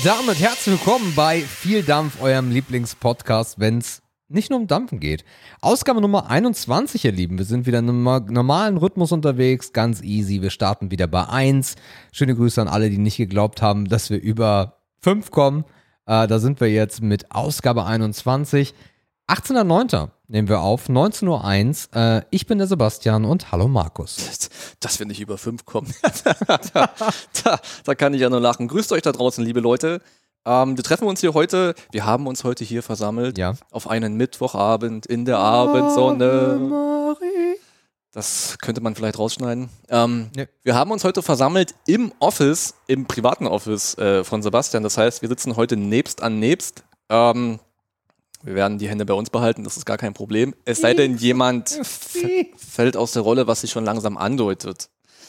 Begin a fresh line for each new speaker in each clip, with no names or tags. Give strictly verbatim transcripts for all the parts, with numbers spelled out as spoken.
damit herzlich willkommen bei Viel Dampf, eurem Lieblingspodcast, wenn es nicht nur um Dampfen geht. Ausgabe Nummer einundzwanzig, ihr Lieben. Wir sind wieder in einem normalen Rhythmus unterwegs, ganz easy. Wir starten wieder bei eins. Schöne Grüße an alle, die nicht geglaubt haben, dass wir über fünf kommen. Äh, da sind wir jetzt mit Ausgabe einundzwanzig. achtzehnter neunter nehmen wir auf, neunzehn Uhr eins. Äh, ich bin der Sebastian und hallo Markus.
Dass wir nicht über fünf kommen. da, da, da kann ich ja nur lachen. Grüßt euch da draußen, liebe Leute. Ähm, wir treffen uns hier heute, wir haben uns heute hier versammelt
Ja.
auf einen Mittwochabend in der Abendsonne. Das könnte man vielleicht rausschneiden. Ähm,
Nee.
Wir haben uns heute versammelt im Office, im privaten Office äh, von Sebastian. Das heißt, wir sitzen heute nebst an nebst. Ähm, wir werden die Hände bei uns behalten, das ist gar kein Problem. Es sei denn, jemand f- fällt aus der Rolle, was sich schon langsam andeutet.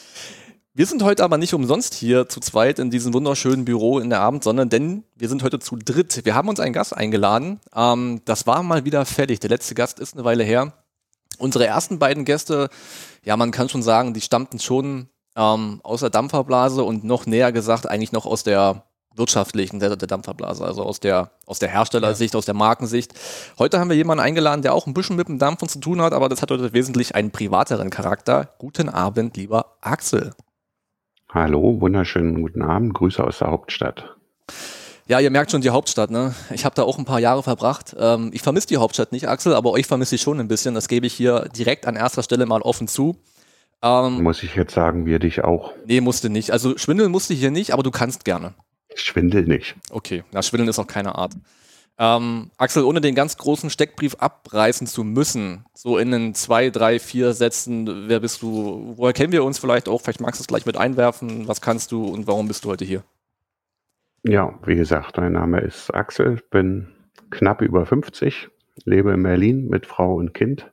Wir sind heute aber nicht umsonst hier zu zweit in diesem wunderschönen Büro in der Abendsonne, denn wir sind heute zu dritt. Wir haben uns einen Gast eingeladen. Ähm, das war mal wieder fertig. Der letzte Gast ist eine Weile her. Unsere ersten beiden Gäste, ja, man kann schon sagen, die stammten schon ähm, aus der Dampferblase und noch näher gesagt eigentlich noch aus der wirtschaftlichen Seite der Dampferblase, also aus der, aus der Herstellersicht, aus der Markensicht. Heute haben wir jemanden eingeladen, der auch ein bisschen mit dem Dampfen zu tun hat, aber das hat heute wesentlich einen privateren Charakter. Guten Abend, lieber Axel.
Hallo, wunderschönen guten Abend, Grüße aus der Hauptstadt.
Ja, ihr merkt schon die Hauptstadt, ne? Ich habe da auch ein paar Jahre verbracht. Ähm, ich vermisse die Hauptstadt nicht, Axel, aber euch vermisse ich schon ein bisschen. Das gebe ich hier direkt an erster Stelle mal offen zu. Ähm,
Muss ich jetzt sagen, wir dich auch.
nee, musste nicht. Also schwindeln musste hier nicht, aber du kannst gerne.
Ich schwindel nicht.
Okay, na, schwindeln ist auch keine Art. Ähm, Axel, ohne den ganz großen Steckbrief abreißen zu müssen, so in den zwei, drei, vier Sätzen, wer bist du, woher kennen wir uns vielleicht auch, vielleicht magst du es gleich mit einwerfen, was kannst du und warum bist du heute hier?
Ja, wie gesagt, mein Name ist Axel, bin knapp über fünfzig, lebe in Berlin mit Frau und Kind.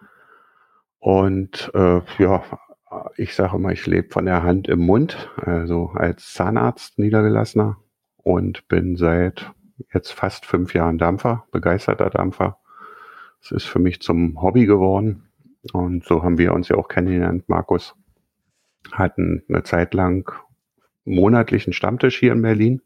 Und äh, ja, ich sage immer, ich lebe von der Hand im Mund, also als Zahnarzt niedergelassener und bin seit jetzt fast fünf Jahren Dampfer, begeisterter Dampfer. Es ist für mich zum Hobby geworden und so haben wir uns ja auch kennengelernt. Markus hatten eine Zeit lang monatlichen Stammtisch hier in Berlin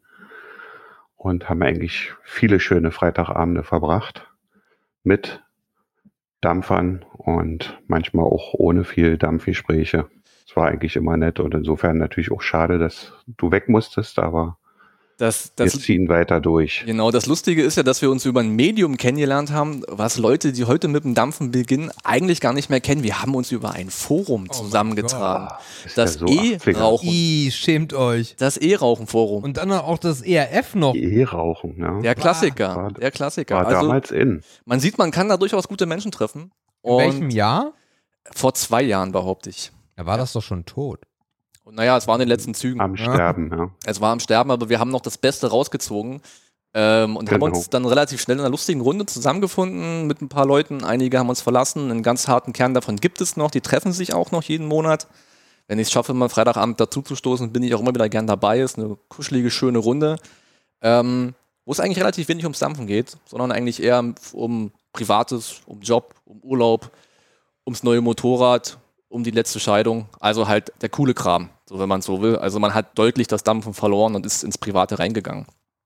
und haben eigentlich viele schöne Freitagabende verbracht mit Dampfern und manchmal auch ohne viel Dampfgespräche. Es war eigentlich immer nett und insofern natürlich auch schade, dass du weg musstest, aber
Das,
wir
das,
ziehen weiter durch.
genau, das Lustige ist ja, dass wir uns über ein Medium kennengelernt haben, was Leute, die heute mit dem Dampfen beginnen, eigentlich gar nicht mehr kennen. Wir haben uns über ein Forum
Oh
zusammengetragen.
Ist
Das
ja so achtziger.
E-Rauchen.
Ih, schämt euch.
Das E-Rauchen-Forum.
Und dann auch das E R F noch.
E-Rauchen, ja.
Der Klassiker.
War-
Der Klassiker.
War
Also,
damals in.
man sieht, man kann da durchaus gute Menschen treffen.
In welchem
Und
Jahr?
vor zwei Jahren, behaupte ich.
Da war das doch schon tot.
Und naja, es war in den letzten Zügen.
Am
Ja.
Sterben, ja.
Es war am Sterben, aber wir haben noch das Beste rausgezogen ähm, und
Genau.
haben uns dann relativ schnell in einer lustigen Runde zusammengefunden mit ein paar Leuten. Einige haben uns verlassen, einen ganz harten Kern davon gibt es noch. Die treffen sich auch noch jeden Monat. Wenn ich es schaffe, mal Freitagabend dazu zu stoßen, bin ich auch immer wieder gern dabei. Ist eine kuschelige, schöne Runde, ähm, wo es eigentlich relativ wenig ums Dampfen geht, sondern eigentlich eher um Privates, um Job, um Urlaub, ums neue Motorrad, um die letzte Scheidung, also halt der coole Kram, so wenn man es so will. Also man hat deutlich das Dampfen verloren und ist ins Private reingegangen.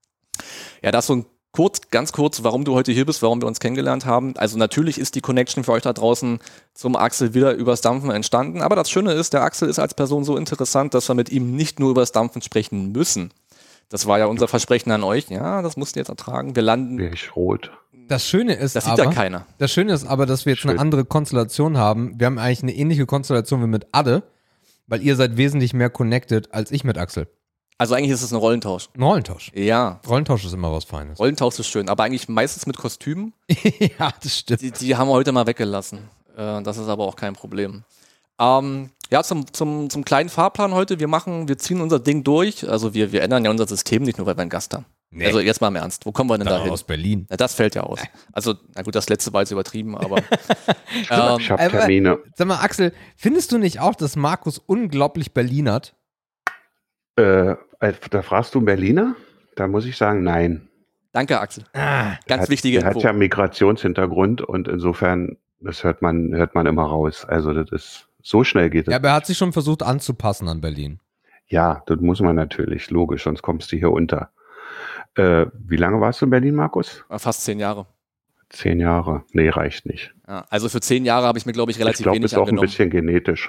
Ja, das so ein kurz, ganz kurz, warum du heute hier bist, warum wir uns kennengelernt haben. Also natürlich ist die Connection für euch da draußen zum Axel wieder übers Dampfen entstanden, aber das Schöne ist, der Axel ist als Person so interessant, dass wir mit ihm nicht nur übers Dampfen sprechen müssen. Das war ja unser Versprechen an euch. Ja, das musst ihr jetzt ertragen. Wir landen.
Wäre ich rot.
Das Schöne ist
Das sieht
aber,
ja keiner.
das Schöne ist aber, dass wir jetzt
Schön.
eine andere Konstellation haben. Wir haben eigentlich eine ähnliche Konstellation wie mit Adde, weil ihr seid wesentlich mehr connected als ich mit Axel.
Also eigentlich ist es ein Rollentausch.
Ein Rollentausch.
Ja,
Rollentausch ist immer was Feines.
Rollentausch ist schön, aber eigentlich meistens mit Kostümen.
Ja, das stimmt.
Die, die haben wir heute mal weggelassen. Äh, das ist aber auch kein Problem. Ähm, ja, zum, zum, zum kleinen Fahrplan heute. Wir machen, wir ziehen unser Ding durch. Also wir, wir ändern ja unser System nicht nur, weil wir einen Gast haben.
Nee.
Also jetzt mal im Ernst. Wo kommen wir denn da
Dann
hin?
aus Berlin.
Na, das fällt ja aus. Also, na gut, das letzte war jetzt übertrieben, aber.
Ich
ähm,
habe
aber-
Termine.
Sag mal, Axel, findest du nicht auch, dass Markus unglaublich Berlinert?
Äh, da fragst du einen Berliner? Da muss ich sagen, nein.
danke, Axel.
Ah,
Ganz
hat,
wichtige
Er hat
Info.
ja einen Migrationshintergrund und insofern, das hört man, hört man immer raus. Also das ist, so schnell geht es.
ja, aber er hat sich schon versucht anzupassen an Berlin.
Ja, das muss man natürlich, logisch, sonst kommst du hier unter. Äh, wie lange warst du in Berlin, Markus?
Fast zehn Jahre.
Zehn Jahre. Nee, reicht nicht.
Ja, also für zehn Jahre habe ich mir, glaube ich, relativ
ich glaub,
wenig
ist auch
angenommen.
ein bisschen genetisch.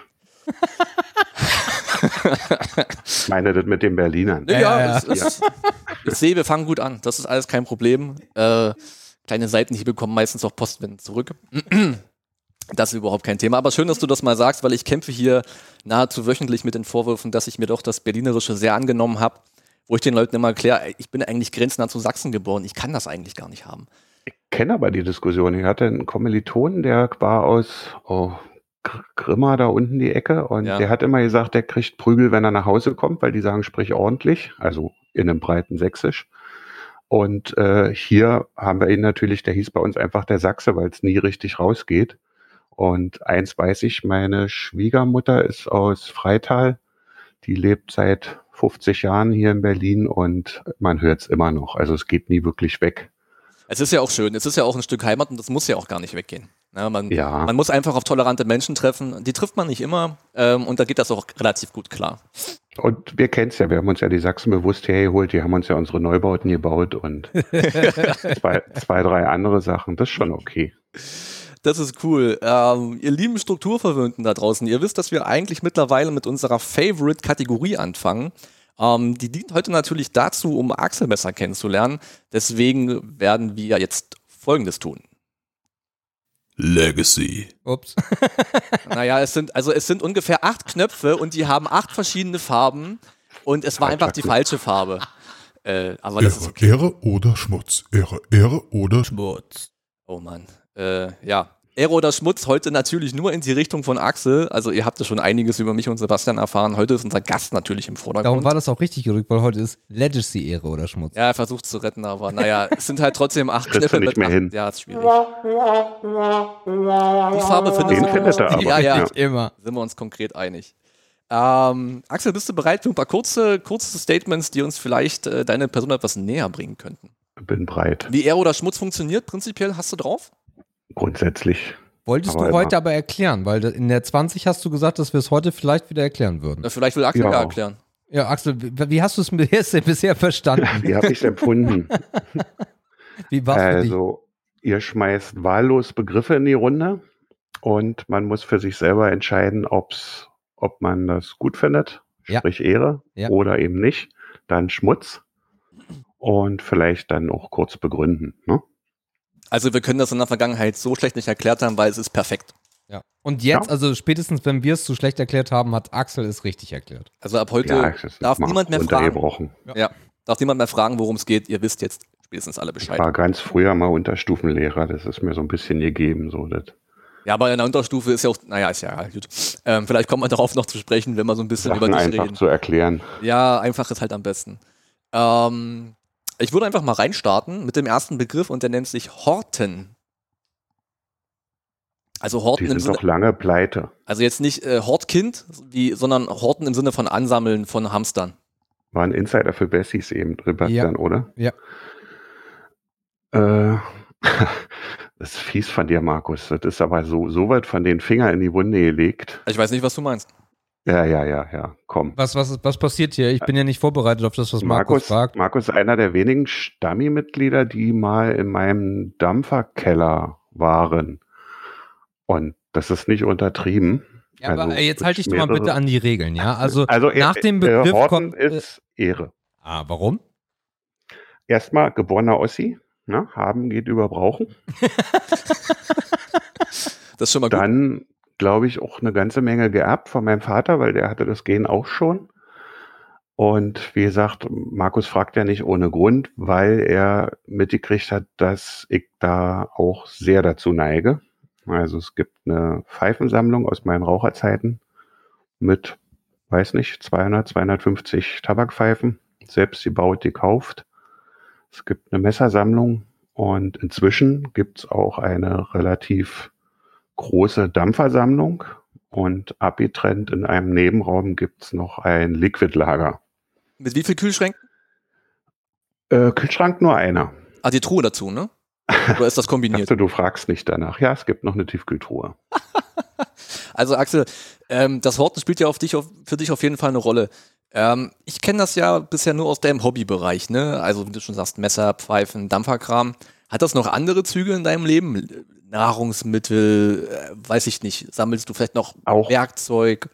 Ich meine das mit den Berlinern.
Ja,
Ja,
ja,
ja.
es ist, ich sehe, wir fangen gut an. Das ist alles kein Problem. Äh, kleine Seitenhiebe kommen meistens auch postwendend zurück. Das ist überhaupt kein Thema. Aber schön, dass du das mal sagst, weil ich kämpfe hier nahezu wöchentlich mit den Vorwürfen, dass ich mir doch das Berlinerische sehr angenommen habe, wo ich den Leuten immer erkläre, ich bin eigentlich grenznah zu Sachsen geboren. Ich kann das eigentlich gar nicht haben.
Ich kenne aber die Diskussion. Ich hatte einen Kommilitonen, der war aus oh, Grimma, da unten die Ecke, und
Ja.
der hat immer gesagt, der kriegt Prügel, wenn er nach Hause kommt, weil die sagen, sprich ordentlich, also in einem breiten Sächsisch. Und äh, hier haben wir ihn natürlich, der hieß bei uns einfach der Sachse, weil es nie richtig rausgeht. Und eins weiß ich, meine Schwiegermutter ist aus Freital, die lebt seit fünfzig Jahren hier in Berlin und man hört es immer noch. Also es geht nie wirklich weg.
Es ist ja auch schön. Es ist ja auch ein Stück Heimat und das muss ja auch gar nicht weggehen. Ja, man,
Ja.
man muss einfach auf tolerante Menschen treffen. Die trifft man nicht immer ähm, und da geht das auch relativ gut klar.
Und wir kennen es ja, wir haben uns ja die Sachsen bewusst hergeholt, die haben uns ja unsere Neubauten gebaut und zwei, zwei, drei andere Sachen, das ist schon okay.
Das ist cool. Ähm, ihr lieben Strukturverwöhnten da draußen, ihr wisst, dass wir eigentlich mittlerweile mit unserer Favorite-Kategorie anfangen. Ähm, die dient heute natürlich dazu, um Axel besser kennenzulernen. Deswegen werden wir jetzt Folgendes tun.
Legacy.
Ups.
Naja, es sind, also es sind ungefähr acht Knöpfe und die haben acht verschiedene Farben und es war einfach die falsche Farbe. Äh, aber das ist
Ehre,
okay.
Ehre oder Schmutz. Ehre, Ehre oder Schmutz.
Schmutz.
Oh Mann. Äh, ja. Ehre oder Schmutz, heute natürlich nur in die Richtung von Axel. Also ihr habt ja schon einiges über mich und Sebastian erfahren. Heute ist unser Gast natürlich im
Darum
Vordergrund.
war das auch richtig gerückt, weil heute ist Legacy Ehre oder Schmutz.
Ja, er versucht es zu retten, aber naja, es sind halt trotzdem acht
Kriegst du
Knöpfe
nicht
mit
mehr
acht.
hin.
Ja, ist schwierig. Die Farbe findest
Den
du.
findet er aber.
Ja, ja.
Nicht immer.
Sind wir uns konkret einig. Ähm, Axel, bist du bereit für ein paar kurze, kurze Statements, die uns vielleicht äh, deine Person etwas näher bringen könnten?
Bin breit,
Wie Ehre oder Schmutz funktioniert, prinzipiell hast du drauf?
grundsätzlich.
Wolltest
Aber
du
immer.
heute aber erklären, weil in der zwanzig hast du gesagt, dass wir es heute vielleicht wieder erklären würden.
Na, vielleicht will Axel ja,
Ja.
erklären.
Ja, Axel, wie wie hast du es bisher, bisher verstanden?
Wie habe ich es empfunden?
Wie war es für dich?
Also, ihr schmeißt wahllos Begriffe in die Runde und man muss für sich selber entscheiden, ob's, ob man das gut findet,
Ja.
sprich Ehre,
Ja.
oder eben nicht. Dann Schmutz und vielleicht dann auch kurz begründen. Ne?
Also wir können das in der Vergangenheit so schlecht nicht erklärt haben, weil es ist perfekt.
Ja. Und jetzt,
Ja.
also spätestens, wenn wir es so schlecht erklärt haben, hat Axel es richtig erklärt.
Also ab heute
Ja, es ist
darf
mal
niemand mehr fragen.
runtergebrochen.
Ja, darf niemand mehr fragen, worum es geht. Ihr wisst jetzt spätestens alle
Ich
Bescheid.
war ganz früher mal Unterstufenlehrer, das ist mir so ein bisschen gegeben. So, das
Ja, aber in der Unterstufe ist ja auch, naja, ist ja gut. Ähm, vielleicht kommt man darauf noch zu sprechen, wenn wir so ein bisschen
Sachen
über dich
einfach
reden.
zu erklären.
Ja, einfach ist halt am besten. Ähm, ich würde einfach mal reinstarten mit dem ersten Begriff und der nennt sich Horten. Also Horten
Die
im
sind
Sinne,
doch lange pleite.
also jetzt nicht äh, Hortkind, wie, sondern Horten im Sinne von Ansammeln von Hamstern.
War ein Insider für Bessies eben drüber
Ja.
dann, oder?
Ja.
Äh, das ist fies von dir, Markus. Das ist aber so, so weit von den Fingern in die Wunde gelegt.
Ich weiß nicht, was du meinst.
Ja, ja, ja, ja, komm.
Was, was, was passiert hier? Ich bin ja nicht vorbereitet auf das, was Markus,
Markus,
fragt.
Markus ist einer der wenigen Stammi-Mitglieder, die mal in meinem Dampferkeller waren. Und das ist nicht untertrieben.
Ja, aber
Also,
jetzt halte ich dich mal
mehrere-
bitte an die Regeln, ja? Also,
Also
nach
äh,
dem
äh,
Begriff
Horten
kommt. Äh,
ist Ehre.
ah, warum?
Erstmal geborener Ossi, ne? Haben geht über brauchen.
Das ist schon mal gut.
Dann, glaube ich, auch eine ganze Menge geerbt von meinem Vater, weil der hatte das Gen auch schon. Und wie gesagt, Markus fragt ja nicht ohne Grund, weil er mitgekriegt hat, dass ich da auch sehr dazu neige. Also es gibt eine Pfeifensammlung aus meinen Raucherzeiten mit, weiß nicht, zweihundert, zweihundertfünfzig Tabakpfeifen, selbst gebaut, gekauft. Es gibt eine Messersammlung und inzwischen gibt es auch eine relativ große Dampfersammlung und abgetrennt in einem Nebenraum gibt es noch ein Liquidlager.
Mit wie viel Kühlschränken?
Äh, Kühlschrank nur einer.
Ah, die Truhe dazu, ne? Oder ist das
Ich
kombiniert?
dachte, du fragst nicht danach. Ja, es gibt noch eine Tiefkühltruhe.
Also Axel, ähm, das Horten spielt ja auf dich, auf, für dich auf jeden Fall eine Rolle. Ähm, ich kenne das ja bisher nur aus deinem Hobbybereich, ne? Also wie du schon sagst, Messer, Pfeifen, Dampferkram. Hat das noch andere Züge in deinem Leben? Nahrungsmittel, äh, weiß ich nicht. Sammelst du vielleicht noch
Auch
Werkzeug?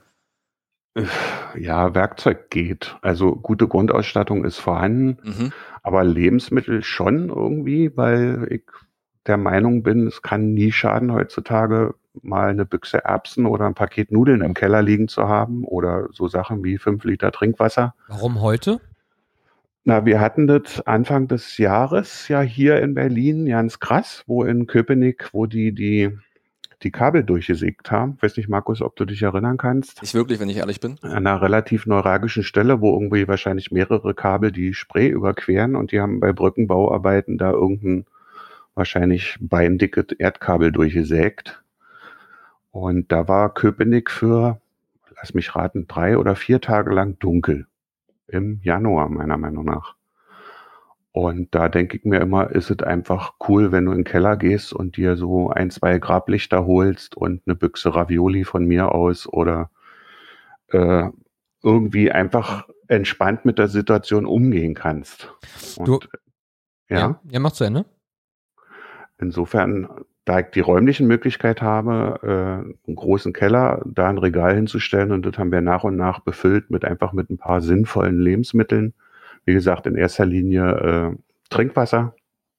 Ja, Werkzeug geht. Also gute Grundausstattung ist vorhanden,
Mhm.
aber Lebensmittel schon irgendwie, weil ich der Meinung bin, es kann nie schaden, heutzutage mal eine Büchse Erbsen oder ein Paket Nudeln im Keller liegen zu haben oder so Sachen wie fünf Liter Trinkwasser.
Warum heute?
Na, wir hatten das Anfang des Jahres ja hier in Berlin ganz krass, wo in Köpenick, wo die die die Kabel durchgesägt haben. Ich weiß nicht, Markus, ob du dich erinnern kannst.
Nicht wirklich, wenn ich ehrlich bin.
An einer relativ neuralgischen Stelle, wo irgendwie wahrscheinlich mehrere Kabel die Spree überqueren und die haben bei Brückenbauarbeiten da irgendein wahrscheinlich beindickes Erdkabel durchgesägt. Und da war Köpenick für, lass mich raten, drei oder vier Tage lang dunkel. Im Januar, meiner Meinung nach. Und da denke ich mir immer, ist es einfach cool, wenn du in den Keller gehst und dir so ein, zwei Grablichter holst und eine Büchse Ravioli von mir aus oder äh, irgendwie einfach entspannt mit der Situation umgehen kannst. Und
Du-
ja,
Ja, ja, mach zu Ende.
insofern, da ich die räumlichen Möglichkeit habe, äh, einen großen Keller, da ein Regal hinzustellen und das haben wir nach und nach befüllt mit einfach mit ein paar sinnvollen Lebensmitteln. Wie gesagt, in erster Linie äh, Trinkwasser.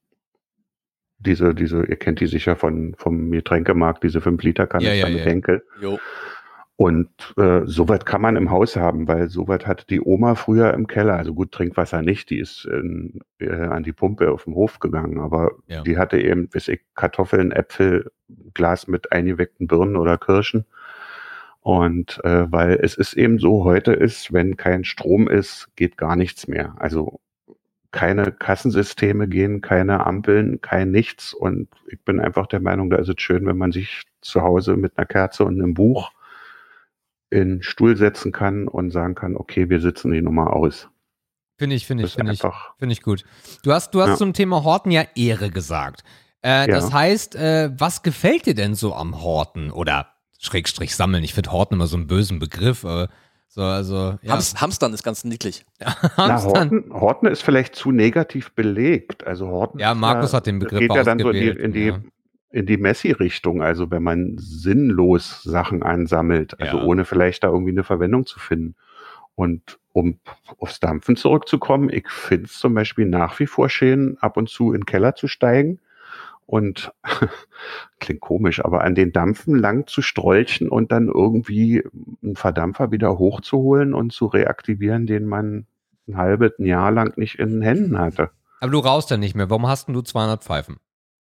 Diese, diese, ihr kennt die sicher von, vom Getränkemarkt, diese fünf Liter Kanister
Ja, ja,
mit
ja.
Henkel.
Jo.
Und äh, soweit kann man im Haus haben, weil soweit hatte die Oma früher im Keller. Also gut, Trinkwasser nicht, die ist in, äh, an die Pumpe auf dem Hof gegangen, aber
Ja.
die hatte eben, weiß ich, Kartoffeln, Äpfel, Glas mit eingeweckten Birnen oder Kirschen. Und äh, weil es ist eben so, heute ist, wenn kein Strom ist, geht gar nichts mehr. Also keine Kassensysteme gehen, keine Ampeln, kein nichts. Und ich bin einfach der Meinung, da ist es schön, wenn man sich zu Hause mit einer Kerze und einem Buch in den Stuhl setzen kann und sagen kann, okay, wir sitzen die Nummer aus.
Finde ich, finde
Das
ich,
ist
finde ich,
einfach,
finde ich gut. Du hast, du hast
Ja.
zum Thema Horten ja Ehre gesagt. Äh,
Ja.
Das heißt, äh, was gefällt dir denn so am Horten? Oder Schrägstrich sammeln. Ich finde Horten immer so einen bösen Begriff. Äh, so, also, ja.
Hams, Hamstern ist ganz niedlich.
na,
Hamstern.
Horten, Horten ist vielleicht zu negativ belegt. Also Horten
Ja,
ist
Markus
ja,
hat den
das
Begriff
geht ja dann so in die,
ausgewählt,
in die,
ja.
in die Messi-Richtung. Also wenn man sinnlos Sachen ansammelt, also
Ja.
ohne vielleicht da irgendwie eine Verwendung zu finden. Und um aufs Dampfen zurückzukommen, ich finde es zum Beispiel nach wie vor schön, ab und zu in den Keller zu steigen und klingt komisch, aber an den Dampfen lang zu strolchen und dann irgendwie einen Verdampfer wieder hochzuholen und zu reaktivieren, den man ein halbes Jahr lang nicht in den Händen hatte.
Aber du rauchst ja nicht mehr. Warum hast denn du zweihundert Pfeifen?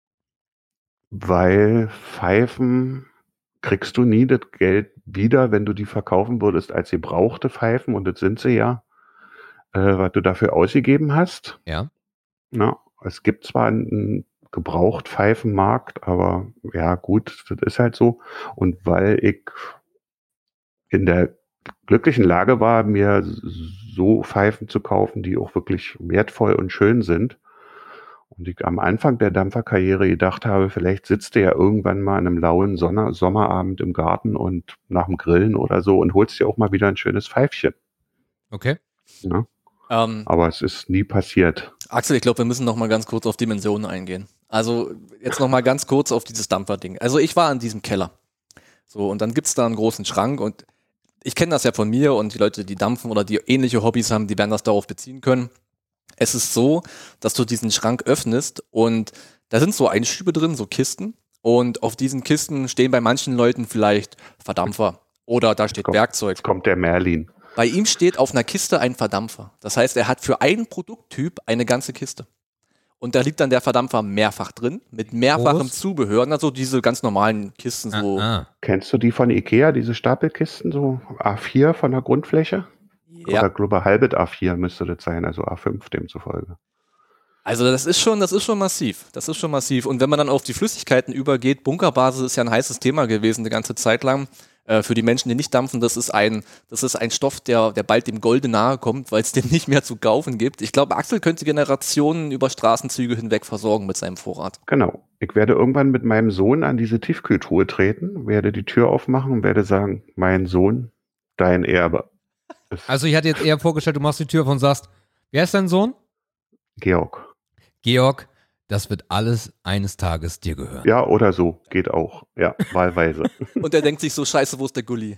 Weil Pfeifen kriegst du nie das Geld wieder, wenn du die verkaufen würdest als gebrauchte Pfeifen, und das sind sie ja, äh, was du dafür ausgegeben hast.
Ja.
Na, es gibt zwar einen Gebrauchtpfeifenmarkt, aber ja gut, das ist halt so. Und weil ich in der glücklichen Lage war, mir so Pfeifen zu kaufen, die auch wirklich wertvoll und schön sind, und ich am Anfang der Dampferkarriere gedacht habe, vielleicht sitzt du ja irgendwann mal an einem lauen Sonne- Sommerabend im Garten und nach dem Grillen oder so und holst dir auch mal wieder ein schönes Pfeifchen.
Okay.
Ne?
Ähm,
Aber es ist nie passiert.
Axel, ich glaube, wir müssen noch mal ganz kurz auf Dimensionen eingehen. Also jetzt noch mal ganz kurz auf dieses Dampferding. Also ich war in diesem Keller. So, und dann gibt's da einen großen Schrank und ich kenne das ja von mir und die Leute, die dampfen oder die ähnliche Hobbys haben, die werden das darauf beziehen können. Es ist so, dass du diesen Schrank öffnest und da sind so Einschübe drin, so Kisten. Und auf diesen Kisten stehen bei manchen Leuten vielleicht Verdampfer oder da steht
kommt-
Werkzeug.
Jetzt kommt der Merlin.
Bei ihm steht auf einer Kiste ein Verdampfer. Das heißt, er hat für einen Produkttyp eine ganze Kiste. Und da liegt dann der Verdampfer mehrfach drin, mit mehrfachem
Groß?
Zubehör. Also diese ganz normalen Kisten so.
Ah, ah.
Kennst du die von Ikea, diese Stapelkisten, so A vier von der Grundfläche? Oder
Ja,
glaube halbet A vier müsste das sein, also A fünf demzufolge.
also das ist schon, das ist schon massiv. Das ist schon massiv. Und wenn man dann auf die Flüssigkeiten übergeht, Bunkerbasis ist ja ein heißes Thema gewesen, eine ganze Zeit lang. Äh, für die Menschen, die nicht dampfen, das ist ein, das ist ein Stoff, der, der bald dem Golde nahe kommt, weil es den nicht mehr zu kaufen gibt. Ich glaube, Axel könnte Generationen über Straßenzüge hinweg versorgen mit seinem Vorrat.
Genau. Ich werde irgendwann mit meinem Sohn an diese Tiefkühltruhe treten, werde die Tür aufmachen und werde sagen, mein Sohn, dein Erbe.
Also ich hatte jetzt eher vorgestellt, du machst die Tür auf und sagst, wer ist dein Sohn?
Georg.
Georg, das wird alles eines Tages dir gehören.
Ja, oder so. Geht auch. Ja, wahlweise.
Und er denkt sich so, scheiße, wo ist der Gulli?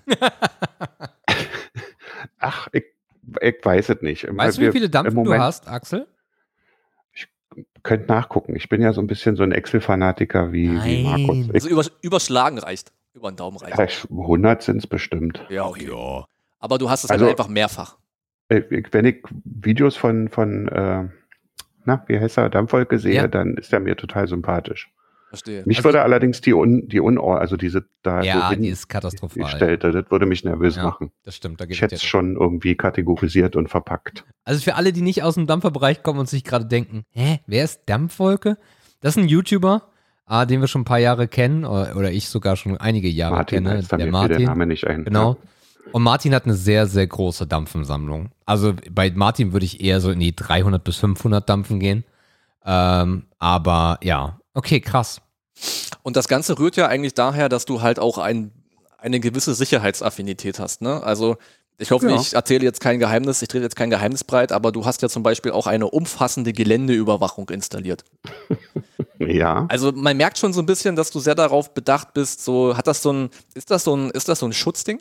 Ach, ich, ich weiß es nicht.
Weißt du, wie viele Dampfen du hast, Axel?
Ich könnte nachgucken. Ich bin ja so ein bisschen so ein Excel-Fanatiker wie, wie Markus. Ich,
Also über, überschlagen reicht. Über den Daumen reicht.
ja, ich, hundert sind es bestimmt.
Ja, okay. Ja. Aber du hast es
Also-
halt einfach mehrfach.
Ich, ich, wenn ich Videos von, von äh, na, wie heißt er, Dampfwolke sehe,
Ja.
dann ist er mir total sympathisch.
Verstehe.
Mich
Also
würde allerdings die Un, die Unor, also diese da
Ja,
wohin
die ist katastrophal.
gestellte, das würde mich nervös
Ja,
machen.
das stimmt. Da
Ich
gebe
hätte
ich
es
dir recht.
schon irgendwie kategorisiert und verpackt.
Also für alle, die nicht aus dem Dampferbereich kommen und sich gerade denken, hä, wer ist Dampfwolke? Das ist ein YouTuber, äh, den wir schon ein paar Jahre kennen, oder, oder ich sogar schon einige Jahre
Martin
kenne.
heißt da,
Der
mir fiel der
Martin.
Name nicht ein.
Genau. Und Martin hat eine sehr, sehr große Dampfensammlung. Also bei Martin würde ich eher so in die dreihundert bis fünfhundert Dampfen gehen. Ähm, aber ja, okay, krass.
Und das Ganze rührt ja eigentlich daher, dass du halt auch ein, eine gewisse Sicherheitsaffinität hast. Ne? Also ich hoffe,
Ja.
ich erzähle jetzt kein Geheimnis, ich drehe jetzt kein Geheimnis breit, aber du hast ja zum Beispiel auch eine umfassende Geländeüberwachung installiert.
Ja,
Also man merkt schon so ein bisschen, dass du sehr darauf bedacht bist, so hat das so ein, ist das so ein, ist das so ein Schutzding?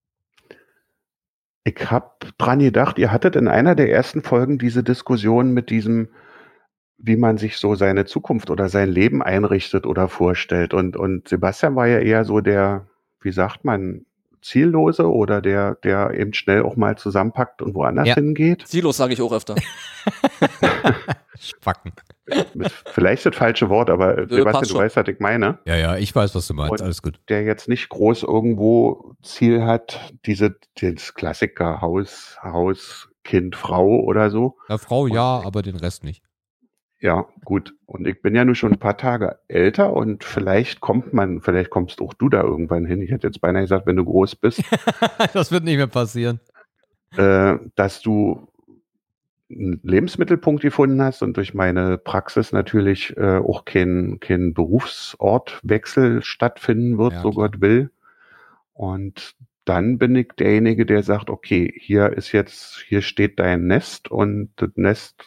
ich habe dran gedacht, ihr hattet in einer der ersten Folgen diese Diskussion mit diesem, wie man sich so seine Zukunft oder sein Leben einrichtet oder vorstellt. Und, und Sebastian war ja eher so der, wie sagt man, Ziellose oder der, der eben schnell auch mal zusammenpackt und woanders
Ja.
hingeht.
Silos sage ich auch öfter.
Spacken.
Mit vielleicht das falsche Wort, aber Sebastian,
passt
du
schon.
weißt, was ich meine.
Ja, ja, ich weiß, was du meinst.
Und-
Alles gut.
Der jetzt nicht groß irgendwo Ziel hat, diese, das Klassiker Haus, Haus, Kind, Frau oder so.
Ja, Frau ja, aber den Rest nicht.
Ja, gut. Und ich bin ja nun schon ein paar Tage älter und vielleicht kommt man, vielleicht kommst auch du da irgendwann hin. Ich hätte jetzt beinahe gesagt, wenn du groß bist,
Das wird nicht mehr passieren.
äh, dass du einen Lebensmittelpunkt gefunden hast und durch meine Praxis natürlich äh, auch kein, kein Berufsortwechsel stattfinden wird,
Ja,
so
klar.
Gott will. Und dann bin ich derjenige, der sagt, okay, hier ist jetzt, hier steht dein Nest und das Nest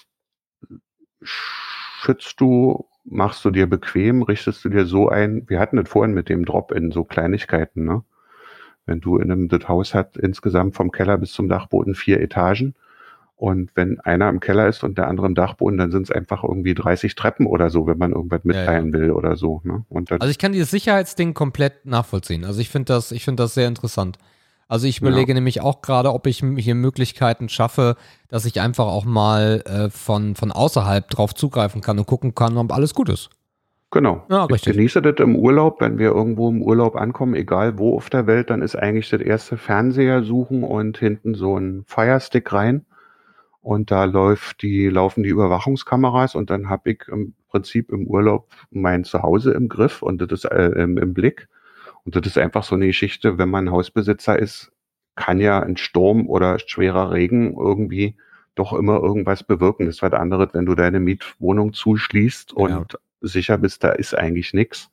schützt du, machst du dir bequem, richtest du dir so ein. Wir hatten das vorhin mit dem Drop-in, so Kleinigkeiten, ne? Wenn du in einem, das Haus hat insgesamt vom Keller bis zum Dachboden vier Etagen. Und wenn einer im Keller ist und der andere im Dachboden, dann sind es einfach irgendwie dreißig Treppen oder so, wenn man irgendwas
Ja,
mitteilen will oder so. Ne? Und dann,
Also ich kann dieses Sicherheitsding komplett nachvollziehen. Also ich finde das, ich finde das sehr interessant. Also ich
Ja.
überlege nämlich auch gerade, ob ich hier Möglichkeiten schaffe, dass ich einfach auch mal äh, von, von außerhalb drauf zugreifen kann und gucken kann, ob alles gut ist.
genau.
Ja,
Ich
richtig.
genieße das im Urlaub, wenn wir irgendwo im Urlaub ankommen, egal wo auf der Welt, dann ist eigentlich das erste Fernseher suchen und hinten so ein Firestick rein. Und da läuft die, laufen die Überwachungskameras und dann habe ich im Prinzip im Urlaub mein Zuhause im Griff und das ist äh, im, im Blick. Und das ist einfach so eine Geschichte, wenn man Hausbesitzer ist, kann ja ein Sturm oder schwerer Regen irgendwie doch immer irgendwas bewirken. Das ist was anderes, wenn du deine Mietwohnung zuschließt und
Ja.
sicher bist, da ist eigentlich nichts.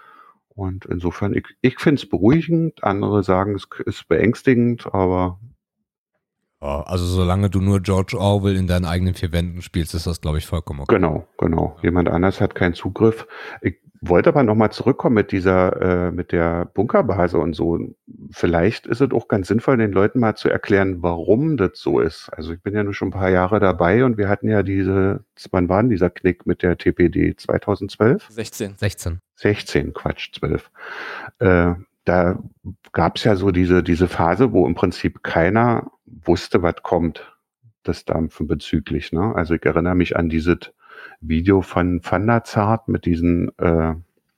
Und insofern, ich, ich finde es beruhigend, andere sagen, es ist beängstigend, aber
Ja, also solange du nur George Orwell in deinen eigenen vier Wänden spielst, ist das, glaube ich, vollkommen okay.
genau, genau. Jemand anders hat keinen Zugriff. Ich wollte aber nochmal zurückkommen mit dieser, äh, mit der Bunkerbase und so. Vielleicht ist es auch ganz sinnvoll, den Leuten mal zu erklären, warum das so ist. Also ich bin ja nur schon ein paar Jahre dabei und wir hatten ja diese, wann war denn dieser Knick mit der T P D? zweitausendzwölf?
sechzehn.
sechzehn.
sechzehn, Quatsch, zwölf. Äh, da gab's ja so diese, diese Phase, wo im Prinzip keiner wusste, was kommt, das Dampfen bezüglich. Ne? Also ich erinnere mich an dieses Video von Van der Zart mit diesen äh,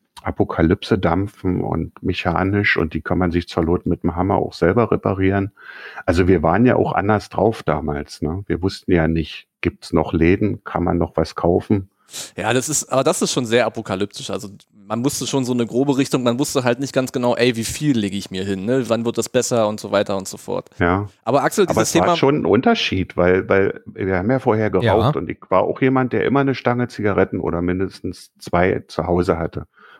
Apokalypse-Dampfen und mechanisch und die kann man sich zur Not mit dem Hammer auch selber reparieren. Also wir waren ja auch anders drauf damals. Ne? Wir wussten ja nicht, gibt's noch Läden, kann man noch was kaufen?
Ja, das ist, aber das ist schon sehr apokalyptisch. Also man wusste schon so eine grobe Richtung, man wusste halt nicht ganz genau, ey, wie viel lege ich mir hin, ne? Wann wird das besser und so weiter und so fort.
Ja.
Aber Axel,
Aber
dieses
es war
Thema,
schon ein Unterschied, weil, weil wir haben ja vorher geraucht
Ja.
und ich war auch jemand, der immer eine Stange Zigaretten oder mindestens zwei zu Hause hatte.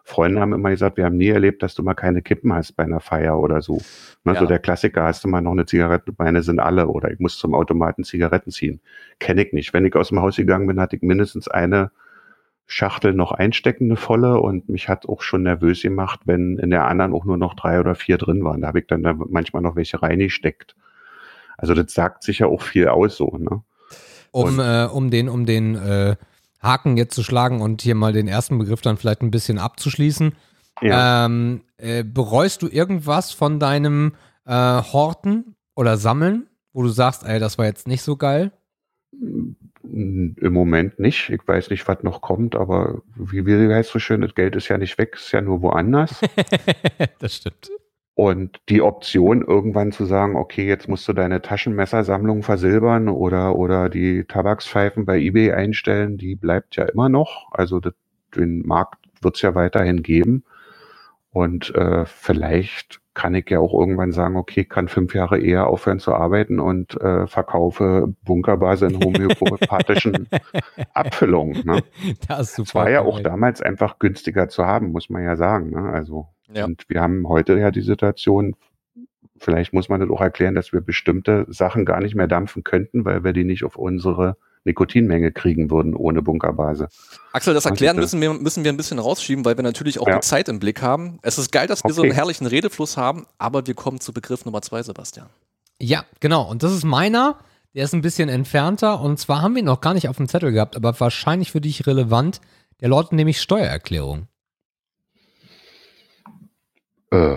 Freunde haben immer gesagt, wir haben nie erlebt, dass du mal keine Kippen hast bei einer Feier oder so. Ne,
Ja.
So der Klassiker, hast du mal noch eine Zigarette, meine sind alle, oder ich muss zum Automaten Zigaretten ziehen. Kenne ich nicht. Wenn ich aus dem Haus gegangen bin, hatte ich mindestens eine Schachtel noch einsteckende volle und mich hat auch schon nervös gemacht, wenn in der anderen auch nur noch drei oder vier drin waren. Da habe ich dann da manchmal noch welche reingesteckt. Also das sagt sicher auch viel aus so, ne?
Um,
Und-
äh, um den, um den äh, Haken jetzt zu schlagen und hier mal den ersten Begriff dann vielleicht ein bisschen abzuschließen.
Ja.
Ähm, äh, bereust du irgendwas von deinem äh, Horten oder Sammeln, wo du sagst, ey, das war jetzt nicht so geil?
Im Moment nicht. Ich weiß nicht, was noch kommt, aber wie, wie heißt so schön, das Geld ist ja nicht weg, ist ja nur woanders.
Das stimmt.
Und die Option, irgendwann zu sagen, okay, jetzt musst du deine Taschenmessersammlung versilbern oder, oder die Tabakspfeifen bei eBay einstellen, die bleibt ja immer noch. Also das, den Markt wird es ja weiterhin geben. Und äh, vielleicht kann ich ja auch irgendwann sagen, okay, ich kann fünf Jahre eher aufhören zu arbeiten und äh, verkaufe Bunkerbase in homöopathischen Abfüllungen. Ne?
Das ist super.
Es war ja auch damals einfach günstiger zu haben, muss man ja sagen. Ne? Also,
Ja.
und wir haben heute ja die Situation, vielleicht muss man das auch erklären, dass wir bestimmte Sachen gar nicht mehr dampfen könnten, weil wir die nicht auf unsere Nikotinmenge kriegen würden ohne Bunkerbase.
Axel, das
Und
erklären
das-
müssen wir, müssen wir ein bisschen rausschieben, weil wir natürlich auch
Ja.
die Zeit im Blick haben. Es ist geil, dass wir so
Okay.
einen herrlichen Redefluss haben, aber wir kommen zu Begriff Nummer zwei, Sebastian.
Ja, genau. Und das ist meiner. Der ist ein bisschen entfernter. Und zwar haben wir ihn noch gar nicht auf dem Zettel gehabt, aber wahrscheinlich für dich relevant. Der lautet nämlich Steuererklärung.
Äh,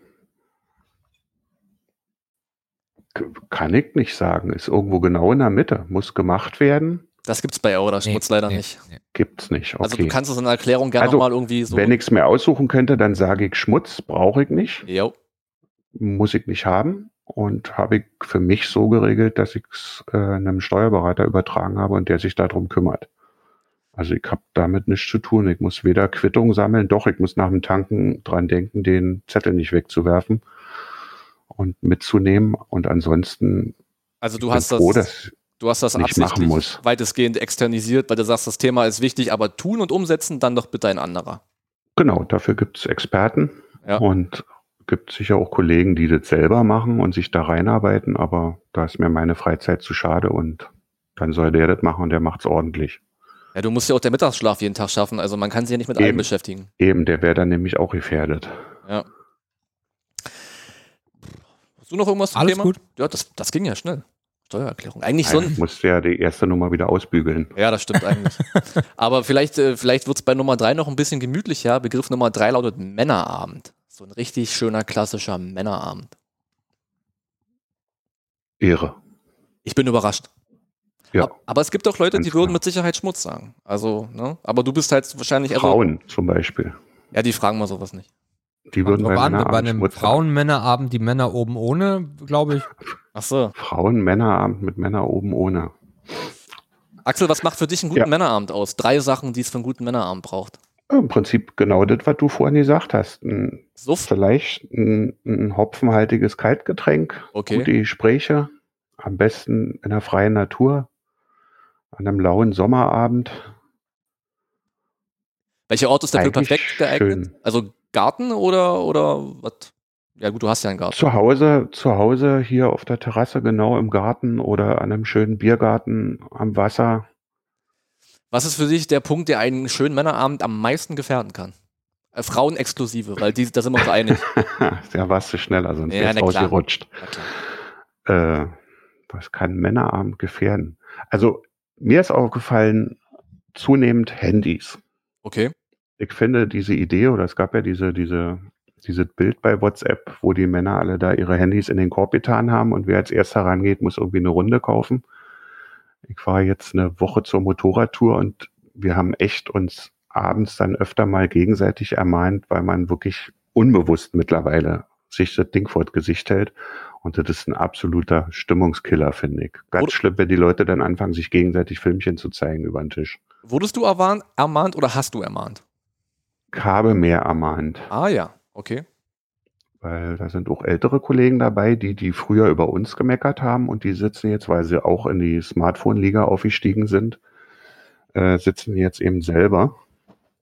k- kann ich nicht sagen. Ist irgendwo genau in der Mitte. Muss gemacht werden.
Das gibt's bei Euro oder Schmutz leider
nee,
nicht.
nee.
Gibt's nicht. Okay.
Also du kannst es in der Erklärung gerne
Also,
nochmal irgendwie so.
Wenn ich es mir aussuchen könnte, dann sage ich Schmutz, brauche ich nicht.
Jo.
Muss ich nicht haben. Und habe ich für mich so geregelt, dass ich es äh, einem Steuerberater übertragen habe und der sich darum kümmert. Also ich habe damit nichts zu tun. Ich muss weder Quittung sammeln, doch ich muss nach dem Tanken dran denken, den Zettel nicht wegzuwerfen und mitzunehmen. Und ansonsten
Also du
bin
hast
froh,
das,
dass
du hast das
nicht machen
absichtlich
muss.
weitestgehend externisiert, weil du sagst, das Thema ist wichtig, aber tun und umsetzen dann doch bitte ein anderer.
genau, dafür gibt es Experten
Ja.
und gibt sicher auch Kollegen, die das selber machen und sich da reinarbeiten, aber da ist mir meine Freizeit zu schade und dann soll der das machen und der macht's ordentlich.
Ja, du musst ja auch den Mittagsschlaf jeden Tag schaffen, also man kann sich ja nicht mit allem
Eben.
beschäftigen.
Eben, der wäre dann nämlich auch gefährdet.
Ja. Hast du noch irgendwas zum
Alles
Thema?
gut.
Ja, das, das ging ja schnell. Steuererklärung. Eigentlich
Also,
so ein,
ich musste ja die erste Nummer wieder ausbügeln.
ja, das stimmt eigentlich. Aber vielleicht, äh, vielleicht wird es bei Nummer drei noch ein bisschen gemütlicher. Begriff Nummer drei lautet Männerabend. So ein richtig schöner, klassischer Männerabend.
Ehre.
Ich bin überrascht.
Ja.
Ab- Aber es gibt auch Leute,
Ganz
die würden
klar.
mit Sicherheit Schmutz sagen. Also, ne? Aber du bist halt wahrscheinlich eher so,
Frauen zum Beispiel.
ja, die fragen mal sowas nicht.
Die würden
Kommt
bei
drauf an, bei
Männerabend
einem
Schmutz sagen.
Frauen-Männerabend die Männer oben ohne, glaube ich.
Ach so.
Frauen-Männerabend mit Männer oben ohne.
Axel, was macht für dich einen guten
Ja.
Männerabend aus? Drei Sachen, die es für einen guten Männerabend braucht.
Im Prinzip genau das, was du vorhin gesagt hast. Ein,
Suff?
vielleicht ein, ein hopfenhaltiges Kaltgetränk,
Okay.
gute Gespräche, am besten in der freien Natur, an einem lauen Sommerabend.
Welcher Ort ist dafür
Eigentlich
perfekt geeignet?
schön.
Also Garten oder, oder was? Ja gut, du hast ja einen Garten.
Zu Hause, zu Hause hier auf der Terrasse, genau im Garten oder an einem schönen Biergarten am Wasser.
Was ist für dich der Punkt, der einen schönen Männerabend am meisten gefährden kann? Äh, Frauen exklusive, weil die, da sind wir uns einig.
Ja, warst du schneller, sonst
Ja,
wär's
na klar.
ausgerutscht.
Na klar.
Äh, was kann Männerabend gefährden? Also mir ist aufgefallen, zunehmend Handys.
Okay.
Ich finde diese Idee, oder es gab ja diese, diese, dieses Bild bei WhatsApp, wo die Männer alle da ihre Handys in den Korb getan haben und wer als erster rangeht, muss irgendwie eine Runde kaufen. Ich war jetzt eine Woche zur Motorradtour und wir haben echt uns abends dann öfter mal gegenseitig ermahnt, weil man wirklich unbewusst mittlerweile sich das Ding vor das Gesicht hält. Und das ist ein absoluter Stimmungskiller, finde ich. Ganz
Oder-
schlimm, wenn die Leute dann anfangen, sich gegenseitig Filmchen zu zeigen über den Tisch.
Wurdest du ermahnt, ermahnt oder hast du ermahnt?
Ich habe mehr ermahnt,
Ah ja, okay.
weil da sind auch ältere Kollegen dabei, die, die früher über uns gemeckert haben und die sitzen jetzt, weil sie auch in die Smartphone-Liga aufgestiegen sind, äh, sitzen jetzt eben selber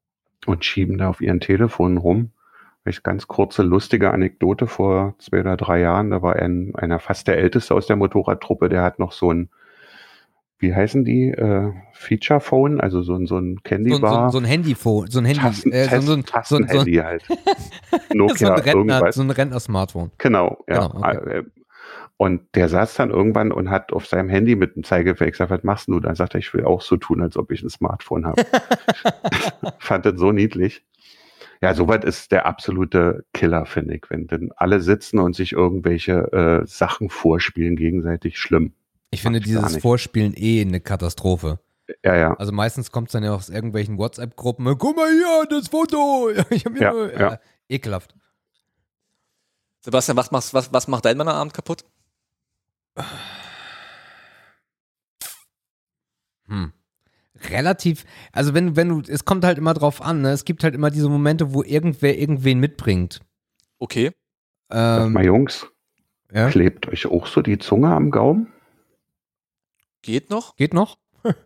und schieben da auf ihren Telefonen rum. Eine ganz kurze, lustige Anekdote vor zwei oder drei Jahren. Da war ein, einer fast der Älteste aus der Motorradtruppe, der hat noch so ein, wie heißen die, äh, Feature-Phone, also so ein, so ein
So,
Candy-Bar.
so, so ein Handyphone, so ein Handy.
Tasten,
äh, so, so, ein- so, so, so,
Tastenhandy halt.
so
Nokia,
ein Rentner,
irgendwas.
so ein Rentner-Smartphone.
Genau, ja.
Genau, okay.
Äh, Und der saß dann irgendwann und hat auf seinem Handy mit dem Zeigefinger gesagt, was machst du? Dann sagt er, ich will auch so tun, als ob ich ein Smartphone habe. Fand das so niedlich. Ja, soweit ist der absolute Killer, finde ich. Wenn dann alle sitzen und sich irgendwelche äh, Sachen vorspielen, gegenseitig schlimm.
Ich finde
Mag ich gar
dieses
nicht.
Vorspielen eh eine Katastrophe.
Ja, ja.
Also meistens kommt es dann ja aus irgendwelchen WhatsApp-Gruppen. Guck mal hier, das Foto. Ich hab hier
Ja,
nur,
ja.
äh, ekelhaft.
Sebastian, was, machst, was, was macht dein Männerabend kaputt?
Hm. Relativ, also wenn, wenn du, es kommt halt immer drauf an, ne? Es gibt halt immer diese Momente, wo irgendwer irgendwen mitbringt.
Okay.
Sag
Ähm,
mal, Jungs,
ja,
klebt euch auch so die Zunge am Gaumen?
Geht noch?
geht noch?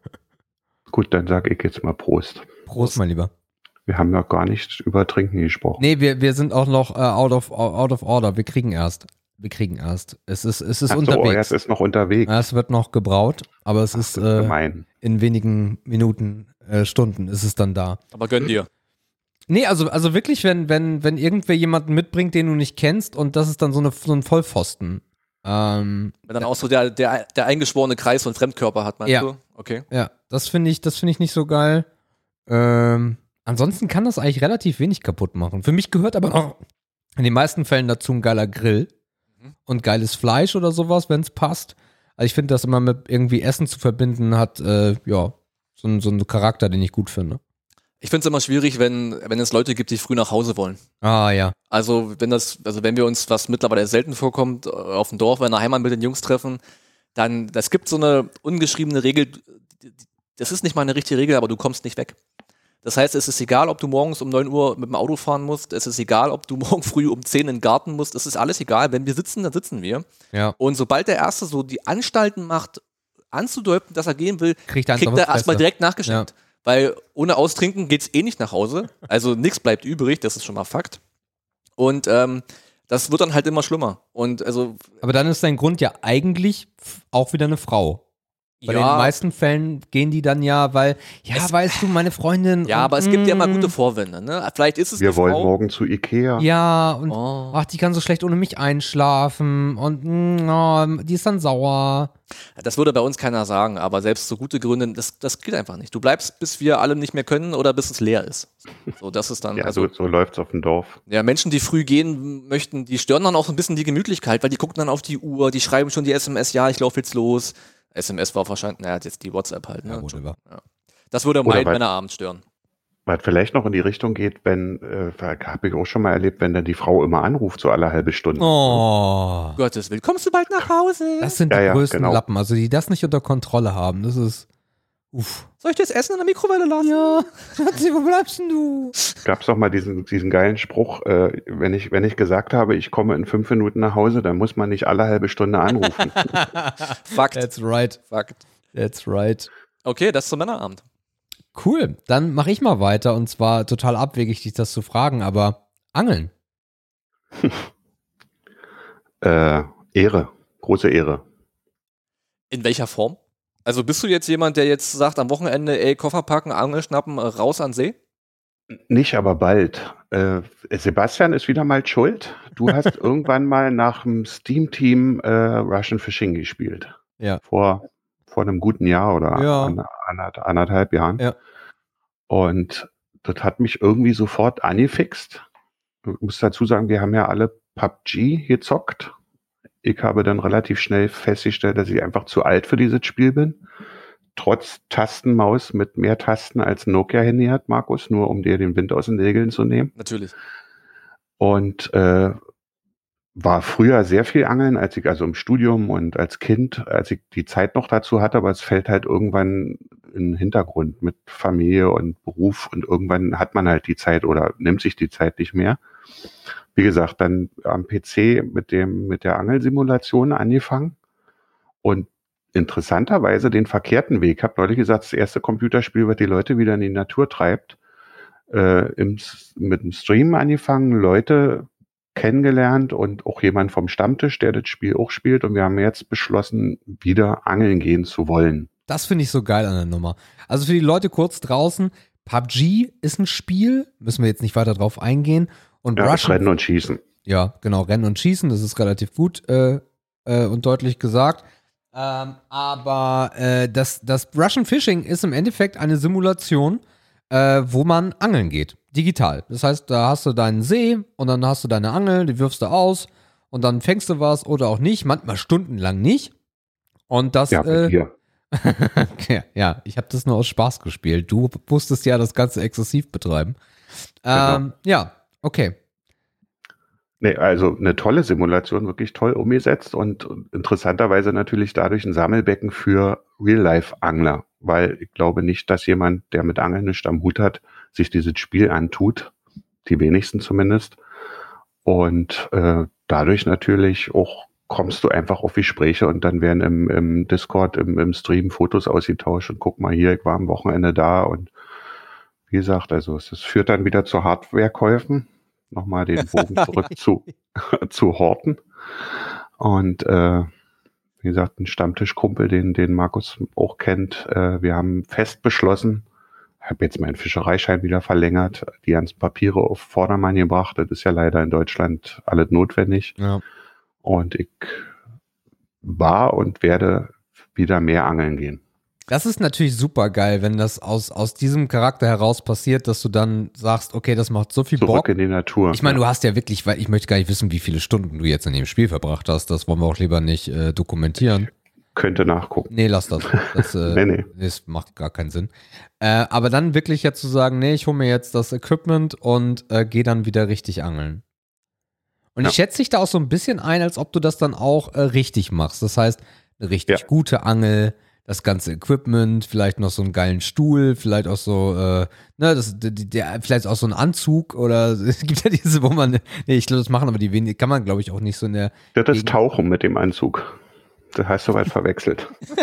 Gut, dann sag ich jetzt mal Prost.
Prost, mein Lieber.
Wir haben ja gar nicht über Trinken gesprochen.
Nee, wir, wir sind auch noch äh, out, of, out of order. Wir kriegen erst. Wir kriegen erst. Es ist, es ist
Ach so,
unterwegs.
es ist noch unterwegs.
Ja, es wird noch gebraut, aber es ist äh,
Gemein.
in wenigen Minuten, äh, Stunden ist es dann da.
Aber gönn dir.
Nee, also, also wirklich, wenn, wenn, wenn irgendwer jemanden mitbringt, den du nicht kennst und das ist dann so, eine, so ein Vollpfosten. Ähm,
Wenn dann auch so der, der, der eingeschworene Kreis von Fremdkörper hat, meinst
Ja.
du? Okay.
ja, das finde ich, das finde ich nicht so geil. Ähm, ansonsten kann das eigentlich relativ wenig kaputt machen. Für mich gehört aber noch in den meisten Fällen dazu ein geiler Grill
Mhm.
und geiles Fleisch oder sowas, wenn es passt. Also ich finde, das immer mit irgendwie Essen zu verbinden hat, äh, ja, so, ein- so einen Charakter, den ich gut finde.
Ich finde es immer schwierig, wenn, wenn es Leute gibt, die früh nach Hause wollen.
Ah, ja.
Also wenn das, also wenn wir uns, was mittlerweile selten vorkommt, äh, auf dem Dorf, in der Heimat mit den Jungs treffen, dann, das gibt so eine ungeschriebene Regel, die- die- das ist nicht mal eine richtige Regel, aber du kommst nicht weg. Das heißt, es ist egal, ob du morgens um neun Uhr mit dem Auto fahren musst, es ist egal, ob du morgen früh um zehn in den Garten musst, es ist alles egal. Wenn wir sitzen, dann sitzen wir.
Ja.
Und sobald der Erste so die Anstalten macht, anzudeuten, dass er gehen will,
Kriegt er eins
kriegt
auf
er
die
erstmal
Fresse.
direkt nachgeschenkt. Weil ohne Austrinken geht's eh nicht nach Hause. Also nichts bleibt übrig, das ist schon mal Fakt. Und ähm, das wird dann halt immer schlimmer. Und also,
Aber dann ist dein Grund ja eigentlich f- auch wieder eine Frau. Weil in den
ja,
meisten Fällen gehen die dann ja, weil, ja,
Es-
weißt du, meine Freundin.
ja,
und,
aber es gibt ja immer
mm,
gute Vorwände. Ne? Vielleicht ist es
Wir
die
wollen
Frau.
morgen zu Ikea.
Ja, und
Oh.
ach, die kann so schlecht ohne mich einschlafen und mm, oh, die ist dann sauer.
Das würde bei uns keiner sagen, aber selbst so gute Gründe, das, das geht einfach nicht. Du bleibst, bis wir alle nicht mehr können oder bis es leer ist. So, das ist dann,
Ja,
also,
so, so läuft's auf dem Dorf.
ja, Menschen, die früh gehen möchten, die stören dann auch so ein bisschen die Gemütlichkeit, weil die gucken dann auf die Uhr, die schreiben schon die S M S, ja, ich laufe jetzt los. S M S war wahrscheinlich, naja, jetzt die WhatsApp halt, ne?
Ja, whatever.
Das würde
Oder
mein
weil-
Männerabend stören.
Was vielleicht noch in die Richtung geht, wenn, äh, habe ich auch schon mal erlebt, wenn dann die Frau immer anruft, so alle halbe Stunde.
Oh.
Gottes Willen, kommst du bald nach Hause?
Das sind
Ja,
die
ja,
größten
genau.
Lappen, also die das nicht unter Kontrolle haben. Das ist. Uff.
Soll ich das Essen in der Mikrowelle lassen?
Ja, Schatzi, wo bleibst denn du?
Gab's doch mal diesen, diesen geilen Spruch, äh, wenn ich, wenn ich gesagt habe, ich komme in fünf Minuten nach Hause, dann muss man nicht alle halbe Stunde anrufen.
Fakt.
That's right.
Fakt.
That's right.
Okay, das zum Männerabend.
Cool, dann mache ich mal weiter und zwar total abwegig, dich das zu fragen, aber Angeln.
äh, Ehre, große Ehre.
In welcher Form? Also bist du jetzt jemand, der jetzt sagt, am Wochenende, ey, Koffer packen, Angel schnappen, äh, raus an See?
Nicht, aber bald. Äh, Sebastian ist wieder mal schuld. Du hast irgendwann mal nach dem Steam-Team äh, Russian Fishing gespielt.
Ja.
Vor, vor einem guten Jahr oder
Ja.
an, anderth- anderthalb Jahren.
Ja.
Und das hat mich irgendwie sofort angefixt. Ich muss dazu sagen, wir haben ja alle P U B G gezockt. Ich habe dann relativ schnell festgestellt, dass ich einfach zu alt für dieses Spiel bin. Trotz Tastenmaus mit mehr Tasten als Nokia-Handy hat, Markus, nur um dir den Wind aus den Nägeln zu nehmen.
Natürlich.
Und äh, war früher sehr viel angeln, als ich also im Studium und als Kind, als ich die Zeit noch dazu hatte, aber es fällt halt irgendwann in den Hintergrund mit Familie und Beruf und irgendwann hat man halt die Zeit oder nimmt sich die Zeit nicht mehr. Wie gesagt, dann am P C mit dem mit der Angelsimulation angefangen und interessanterweise den verkehrten Weg. Ich habe neulich gesagt, das erste Computerspiel, was die Leute wieder in die Natur treibt. äh, im, mit dem Stream angefangen, Leute kennengelernt und auch jemand vom Stammtisch, der das Spiel auch spielt. Und wir haben jetzt beschlossen, wieder angeln gehen zu wollen.
Das finde ich so geil an der Nummer. Also für die Leute kurz draußen, P U B G ist ein Spiel, müssen wir jetzt nicht weiter drauf eingehen. Und
Ja, das
Russian,
Rennen und Schießen.
ja, genau, Rennen und Schießen, das ist relativ gut äh, äh, und deutlich gesagt. Ähm, aber äh, das, das Russian Fishing ist im Endeffekt eine Simulation, äh, wo man angeln geht, digital. Das heißt, da hast du deinen See und dann hast du deine Angel, die wirfst du aus und dann fängst du was oder auch nicht, manchmal stundenlang nicht. Und das,
Ja,
äh,
hier.
ja, ja, ich habe das nur aus Spaß gespielt. Du musstest ja das Ganze exzessiv betreiben. Ähm, ja, okay.
Nee, also eine tolle Simulation, wirklich toll umgesetzt und interessanterweise natürlich dadurch ein Sammelbecken für Real-Life-Angler, weil ich glaube nicht, dass jemand, der mit Angeln nichts am Hut hat, sich dieses Spiel antut, die wenigsten zumindest. Und äh, dadurch natürlich auch kommst du einfach auf Gespräche und dann werden im, im Discord, im, im Stream Fotos ausgetauscht und guck mal hier, ich war am Wochenende da und wie gesagt, also es, es führt dann wieder zu Hardware-Käufen. Nochmal den Bogen zurück zu, zu Horten. Und äh, wie gesagt, ein Stammtischkumpel, den, den Markus auch kennt. Äh, wir haben fest beschlossen, ich habe jetzt meinen Fischereischein wieder verlängert, die ganzen Papiere auf Vordermann gebracht. Das ist ja leider in Deutschland alles notwendig.
Ja.
Und ich war und werde wieder mehr angeln gehen.
Das ist natürlich super geil, wenn das aus, aus diesem Charakter heraus passiert, dass du dann sagst, okay, das macht so viel
Zurück
Bock.
in die Natur.
Ich meine,
ja.
du hast ja wirklich, weil ich möchte gar nicht wissen, wie viele Stunden du jetzt in dem Spiel verbracht hast. Das wollen wir auch lieber nicht äh, dokumentieren.
Könnte nachgucken.
Nee, lass das. Das, äh,
Nee, nee.
das macht gar keinen Sinn. Äh, aber dann wirklich jetzt zu sagen, nee, ich hole mir jetzt das Equipment und äh, gehe dann wieder richtig angeln. Und
Ja.
ich schätze dich da auch so ein bisschen ein, als ob du das dann auch äh, richtig machst. Das heißt, eine richtig
Ja.
gute Angel, das ganze Equipment, vielleicht noch so einen geilen Stuhl, vielleicht auch so, äh, ne, das, der, der, vielleicht auch so ein Anzug oder es gibt ja diese, wo man, nee, ich glaube, das machen aber die wenigen, kann man glaube ich auch nicht so in der.
Das ist
Gegen-
Tauchen mit dem Anzug. Das heißt soweit verwechselt.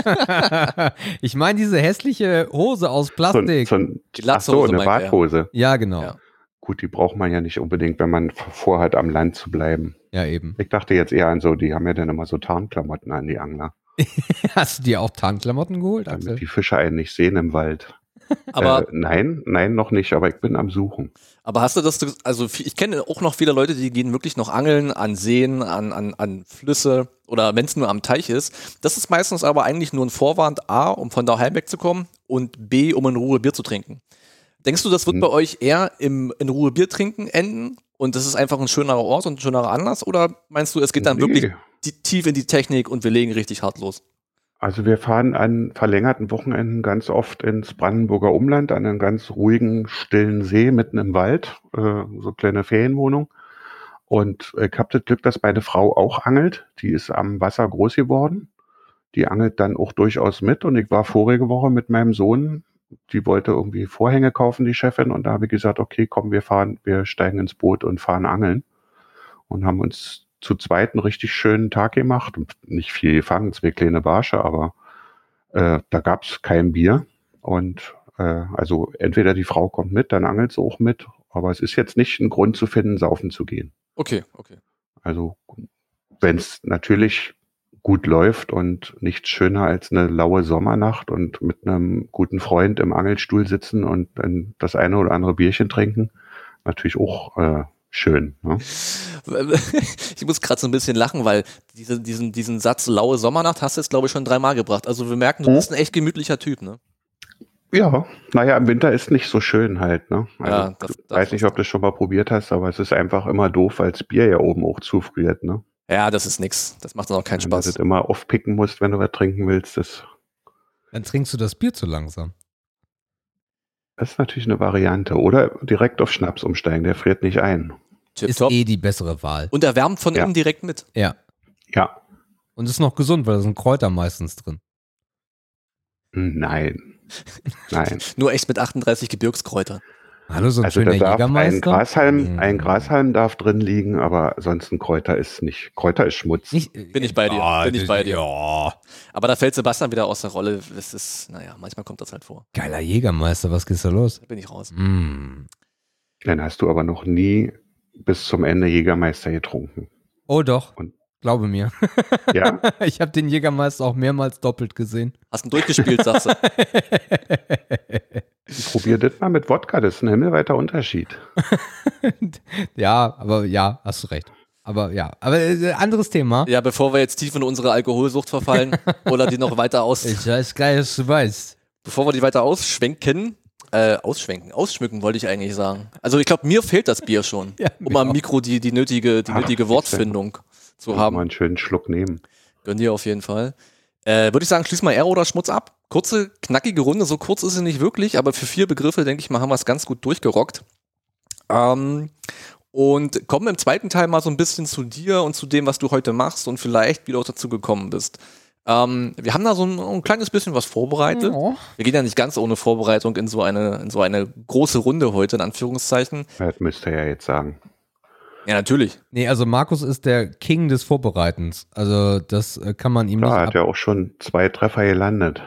Ich meine diese hässliche Hose aus
So, ein-
Plastik.
so, ein,
Die
ach so,
Latzhose
eine
meint er.
Badhose.
Ja, genau.
Ja.
Gut, die braucht man ja nicht unbedingt, wenn man vorhat, am Land zu bleiben.
Ja, eben.
Ich dachte jetzt eher an so, die haben ja dann immer so Tarnklamotten an, die Angler.
Hast du dir auch Tarnklamotten geholt, Axel?
Damit die Fische einen nicht sehen im Wald.
Aber,
äh, nein, nein, noch nicht, aber ich bin am Suchen.
aber hast du das, also ich kenne auch noch viele Leute, die gehen wirklich noch angeln an Seen, an, an, an Flüsse oder wenn es nur am Teich ist. Das ist meistens aber eigentlich nur ein Vorwand, A, um von daheim wegzukommen und B, um in Ruhe Bier zu trinken. Denkst du, das wird
Hm.
bei euch eher im in Ruhe Bier trinken enden und das ist einfach ein schönerer Ort und ein schönerer Anlass oder meinst du, es geht dann
Nee.
wirklich die, tief in die Technik und wir legen richtig hart los?
Also wir fahren an verlängerten Wochenenden ganz oft ins Brandenburger Umland, an einen ganz ruhigen, stillen See mitten im Wald, äh, so eine kleine Ferienwohnung. Und ich habe das Glück, dass meine Frau auch angelt. Die ist am Wasser groß geworden. Die angelt dann auch durchaus mit. Und ich war vorige Woche mit meinem Sohn, die wollte irgendwie Vorhänge kaufen, die Chefin. Und da habe ich gesagt, okay, komm, wir fahren, wir steigen ins Boot und fahren angeln. Und haben uns zu zweit einen richtig schönen Tag gemacht. Und nicht viel gefangen, zwei kleine Barsche, aber äh, da gab es kein Bier. Und äh, also entweder die Frau kommt mit, dann angelt sie auch mit. Aber es ist jetzt nicht ein Grund zu finden, saufen zu gehen.
Okay, okay.
Also wenn es natürlich gut läuft und nichts schöner als eine laue Sommernacht und mit einem guten Freund im Angelstuhl sitzen und dann das eine oder andere Bierchen trinken, natürlich auch äh, schön. Ne?
Ich muss gerade so ein bisschen lachen, weil diese, diesen, diesen Satz laue Sommernacht hast du jetzt, glaube ich, schon dreimal gebracht. Also wir merken, du
Hm?
bist ein echt gemütlicher Typ, ne?
Ja, naja, im Winter ist nicht so schön halt. Ne? Also,
Ja, das-
ich
das-
weiß nicht, ob du das schon mal probiert hast, aber es ist einfach immer doof, weil das Bier ja oben auch zufriert. Ne?
Ja, das ist nix. Das macht dann auch keinen
Wenn du
Spaß.
das immer aufpicken musst, wenn du was trinken willst, das,
Dann trinkst du das Bier zu langsam.
das ist natürlich eine Variante. Oder direkt auf Schnaps umsteigen, der friert nicht ein.
Tip
Ist
top.
eh die bessere Wahl.
Und er wärmt von
Ja.
innen direkt mit.
Ja.
Ja,
Und ist noch gesund, weil da sind Kräuter meistens drin.
nein. Nein.
Nur echt mit achtunddreißig Gebirgskräutern.
Hallo, so ein
Also da
schöner
darf ein
Jägermeister.
Grashalm,
Mhm.
ein Grashalm darf drin liegen, aber sonst ein Kräuter ist nicht. Kräuter ist Schmutz.
Nicht,
Bin ich bei dir,
Ja,
bin ich
das-
bei dir.
Ja.
Aber da fällt Sebastian wieder aus der Rolle. Das ist, naja, manchmal kommt das halt vor.
Geiler Jägermeister, was geht da los?
Da bin ich raus.
Mm.
Dann hast du aber noch nie bis zum Ende Jägermeister getrunken.
Oh doch,
Und-
glaube mir.
Ja?
Ich habe den Jägermeister auch mehrmals doppelt gesehen.
Hast du durchgespielt, sagst du?
Probier das mal mit Wodka, das ist ein himmelweiter Unterschied.
Ja, aber ja, hast du recht. Aber ja, aber äh, anderes Thema.
Ja, bevor wir jetzt tief in unsere Alkoholsucht verfallen oder die noch weiter aus,
Ich weiß gar nicht, was du weißt.
bevor wir die weiter ausschwenken, äh, ausschwenken, ausschmücken wollte ich eigentlich sagen. Also ich glaube, mir fehlt das Bier schon,
Ja,
um
mir
am
auch.
Mikro die, die nötige, die
Ach,
nötige Wortfindung zu
Mal
haben.
einen schönen Schluck nehmen.
Gönn dir auf jeden Fall. Äh, Würde ich sagen, schließ mal Ehre oder Schmutz ab. Kurze, knackige Runde, so kurz ist sie nicht wirklich, aber für vier Begriffe, denke ich mal, haben wir es ganz gut durchgerockt. Ähm, und kommen im zweiten Teil mal so ein bisschen zu dir und zu dem, was du heute machst und vielleicht, wie du auch dazu gekommen bist. Ähm, wir haben da so ein, ein kleines bisschen was vorbereitet.
Oh.
Wir gehen ja nicht ganz ohne Vorbereitung in so eine, in so eine große Runde heute, in Anführungszeichen.
Das müsst ihr ja jetzt sagen.
Ja, natürlich.
Nee, also Markus ist der King des Vorbereitens. Also das äh, kann man ihm
Da
nicht
hat
ab-
er auch schon zwei Treffer gelandet.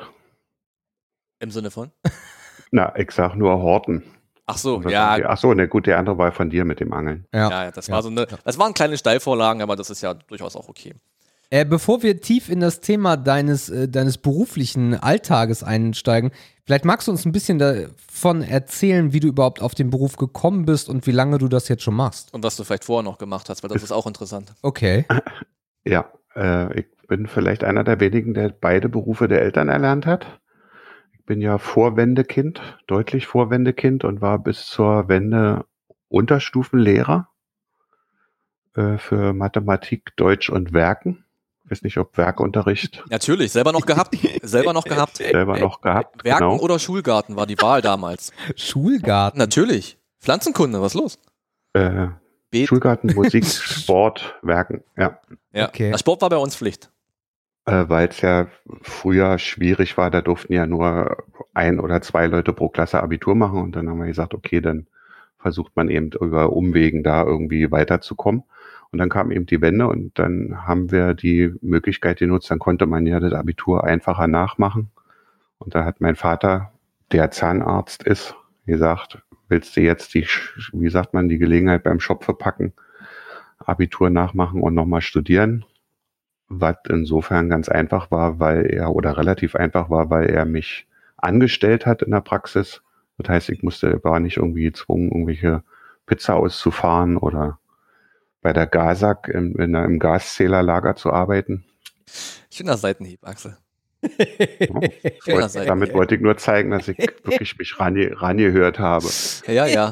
Im Sinne von?
Na, ich sag nur Horten.
Ach so,
Und was
ja,
haben die- Ach so, ne, gut, der andere war von dir mit dem Angeln.
Ja.
ja, ja, das
Ja.
war so eine, das waren kleine Steilvorlagen, aber das ist ja durchaus auch okay.
Äh, bevor wir tief in das Thema deines, äh, deines beruflichen Alltages einsteigen, vielleicht magst du uns ein bisschen davon erzählen, wie du überhaupt auf den Beruf gekommen bist und wie lange du das jetzt schon machst.
Und was du vielleicht vorher noch gemacht hast, weil das ist auch interessant.
Okay.
Ja, äh, ich bin vielleicht einer der wenigen, der beide Berufe der Eltern erlernt hat. Ich bin ja Vorwendekind, deutlich Vorwendekind und war bis zur Wende Unterstufenlehrer äh, für Mathematik, Deutsch und Werken. Ich weiß nicht, ob Werkunterricht
Natürlich, selber noch gehabt. selber noch gehabt.
selber noch gehabt.
Werken
Genau.
oder Schulgarten war die Wahl damals.
Schulgarten.
Natürlich. Pflanzenkunde, was ist los?
Äh,
Bet-
Schulgarten, Musik, Sport, Werken, ja.
Ja.
Okay.
Der Sport war bei uns Pflicht.
Äh, weil es ja früher schwierig war, da durften ja nur ein oder zwei Leute pro Klasse Abitur machen und dann haben wir gesagt, okay, dann versucht man eben über Umwegen da irgendwie weiterzukommen. Und dann kam eben die Wende und dann haben wir die Möglichkeit genutzt, dann konnte man ja das Abitur einfacher nachmachen. Und da hat mein Vater, der Zahnarzt ist, gesagt, willst du jetzt die, wie sagt man, die Gelegenheit beim Schopfe packen, Abitur nachmachen und nochmal studieren? Was insofern ganz einfach war, weil er, oder relativ einfach war, weil er mich angestellt hat in der Praxis. Das heißt, ich musste, war nicht irgendwie gezwungen, irgendwelche Pizza auszufahren oder bei der Gasak im, in einem Gaszählerlager zu arbeiten.
Schöner Seitenhieb, Axel.
Ja, wollte, damit wollte ich nur zeigen, dass ich wirklich mich range, rangehört habe.
Ja, ja.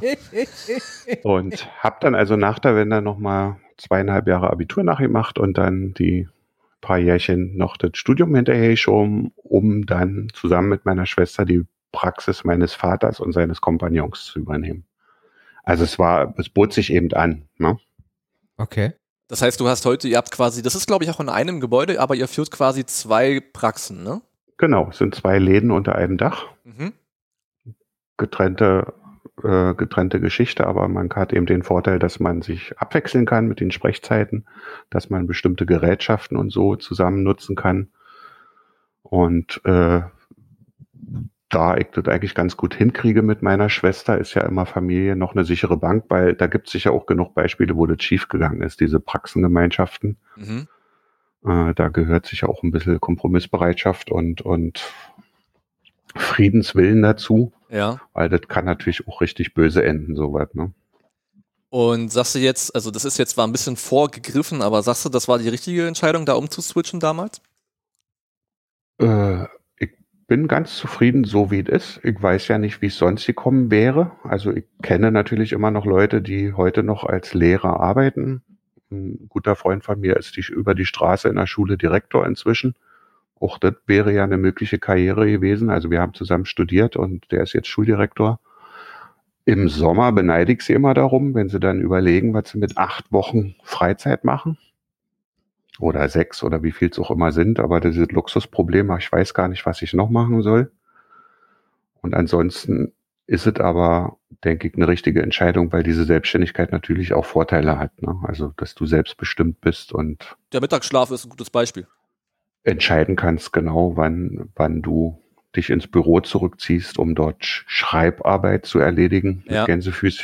Und habe dann also nach der Wende nochmal zweieinhalb Jahre Abitur nachgemacht und dann die paar Jährchen noch das Studium hinterher geschoben, um dann zusammen mit meiner Schwester die Praxis meines Vaters und seines Kompagnons zu übernehmen. Also es war, es bot sich eben an, ne?
Okay.
Das heißt, du hast heute, ihr habt quasi, das ist glaube ich auch in einem Gebäude, aber ihr führt quasi zwei Praxen, ne?
Genau, es sind zwei Läden unter einem Dach,
Mhm.
getrennte, äh, getrennte Geschichte, aber man hat eben den Vorteil, dass man sich abwechseln kann mit den Sprechzeiten, dass man bestimmte Gerätschaften und so zusammen nutzen kann. Und äh, da ich das eigentlich ganz gut hinkriege mit meiner Schwester, ist ja immer Familie noch eine sichere Bank, weil da gibt es sicher auch genug Beispiele, wo das schiefgegangen ist, diese Praxengemeinschaften.
Mhm.
Äh, da gehört sicher auch ein bisschen Kompromissbereitschaft und, und Friedenswillen dazu,
Ja.
weil das kann natürlich auch richtig böse enden, sowas, ne?
Und sagst du jetzt, also das ist jetzt zwar ein bisschen vorgegriffen, aber sagst du, das war die richtige Entscheidung, da umzuswitchen damals?
Äh, ich bin ganz zufrieden, so wie es ist. Ich weiß ja nicht, wie es sonst gekommen wäre. Also ich kenne natürlich immer noch Leute, die heute noch als Lehrer arbeiten. Ein guter Freund von mir ist die, über die Straße in der Schule Direktor inzwischen. Auch das wäre ja eine mögliche Karriere gewesen. Also wir haben zusammen studiert und der ist jetzt Schuldirektor. Im Sommer beneide ich sie immer darum, wenn sie dann überlegen, was sie mit acht Wochen Freizeit machen. Oder sechs oder wie viel es auch immer sind. Aber das ist Luxusproblem. Ich weiß gar nicht, was ich noch machen soll. Und ansonsten ist es aber, denke ich, eine richtige Entscheidung, weil diese Selbstständigkeit natürlich auch Vorteile hat, ne? Also, dass du selbstbestimmt bist und
Der Mittagsschlaf ist ein gutes Beispiel.
entscheiden kannst genau, wann, wann du dich ins Büro zurückziehst, um dort Sch- Schreibarbeit zu erledigen
Ja.
mit Gänsefüßchen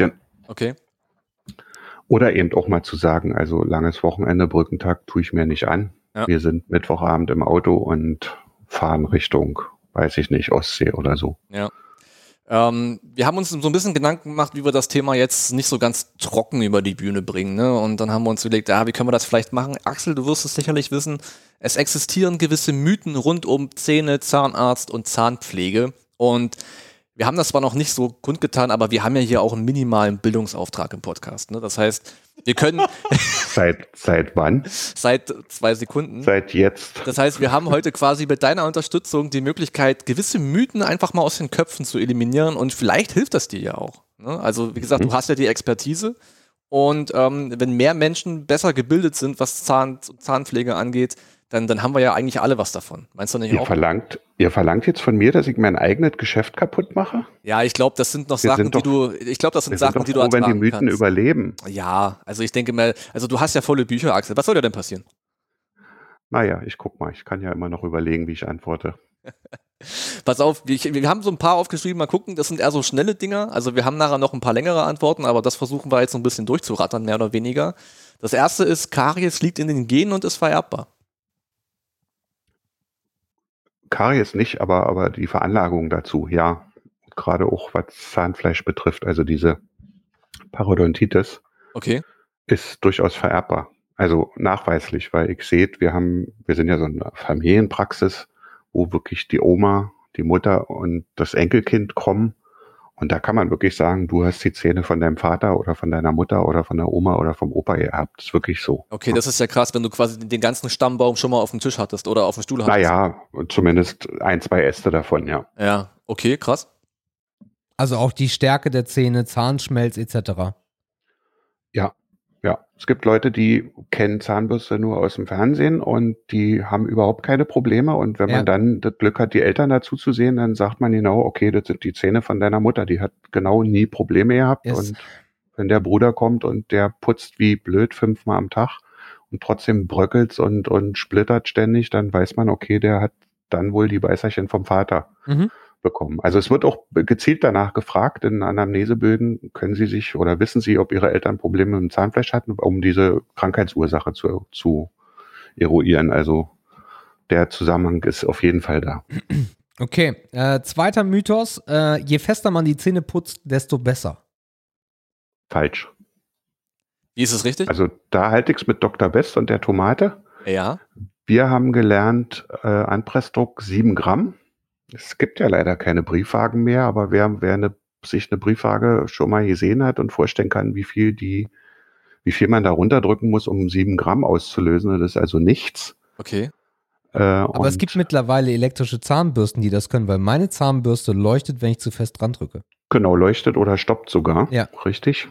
Okay.
Oder eben auch mal zu sagen, also langes Wochenende, Brückentag tue ich mir nicht an.
Ja.
Wir sind Mittwochabend im Auto und fahren Richtung, weiß ich nicht, Ostsee oder so.
Ja. Ähm, wir haben uns so ein bisschen Gedanken gemacht, wie wir das Thema jetzt nicht so ganz trocken über die Bühne bringen, ne? Und dann haben wir uns überlegt, ja, wie können wir das vielleicht machen? Axel, du wirst es sicherlich wissen, es existieren gewisse Mythen rund um Zähne, Zahnarzt und Zahnpflege. Und wir haben das zwar noch nicht so kundgetan, aber wir haben ja hier auch einen minimalen Bildungsauftrag im Podcast, ne? Das heißt, wir können
Seit, seit wann?
seit zwei Sekunden.
Seit jetzt.
Das heißt, wir haben heute quasi mit deiner Unterstützung die Möglichkeit, gewisse Mythen einfach mal aus den Köpfen zu eliminieren und vielleicht hilft das dir ja auch. Ne? Also wie gesagt,
Mhm.
du hast ja die Expertise und ähm, wenn mehr Menschen besser gebildet sind, was Zahn, Zahnpflege angeht, dann, dann haben wir ja eigentlich alle was davon. Meinst du nicht
Ihr
auch?
verlangt, ihr verlangt jetzt von mir, dass ich mein eigenes Geschäft kaputt mache?
Ja, ich glaube, das sind noch
Wir
Sachen,
sind
die
doch-
du, ich glaube, das sind
Wir sind
Sachen,
doch
die du
froh, wenn die
ertragen
Mythen
kannst.
überleben.
Ja, also ich denke mal, also du hast ja volle Bücher, Axel. Was soll dir denn passieren?
Naja, ich guck mal, ich kann ja immer noch überlegen, wie ich antworte.
Pass auf, wir, wir haben so ein paar aufgeschrieben, mal gucken, das sind eher so schnelle Dinger. Also wir haben nachher noch ein paar längere Antworten, aber das versuchen wir jetzt so ein bisschen durchzurattern, mehr oder weniger. Das erste ist, Karies liegt in den Genen und ist vererbbar.
Karies nicht, aber, aber die Veranlagung dazu, ja. Gerade auch was Zahnfleisch betrifft, also diese Parodontitis
Okay.
ist durchaus vererbbar. Also nachweislich, weil ich seht, wir haben, wir sind ja so eine Familienpraxis, wo wirklich die Oma, die Mutter und das Enkelkind kommen. Und da kann man wirklich sagen, du hast die Zähne von deinem Vater oder von deiner Mutter oder von der Oma oder vom Opa geerbt. Das ist wirklich so.
Okay, das ist ja krass, wenn du quasi den ganzen Stammbaum schon mal auf dem Tisch hattest oder auf dem Stuhl hattest.
Naja, zumindest ein, zwei Äste davon, ja.
Ja, okay, krass.
Also auch die Stärke der Zähne, Zahnschmelz et cetera.
Ja, ja. Es gibt Leute, die kennen Zahnbürste nur aus dem Fernsehen und die haben überhaupt keine Probleme. Und wenn
Ja.
man dann das Glück hat, die Eltern dazu zu sehen, dann sagt man genau, okay, das sind die Zähne von deiner Mutter. Die hat genau nie Probleme gehabt.
Yes.
Und wenn der Bruder kommt und der putzt wie blöd fünfmal am Tag und trotzdem bröckelt's und, und splittert ständig, dann weiß man, okay, der hat dann wohl die Weißerchen vom Vater
Mhm.
bekommen. Also es wird auch gezielt danach gefragt, in Anamnesebögen können Sie sich oder wissen Sie, ob Ihre Eltern Probleme mit dem Zahnfleisch hatten, um diese Krankheitsursache zu, zu eruieren. Also der Zusammenhang ist auf jeden Fall da.
Okay, äh, zweiter Mythos, äh, je fester man die Zähne putzt, desto besser.
Falsch.
Wie ist es richtig?
Also da halte ich es mit Doktor Best und der Tomate.
Ja.
Wir haben gelernt, äh, Anpressdruck sieben Gramm. Es gibt ja leider keine Briefwagen mehr, aber wer, wer eine, sich eine Briefwaage schon mal gesehen hat und vorstellen kann, wie viel die, wie viel man da runterdrücken muss, um sieben Gramm auszulösen, das ist also nichts.
Okay.
Äh,
Aber es gibt mittlerweile elektrische Zahnbürsten, die das können, weil meine Zahnbürste leuchtet, wenn ich zu fest dran drücke.
Genau, leuchtet oder stoppt sogar.
Ja.
Richtig.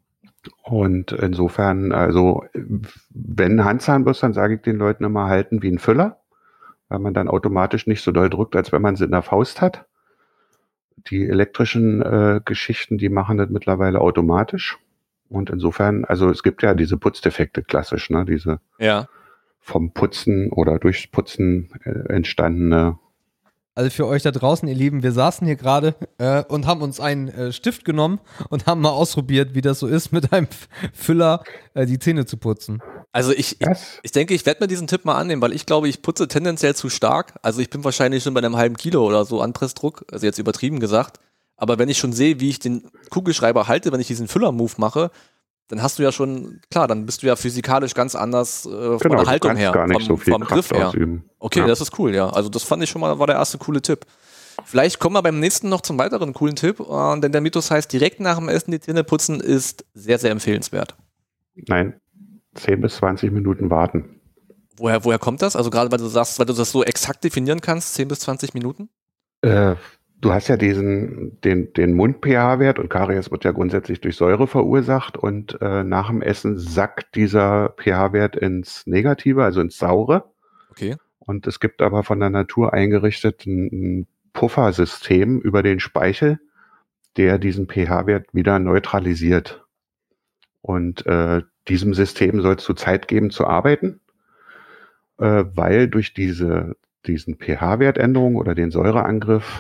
Und insofern, also, wenn Handzahnbürste, dann sage ich den Leuten immer, halten wie ein Füller, weil man dann automatisch nicht so doll drückt, als wenn man sie in der Faust hat. Die elektrischen äh, Geschichten, die machen das mittlerweile automatisch. Und insofern, also es gibt ja diese Putzdefekte klassisch, ne, diese
Ja.
vom Putzen oder durchs Putzen äh, entstandene.
Also für euch da draußen, ihr Lieben, wir saßen hier gerade äh, und haben uns einen äh, Stift genommen und haben mal ausprobiert, wie das so ist, mit einem F- Füller äh, die Zähne zu putzen.
Also ich, ich,
Was?
ich denke, ich werde mir diesen Tipp mal annehmen, weil ich glaube, ich putze tendenziell zu stark. Also ich bin wahrscheinlich schon bei einem halben Kilo oder so Anpressdruck, also jetzt übertrieben gesagt. Aber wenn ich schon sehe, wie ich den Kugelschreiber halte, wenn ich diesen Füller-Move mache, dann hast du ja schon, klar, dann bist du ja physikalisch ganz anders äh, von
Genau,
der
du
Haltung
kannst
her,
gar nicht
vom,
so viel
vom Griff
Kraft
her.
ausüben.
Okay,
Ja.
das ist cool, ja. Also das fand ich schon mal, war der erste coole Tipp. Vielleicht kommen wir beim nächsten noch zum weiteren coolen Tipp, äh, denn der Mythos heißt, direkt nach dem Essen die Zähne putzen ist sehr, sehr empfehlenswert.
Nein, zehn bis zwanzig Minuten warten.
Woher, woher kommt das? Also gerade weil du sagst, weil du das so exakt definieren kannst, zehn bis zwanzig Minuten?
Äh, du hast ja diesen, den, den Mund-pH-Wert und Karies wird ja grundsätzlich durch Säure verursacht und äh, nach dem Essen sackt dieser pH-Wert ins Negative, also ins Saure.
Okay.
Und es gibt aber von der Natur eingerichtet ein, ein Puffersystem über den Speichel, der diesen pH-Wert wieder neutralisiert. Und äh, diesem System soll es zu Zeit geben zu arbeiten, äh, weil durch diese diesen pH-Wertänderung oder den Säureangriff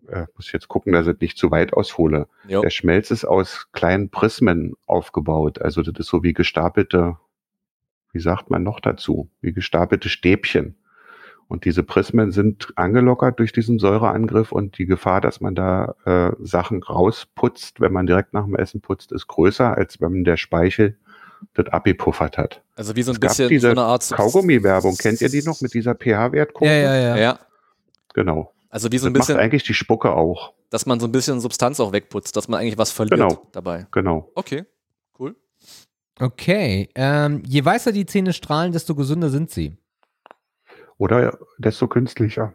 äh, muss jetzt gucken, dass ich nicht zu weit aushole.
Jo.
Der Schmelz ist aus kleinen Prismen aufgebaut. Also das ist so wie gestapelte, wie sagt man noch dazu, wie gestapelte Stäbchen. Und diese Prismen sind angelockert durch diesen Säureangriff und die Gefahr, dass man da äh, Sachen rausputzt, wenn man direkt nach dem Essen putzt, ist größer, als wenn der Speichel das abgepuffert hat.
Also wie so ein
Es gab
bisschen
diese
so eine Art
Kaugummi-Werbung, kennt ihr die noch mit dieser pH-Wertkurve?
Ja, ja, ja.
Ja,
Genau.
also wie so
Das
ein bisschen,
macht eigentlich die Spucke auch.
dass man so ein bisschen Substanz auch wegputzt, dass man eigentlich was verliert
Genau.
dabei.
Genau.
Okay, cool.
Okay. Ähm, je weißer die Zähne strahlen, desto gesünder sind sie.
Oder desto künstlicher.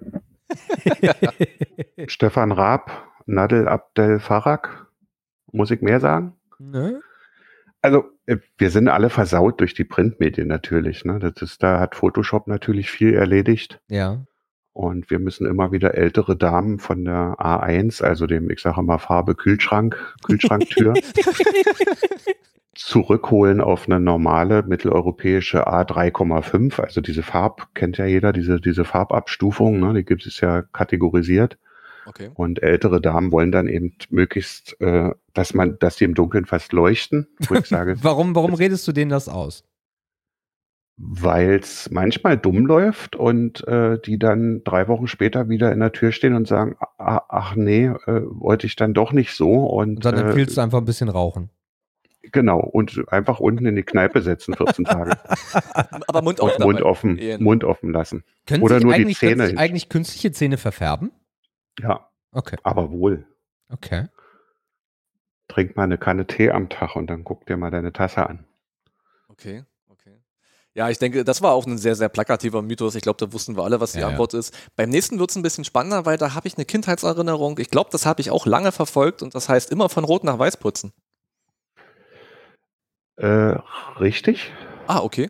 Stefan Raab, Nadel Abdel Farag. Muss ich mehr sagen?
Ne?
Also, äh, wir sind alle versaut durch die Printmedien natürlich. Ne? Das ist, da hat Photoshop natürlich viel erledigt.
Ja.
Und wir müssen immer wieder ältere Damen von der A eins, also dem, ich sage mal, Farbe Kühlschrank, Kühlschranktür, zurückholen auf eine normale mitteleuropäische A drei Komma fünf. Also diese Farb, kennt ja jeder, diese, diese Farbabstufung, ne? Die gibt es ja kategorisiert.
Okay.
Und ältere Damen wollen dann eben möglichst, äh, dass man, dass die im Dunkeln fast leuchten. Wo ich sage,
Warum, warum redest du denen das aus?
weil es manchmal dumm läuft und äh, die dann drei Wochen später wieder in der Tür stehen und sagen, ah, ach nee, äh, wollte ich dann doch nicht so. Und,
Und dann
äh,
empfiehlst du einfach ein bisschen rauchen.
genau, und einfach unten in die Kneipe setzen, vierzehn Tage.
Aber Mund
Und
offen.
Mund
dabei.
offen,
Eher-
Mund offen lassen.
Können
Oder
sich
nur die
eigentlich, können
Zähne.
sich eigentlich künstliche Zähne verfärben?
Ja,
Okay.
aber wohl.
Okay.
Trink mal eine Kanne Tee am Tag und dann guck dir mal deine Tasse an.
Okay, okay. Ja, ich denke, das war auch ein sehr, sehr plakativer Mythos. Ich glaube, da wussten wir alle, was die
Ja, ja.
Antwort ist. Beim nächsten wird es ein bisschen spannender, weil da habe ich eine Kindheitserinnerung. Ich glaube, das habe ich auch lange verfolgt und das heißt immer von Rot nach Weiß putzen.
Äh, richtig?
Ah, okay.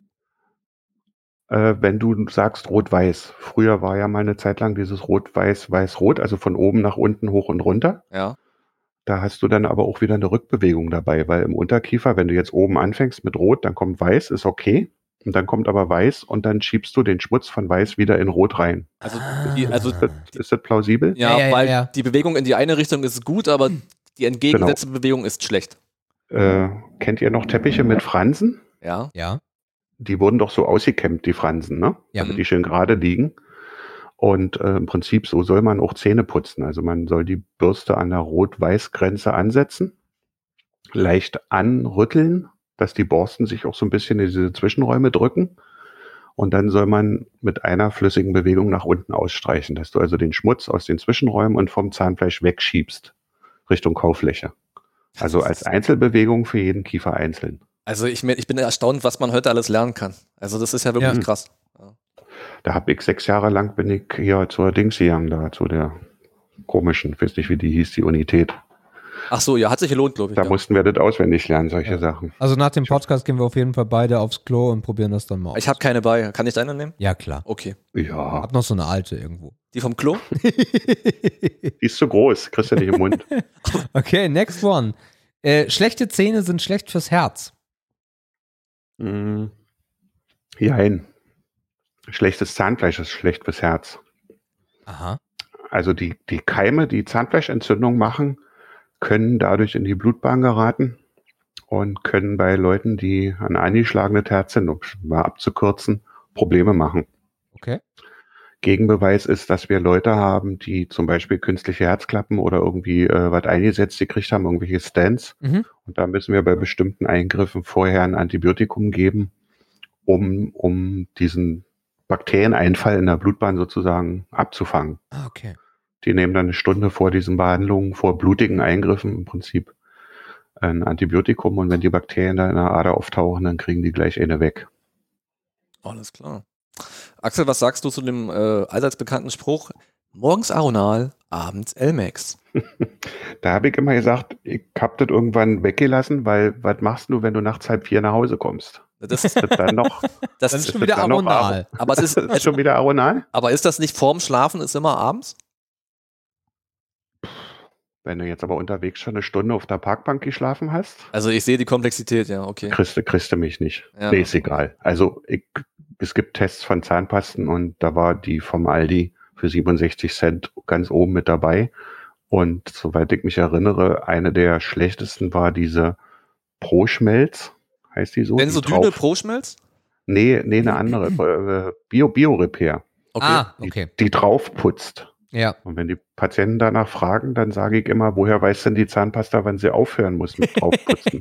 Äh, wenn du sagst Rot-Weiß. Früher war ja mal eine Zeit lang dieses Rot-Weiß-Weiß-Rot, also von oben nach unten, hoch und runter.
Ja.
Da hast du dann aber auch wieder eine Rückbewegung dabei, weil im Unterkiefer, wenn du jetzt oben anfängst mit Rot, dann kommt Weiß, ist okay. Und dann kommt aber Weiß und dann schiebst du den Schmutz von Weiß wieder in Rot rein.
Also, die, also
Ist das, ist das plausibel?
ja,
Ja, ja, ja,
weil
ja.
die Bewegung in die eine Richtung ist gut, aber die entgegengesetzte Bewegung ist schlecht.
Äh, kennt ihr noch Teppiche mit Fransen?
Ja.
Ja.
Die wurden doch so ausgekämmt, die Fransen, ne?
Ja.
Damit die schön gerade liegen. Und äh, im Prinzip so soll man auch Zähne putzen. Also man soll die Bürste an der Rot-Weiß-Grenze ansetzen, leicht anrütteln, dass die Borsten sich auch so ein bisschen in diese Zwischenräume drücken. Und dann soll man mit einer flüssigen Bewegung nach unten ausstreichen, dass du also den Schmutz aus den Zwischenräumen und vom Zahnfleisch wegschiebst Richtung Kaufläche. Also als Einzelbewegung für jeden Kiefer einzeln.
Also ich, ich bin erstaunt, was man heute alles lernen kann. Also das ist ja wirklich
Ja.
krass. Ja.
Da habe ich sechs Jahre lang bin ich hier zur Dings gegangen, da zu der komischen, ich weiß nicht, wie die hieß, die Unität.
Ach so, ja, hat sich gelohnt, glaube ich.
Da
ja.
mussten wir das auswendig lernen, solche
Ja.
Sachen.
Also nach dem Podcast gehen wir auf jeden Fall beide aufs Klo und probieren das dann mal aus.
Ich habe keine bei. Kann ich deine nehmen?
Ja, klar.
Okay.
Ja,
Hab noch so eine alte irgendwo.
Die vom Klo?
die ist zu groß, kriegst du nicht im Mund.
Okay, next one. Äh, schlechte Zähne sind schlecht fürs Herz.
Mm. Jein. Schlechtes Zahnfleisch ist schlecht fürs Herz.
Aha.
Also die, die Keime, die Zahnfleischentzündung machen, können dadurch in die Blutbahn geraten und können bei Leuten, die ein eingeschlagenes Herz sind, um es mal abzukürzen, Probleme machen.
Okay.
Gegenbeweis ist, dass wir Leute haben, die zum Beispiel künstliche Herzklappen oder irgendwie äh, was eingesetzt gekriegt haben, irgendwelche Stents.
Mhm.
Und da müssen wir bei bestimmten Eingriffen vorher ein Antibiotikum geben, um, um diesen Bakterieneinfall in der Blutbahn sozusagen abzufangen.
Ah, okay.
Die nehmen dann eine Stunde vor diesen Behandlungen, vor blutigen Eingriffen im Prinzip ein Antibiotikum. Und wenn die Bakterien da in der Ader auftauchen, dann kriegen die gleich eine weg.
Alles klar. Axel, was sagst du zu dem äh, allseits bekannten Spruch? Morgens Aronal, abends Elmex.
Da habe ich immer gesagt, ich habe das irgendwann weggelassen, weil was machst du, wenn du nachts halb vier nach Hause kommst?
Das
Ist das dann noch,
das
Das ist
ist
schon
das
wieder
dann noch
Aronal.
aber es ist,
ist das schon wieder Aronal?
aber ist das nicht vorm Schlafen, ist immer abends?
Wenn du jetzt aber unterwegs schon eine Stunde auf der Parkbank geschlafen hast,
Also ich sehe die Komplexität, ja, okay.
kriegst du, kriegst du mich nicht.
Ja.
Nee, ist egal. Also ich, es gibt Tests von Zahnpasten und da war die vom Aldi für siebenundsechzig Cent ganz oben mit dabei. Und soweit ich mich erinnere, eine der schlechtesten war diese Pro-Schmelz, heißt die so?
Benzodyne
drauf-
Pro-Schmelz?
Nee, nee, eine andere. äh, Bio, Bio-Repair,
Okay.
Ah,
die,
okay.
die draufputzt.
Ja.
Und wenn die Patienten danach fragen, dann sage ich immer, woher weiß denn die Zahnpasta, wann sie aufhören muss mit draufputzen?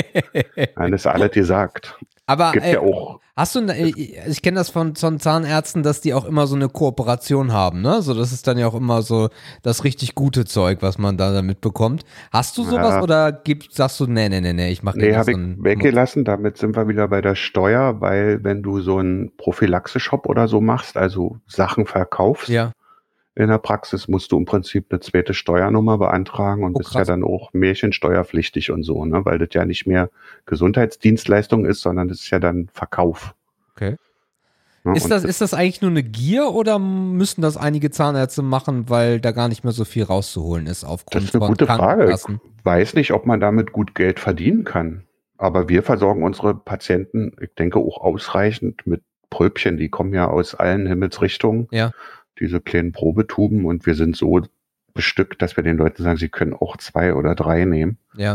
Dann ist alles gesagt.
Aber
Gibt
äh,
ja auch,
hast du, ne- ich kenne das von, von Zahnärzten, dass die auch immer so eine Kooperation haben, ne? So, das ist dann ja auch immer so das richtig gute Zeug, was man da damit bekommt. Hast du sowas
Ja.
oder gibt, sagst du, nee, nee, nee, nee, ich mache
nee,
nicht
habe
so
ich
ein
weggelassen. Damit sind wir wieder bei der Steuer, weil wenn du so einen Prophylaxe-Shop oder so machst, also Sachen verkaufst,
Ja,
in der Praxis musst du im Prinzip eine zweite Steuernummer beantragen und
Oh,
bist
krass.
ja dann auch märchensteuerpflichtig und so, ne? Weil das ja nicht mehr Gesundheitsdienstleistung ist, sondern das ist ja dann Verkauf.
okay.
Ne?
Ist
Und
das, ist das eigentlich nur eine Gier oder müssen das einige Zahnärzte machen, weil da gar nicht mehr so viel rauszuholen ist aufgrund
das ist eine
von
gute Frage.
Krankenkassen?
Ich weiß nicht, ob man damit gut Geld verdienen kann. Aber wir versorgen unsere Patienten, ich denke, auch ausreichend mit Pröbchen. Die kommen ja aus allen Himmelsrichtungen.
Ja.
Diese kleinen Probetuben. Und wir sind so bestückt, dass wir den Leuten sagen, sie können auch zwei oder drei nehmen.
Ja.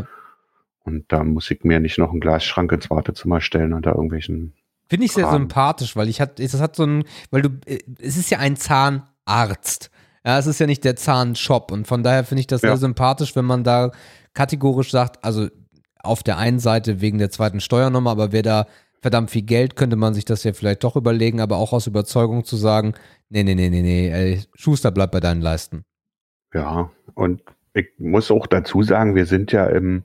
Und da muss ich mir nicht noch einen Glasschrank ins Wartezimmer stellen und da irgendwelchen.
Finde ich sehr
Kram.
sympathisch, weil ich hat, es hat so ein, weil du, äh, es ist ja ein Zahnarzt. Ja, es ist ja nicht der Zahnshop und von daher finde ich das
Ja.
sehr sympathisch, wenn man da kategorisch sagt, also auf der einen Seite wegen der zweiten Steuernummer, aber wer da verdammt viel Geld, könnte man sich das ja vielleicht doch überlegen, aber auch aus Überzeugung zu sagen, nee, nee, nee, nee, nee, ey, Schuster, bleib bei deinen Leisten.
Ja, und ich muss auch dazu sagen, wir sind ja im,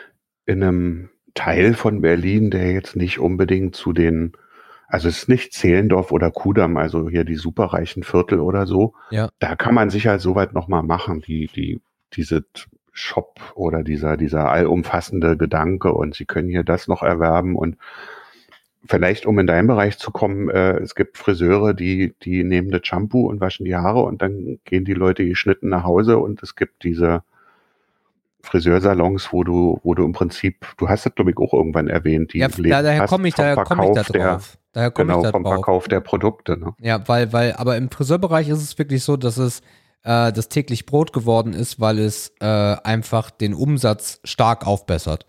in einem Teil von Berlin, der jetzt nicht unbedingt zu den, also es ist nicht Zehlendorf oder Kudamm, also hier die superreichen Viertel oder so.
Ja.
Da kann man sicher soweit nochmal machen, die, die, diese Shop oder dieser, dieser allumfassende Gedanke und sie können hier das noch erwerben und vielleicht, um in deinen Bereich zu kommen, äh, es gibt Friseure, die, die nehmen das Shampoo und waschen die Haare und dann gehen die Leute geschnitten nach Hause und es gibt diese Friseursalons, wo du, wo du im Prinzip, du hast das, glaube ich, auch irgendwann erwähnt, die
Ja,
leben
da, daher
fast
komme ich,
vom
daher komme ich da
Verkauf der-
drauf. Daher komme
Genau,
ich da
vom
drauf.
Verkauf der Produkte. Ne?
Ja, weil, weil, aber im Friseurbereich ist es wirklich so, dass es äh, das täglich Brot geworden ist, weil es äh, einfach den Umsatz stark aufbessert.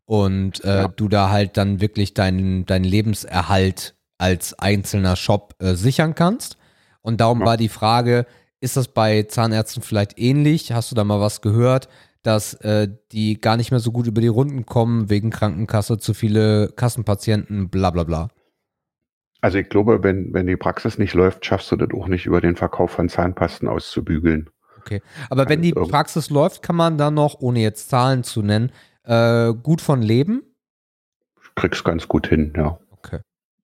Und äh,
Ja.
du da halt dann wirklich deinen deinen Lebenserhalt als einzelner Shop äh, sichern kannst. Und darum
Ja.
war die Frage, ist das bei Zahnärzten vielleicht ähnlich? Hast du da mal was gehört, dass äh, die gar nicht mehr so gut über die Runden kommen, wegen Krankenkasse, zu viele Kassenpatienten, bla bla bla?
Also ich glaube, wenn, wenn die Praxis nicht läuft, schaffst du das auch nicht über den Verkauf von Zahnpasten auszubügeln.
Okay, aber wenn die
Also-
Praxis läuft, kann man da noch, ohne jetzt Zahlen zu nennen, äh, gut von leben?
Kriegst ganz gut hin, ja.
Okay.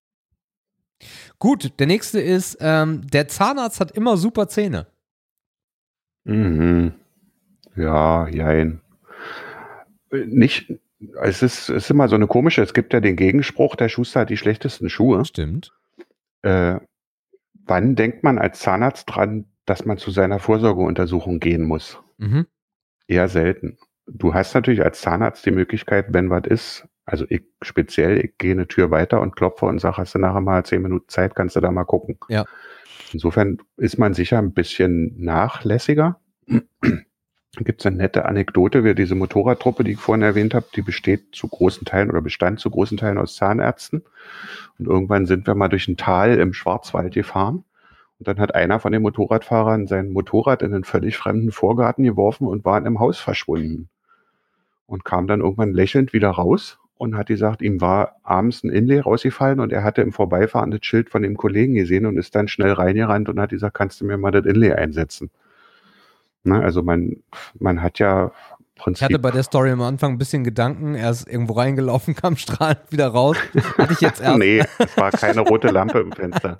Gut, der nächste ist, ähm, der Zahnarzt hat immer super Zähne.
Mhm. Ja, jein. Äh, Nicht, es ist, es ist immer so eine komische, es gibt ja den Gegenspruch, der Schuster hat die schlechtesten Schuhe.
Stimmt.
Äh, wann denkt man als Zahnarzt dran, dass man zu seiner Vorsorgeuntersuchung gehen muss?
Mhm.
Eher selten. Du hast natürlich als Zahnarzt die Möglichkeit, wenn was ist, also ich speziell, ich gehe eine Tür weiter und klopfe und sage, hast du nachher mal zehn Minuten Zeit, kannst du da mal gucken.
Ja.
Insofern ist man sicher ein bisschen nachlässiger. Da gibt es eine nette Anekdote, wie diese Motorradtruppe, die ich vorhin erwähnt habe, die besteht zu großen Teilen oder bestand zu großen Teilen aus Zahnärzten. Und irgendwann sind wir mal durch ein Tal im Schwarzwald gefahren. Und dann hat einer von den Motorradfahrern sein Motorrad in einen völlig fremden Vorgarten geworfen und war in einem Haus verschwunden. Und kam dann irgendwann lächelnd wieder raus und hat gesagt, ihm war abends ein Inlay rausgefallen und er hatte im Vorbeifahren das Schild von dem Kollegen gesehen und ist dann schnell reingerannt und hat gesagt, kannst du mir mal das Inlay einsetzen? Ne, also man, man hat ja im
Ich
Prinzip...
hatte bei der Story am Anfang ein bisschen Gedanken, er ist irgendwo reingelaufen, kam strahlend wieder raus. Hatte ich jetzt erst.
Nee, es war keine rote Lampe im Fenster.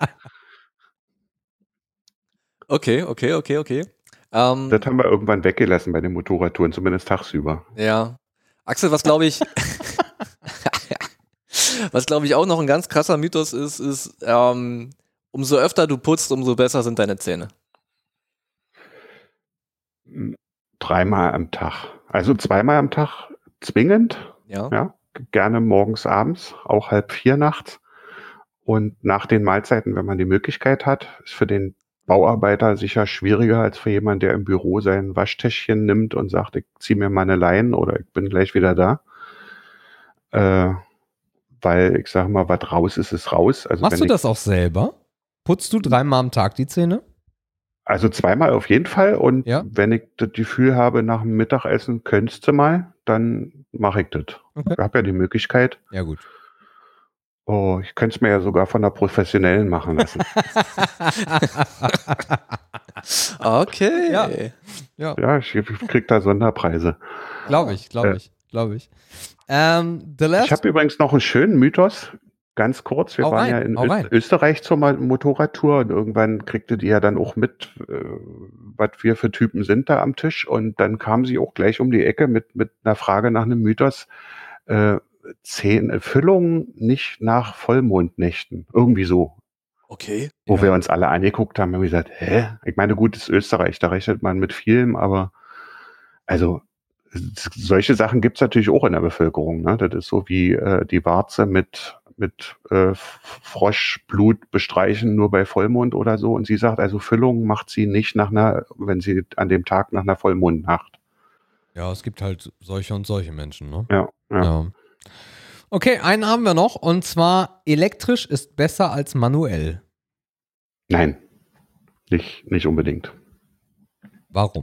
Okay, okay, okay, okay. Ähm,
Das haben wir irgendwann weggelassen bei den Motorradtouren, zumindest tagsüber.
ja. Axel, was glaube ich, was glaube ich auch noch ein ganz krasser Mythos ist, ist, ähm, umso öfter du putzt, umso besser sind deine Zähne.
Dreimal am Tag. Also zweimal am Tag zwingend,
Ja.
ja, gerne morgens, abends, auch halb vier nachts. Und nach den Mahlzeiten, wenn man die Möglichkeit hat, ist für den Bauarbeiter sicher schwieriger als für jemanden, der im Büro sein Waschtäschchen nimmt und sagt, ich zieh mir mal eine Leine oder ich bin gleich wieder da. Äh, weil ich sage mal, was raus ist, ist raus. Also
Machst
wenn
du
ich,
das auch selber? Putzt du dreimal am Tag die Zähne?
Also zweimal auf jeden Fall. Und
Ja.
wenn ich das Gefühl habe, nach dem Mittagessen könntest du mal, dann mache ich das.
Okay.
Ich habe ja die Möglichkeit.
Ja, gut.
Oh, ich könnte es mir ja sogar von einer Professionellen machen lassen.
Okay.
Ja. Ja,
Ja, ich krieg da Sonderpreise.
glaube ich, glaube
Äh.
ich, glaube ich. Ähm, the last
Ich habe übrigens noch einen schönen Mythos, ganz kurz. Wir
Hau
waren
rein,
ja in
hau
Ö
rein.
Österreich zur Ma- Motorradtour und irgendwann kriegte die ja dann auch mit, äh, was wir für Typen sind da am Tisch. Und dann kam sie auch gleich um die Ecke mit, mit einer Frage nach einem Mythos. Äh, zehn Füllungen nicht nach Vollmondnächten. Irgendwie so.
Okay.
Wo
Ja.
wir uns alle angeguckt haben und gesagt, hä? Ich meine, gut, das ist Österreich, da rechnet man mit vielem, aber also solche Sachen gibt's natürlich auch in der Bevölkerung. Ne? Das ist so wie äh, die Warze mit, mit äh, Froschblut bestreichen, nur bei Vollmond oder so. Und sie sagt, also Füllung macht sie nicht nach einer, wenn sie an dem Tag nach einer Vollmondnacht.
Ja, es gibt halt solche und solche Menschen, ne?
Ja, ja.
Ja. Okay, einen haben wir noch und zwar elektrisch ist besser als manuell.
Nein, nicht, nicht unbedingt.
Warum?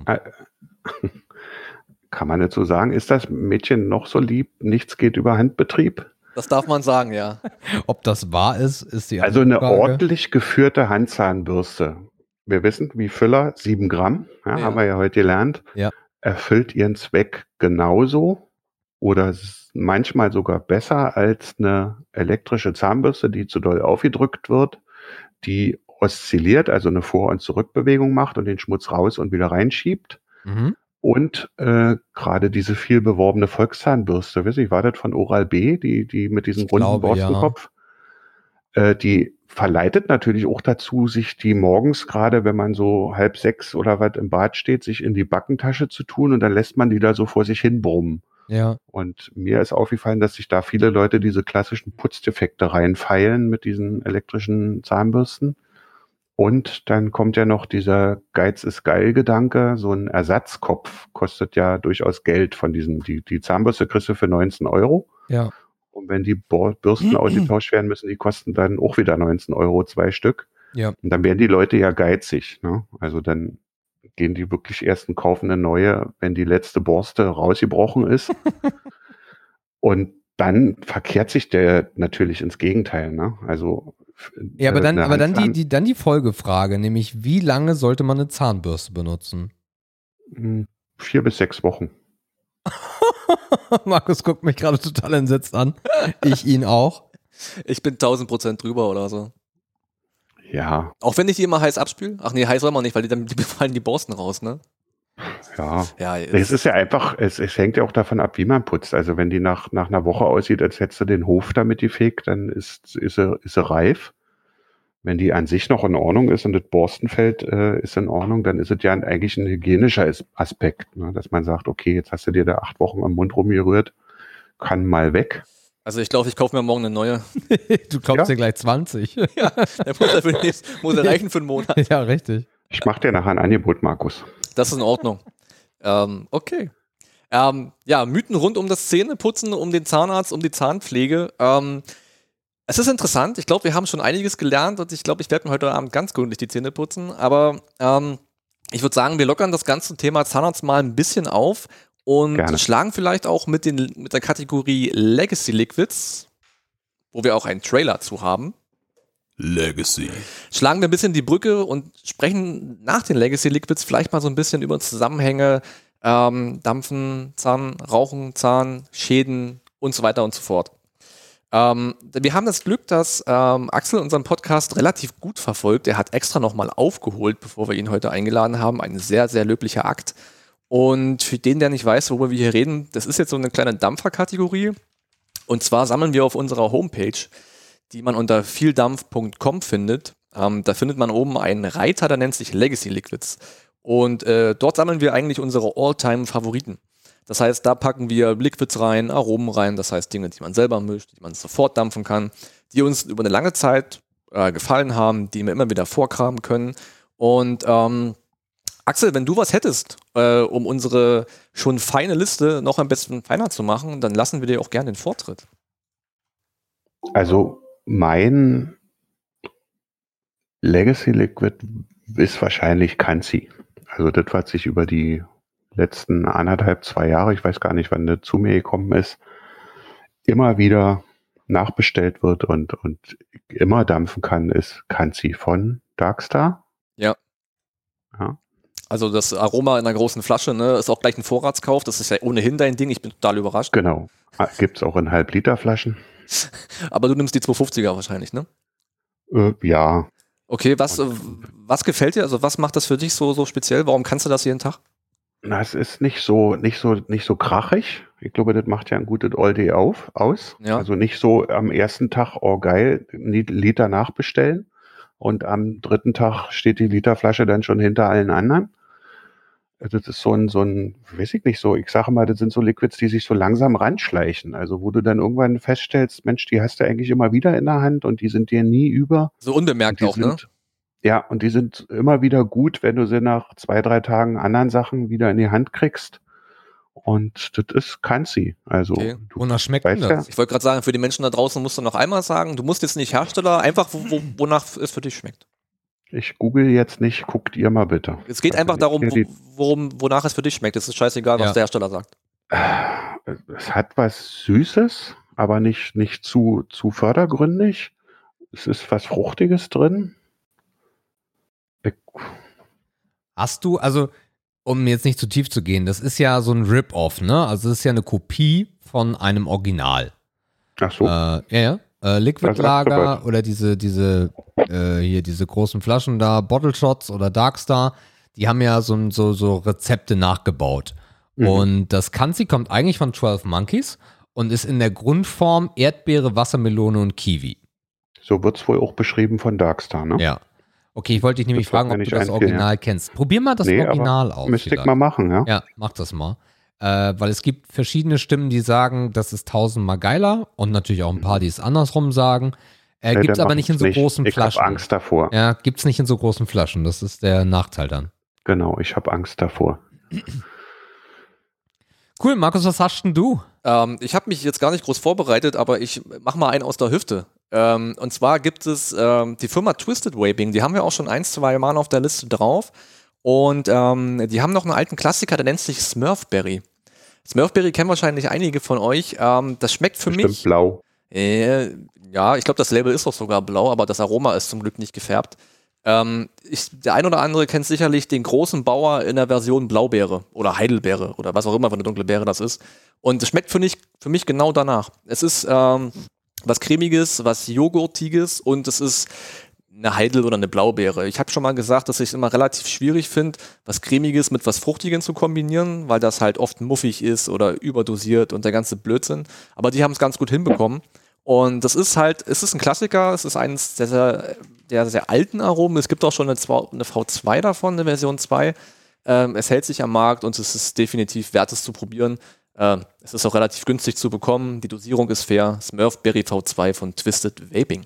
Kann man nicht so sagen. Ist das Mädchen noch so lieb? Nichts geht über Handbetrieb?
Das darf man sagen, ja.
Ob das wahr ist, ist die
Also
andere
eine
Frage.
ordentlich geführte Handzahnbürste. Wir wissen, wie Füller, sieben Gramm, ja,
Ja.
haben wir ja heute gelernt,
Ja.
erfüllt ihren Zweck genauso oder s- manchmal sogar besser als eine elektrische Zahnbürste, die zu doll aufgedrückt wird, die oszilliert, also eine Vor- und Zurückbewegung macht und den Schmutz raus und wieder reinschiebt.
Mhm.
Und äh, gerade diese viel beworbene Volkszahnbürste, weiß ich, war das von Oral-B, die, die mit diesem
Ich
runden
glaube, ja.
Borstenkopf? Äh, die verleitet natürlich auch dazu, sich die morgens, gerade wenn man so halb sechs oder was im Bad steht, sich in die Backentasche zu tun und dann lässt man die da so vor sich hin brummen.
Ja.
Und mir ist aufgefallen, dass sich da viele Leute diese klassischen Putzdefekte reinfeilen mit diesen elektrischen Zahnbürsten. Und dann kommt ja noch dieser Geiz ist geil Gedanke, so ein Ersatzkopf kostet ja durchaus Geld von diesen, die, die Zahnbürste kriegst du für neunzehn Euro.
Ja.
Und wenn die Bo- Bürsten ausgetauscht werden müssen, die kosten dann auch wieder neunzehn Euro, zwei Stück.
Ja.
Und dann werden die Leute ja geizig, ne? Also dann gehen die wirklich erst und kaufen eine neue, wenn die letzte Borste rausgebrochen ist. Und dann verkehrt sich der natürlich ins Gegenteil, ne? Also
Ja, aber
äh,
dann,
eine
aber dann die,
Handzahn-
die, dann die Folgefrage, nämlich wie lange sollte man eine Zahnbürste benutzen?
Hm, vier bis sechs Wochen.
Markus guckt mich gerade total entsetzt an. Ich ihn auch.
Ich bin tausend Prozent drüber oder so.
Ja,
Auch wenn ich die immer heiß abspüle? Ach nee, heiß soll man nicht, weil die, dann die fallen die Borsten raus, ne?
ja.
Ja,
Es ist ja einfach, es, es hängt ja auch davon ab, wie man putzt. Also wenn die nach, nach einer Woche aussieht, als hättest du den Hof damit gefegt, dann ist, ist, sie, ist sie reif. Wenn die an sich noch in Ordnung ist und das Borstenfeld äh, ist in Ordnung, dann ist es ja eigentlich ein hygienischer As- Aspekt, ne? Dass man sagt, okay, jetzt hast du dir da acht Wochen am Mund rumgerührt, kann mal weg.
also ich glaube, ich kaufe mir morgen eine neue.
Du kaufst
Ja.
dir gleich zwanzig.
Ja, der muss ja für den nächsten, muss ja reichen für einen Monat.
Ja, richtig.
Ich mache dir nachher ein Angebot, Markus.
Das ist in Ordnung. Ähm, okay. Ähm, ja, Mythen rund um das Zähneputzen, um den Zahnarzt, um die Zahnpflege. Ähm, es ist interessant. Ich glaube, wir haben schon einiges gelernt und ich glaube, ich werde mir heute Abend ganz gründlich die Zähne putzen. Aber ähm, ich würde sagen, wir lockern das ganze Thema Zahnarzt mal ein bisschen auf und
Gerne.
schlagen vielleicht auch mit, den, mit der Kategorie Legacy Liquids, wo wir auch einen Trailer zu haben,
Legacy.
schlagen wir ein bisschen die Brücke und sprechen nach den Legacy Liquids vielleicht mal so ein bisschen über Zusammenhänge, ähm, Dampfen, Zahn, Rauchen, Zahn, Schäden und so weiter und so fort. Ähm, wir haben das Glück, dass ähm, Axel unseren Podcast relativ gut verfolgt. Er hat extra nochmal aufgeholt, bevor wir ihn heute eingeladen haben. Ein sehr, sehr löblicher Akt. Und für den, der nicht weiß, worüber wir hier reden, das ist jetzt so eine kleine Dampferkategorie. Und zwar sammeln wir auf unserer Homepage, die man unter vieldampf punkt com findet. Ähm, da findet man oben einen Reiter, der nennt sich Legacy Liquids. Und äh, dort sammeln wir eigentlich unsere All-Time-Favoriten. Das heißt, da packen wir Liquids rein, Aromen rein, das heißt Dinge, die man selber mischt, die man sofort dampfen kann, die uns über eine lange Zeit äh, gefallen haben, die wir immer wieder vorkramen können. Und ähm, Axel, wenn du was hättest, äh, um unsere schon feine Liste noch am besten feiner zu machen, dann lassen wir dir auch gerne den Vortritt.
Also mein Legacy Liquid ist wahrscheinlich Kanzi. Also das, was sich über die letzten anderthalb, zwei Jahre, ich weiß gar nicht, wann das zu mir gekommen ist, immer wieder nachbestellt wird und, und immer dampfen kann, ist Kanzi von Darkstar.
Ja.
Ja.
Also das Aroma in einer großen Flasche, ne, ist auch gleich ein Vorratskauf. Das ist ja ohnehin dein Ding. Ich bin total überrascht.
Genau. Gibt's auch in Halb-Liter-Flaschen.
Aber du nimmst die zweihundertfünfziger wahrscheinlich, ne?
Äh, ja.
Okay, was, äh, was gefällt dir? Also was macht das für dich so, so speziell? Warum kannst du das jeden Tag?
Na, es ist nicht so, nicht so, nicht so krachig. Ich glaube, das macht ja ein gutes All-Day auf, aus.
Ja.
Also nicht so am ersten Tag, oh geil, einen Liter nachbestellen. Und am dritten Tag steht die Literflasche dann schon hinter allen anderen. Also das ist so ein, so ein, weiß ich nicht so, ich sage mal, das sind so Liquids, die sich so langsam ranschleichen. Also wo du dann irgendwann feststellst, Mensch, die hast du eigentlich immer wieder in der Hand und die sind dir nie über.
So unbemerkt auch,
sind,
ne?
Ja, und die sind immer wieder gut, wenn du sie nach zwei, drei Tagen anderen Sachen wieder in die Hand kriegst. Und das ist Kanzi. Also,
Okay.
du
Wonach schmeckt denn
weißt
das?
ja,
Ich wollte gerade sagen, für die Menschen da draußen musst du noch einmal sagen, du musst jetzt nicht Hersteller, einfach wo, wo, wonach es für dich schmeckt.
ich google jetzt nicht, guckt ihr mal bitte.
Es geht
Also
einfach
ich
darum,
kenn
wo,
die-
worum, wonach es für dich schmeckt. Es ist scheißegal, was
Ja.
der Hersteller sagt.
Es hat was Süßes, aber nicht, nicht zu, zu fördergründig. Es ist was Fruchtiges drin. Ich,
Hast du, also, um jetzt nicht zu tief zu gehen, das ist ja so ein Rip-Off, ne? Also, das ist ja eine Kopie von einem Original.
ach so.
Äh, ja, ja. Äh, Liquid
Das
Lager
sagst du
oder diese, diese, äh, hier, diese großen Flaschen da, Bottle Shots oder Darkstar, die haben ja so, so, so Rezepte nachgebaut.
Mhm.
Und das Kanzi kommt eigentlich von zwölf Monkeys und ist in der Grundform Erdbeere, Wassermelone und Kiwi.
So wird es wohl auch beschrieben von Darkstar, ne?
Ja. Okay, ich wollte dich nämlich
Das sagt
fragen,
mir
ob du
nicht
das
einfiel,
Original kennst. Probier mal das
Nee, aber
Original aus.
Müsste ich
vielleicht.
mal machen, ja?
Ja, mach das mal. Äh, weil es gibt verschiedene Stimmen, die sagen, das ist tausendmal geiler und natürlich auch ein paar, die es andersrum sagen. Äh,
Nee,
gibt's
dann
aber
mach
nicht in
ich's
so großen
Ich
Flaschen.
habe Angst davor.
Ja, gibt's nicht in so großen Flaschen. Das ist der Nachteil dann.
Genau, ich habe Angst davor.
Cool, Markus, was hast denn du?
Ähm, ich habe mich jetzt gar nicht groß vorbereitet, aber ich mache mal einen aus der Hüfte. Ähm, und zwar gibt es ähm, die Firma Twisted Vaping, die haben wir auch schon ein, zwei Mal auf der Liste drauf. Und ähm, die haben noch einen alten Klassiker, der nennt sich Smurfberry. Smurfberry kennen wahrscheinlich einige von euch. Ähm, das schmeckt für
Bestimmt
mich.
blau.
Äh, ja, ich glaube, das Label ist auch sogar blau, aber das Aroma ist zum Glück nicht gefärbt. Ähm, ich, der ein oder andere kennt sicherlich den großen Bauer in der Version Blaubeere oder Heidelbeere oder was auch immer für eine dunkle Beere das ist. Und es schmeckt für mich, für mich genau danach. Es ist ähm, was Cremiges, was Joghurtiges und es ist eine Heidel oder eine Blaubeere. Ich habe schon mal gesagt, dass ich es immer relativ schwierig finde, was Cremiges mit was Fruchtigem zu kombinieren, weil das halt oft muffig ist oder überdosiert und der ganze Blödsinn. Aber die haben es ganz gut hinbekommen. Und das ist halt, es ist ein Klassiker, es ist eines der sehr, der sehr alten Aromen. Es gibt auch schon eine, eine V zwei davon, eine Version zwei. Ähm, es hält sich am Markt und es ist definitiv wert, es zu probieren. Ähm, es ist auch relativ günstig zu bekommen. Die Dosierung ist fair. Smurfberry V zwei von Twisted Vaping.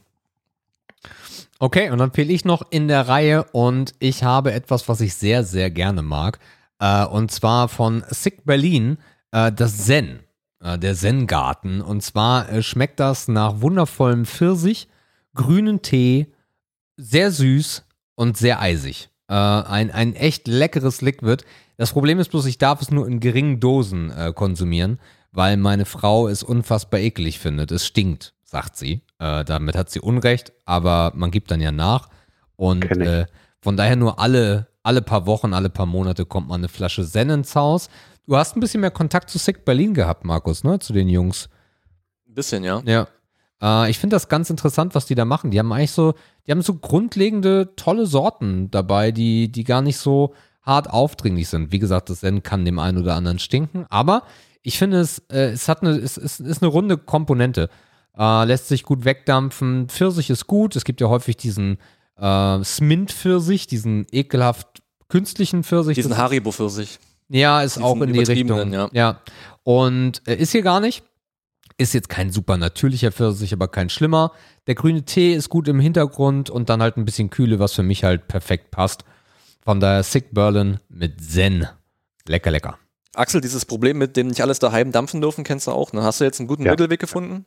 Okay, und dann fehle ich noch in der Reihe und ich habe etwas, was ich sehr, sehr gerne mag. Äh, und zwar von Sick Berlin, äh, das Zen, äh, der Zen-Garten. Und zwar äh, schmeckt das nach wundervollem Pfirsich, grünen Tee, sehr süß und sehr eisig. Äh, ein, ein echt leckeres Liquid. Das Problem ist bloß, ich darf es nur in geringen Dosen äh, konsumieren, weil meine Frau es unfassbar eklig findet. Es stinkt, sagt sie. Äh, damit hat sie Unrecht, aber man gibt dann ja nach. Und
Kenn ich.
äh, von daher nur alle, alle paar Wochen, alle paar Monate kommt mal eine Flasche Zen ins Haus. Du hast ein bisschen mehr Kontakt zu Sick Berlin gehabt, Markus, ne? Zu den Jungs.
Ein bisschen, ja.
Ja. Äh, ich finde das ganz interessant, was die da machen. Die haben eigentlich so, die haben so grundlegende, tolle Sorten dabei, die, die gar nicht so hart aufdringlich sind. Wie gesagt, das Zen kann dem einen oder anderen stinken, aber ich finde es, äh, es hat eine, es, es ist eine runde Komponente. Äh, lässt sich gut wegdampfen. Pfirsich ist gut. Es gibt ja häufig diesen äh, Smint-Pfirsich, diesen ekelhaft künstlichen Pfirsich.
Diesen
Das-
Haribo-Pfirsich.
Ja, ist
Diesen
auch in die
übertriebenen,
Richtung.
ja.
ja. Und äh, ist hier gar nicht. Ist jetzt kein super natürlicher Pfirsich, aber kein schlimmer. Der grüne Tee ist gut im Hintergrund und dann halt ein bisschen Kühle, was für mich halt perfekt passt. Von daher Sick Berlin mit Zen. Lecker, lecker.
Axel, dieses Problem mit dem nicht alles daheim dampfen dürfen, kennst du auch, ne? Hast du jetzt einen guten
Ja.
Mittelweg gefunden?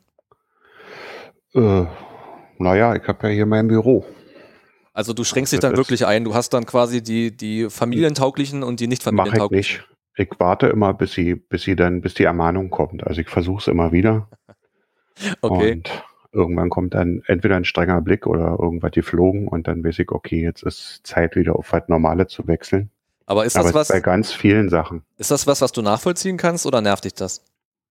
Äh, naja, ich habe ja hier mein Büro.
Also du schränkst dich
Das
dann
ist-
wirklich ein. Du hast dann quasi die, die familientauglichen und die nicht
Mache ich
familientauglichen.
nicht. Ich warte immer, bis sie, bis sie dann, bis die Ermahnung kommt. Also ich versuche es immer wieder.
Okay.
Und irgendwann kommt dann entweder ein strenger Blick oder irgendwas geflogen und dann weiß ich, okay, jetzt ist Zeit wieder auf was Normales zu wechseln.
Aber ist
Aber
das
es ist bei
was,
ganz vielen Sachen.
ist das was, was du nachvollziehen kannst oder nervt dich das?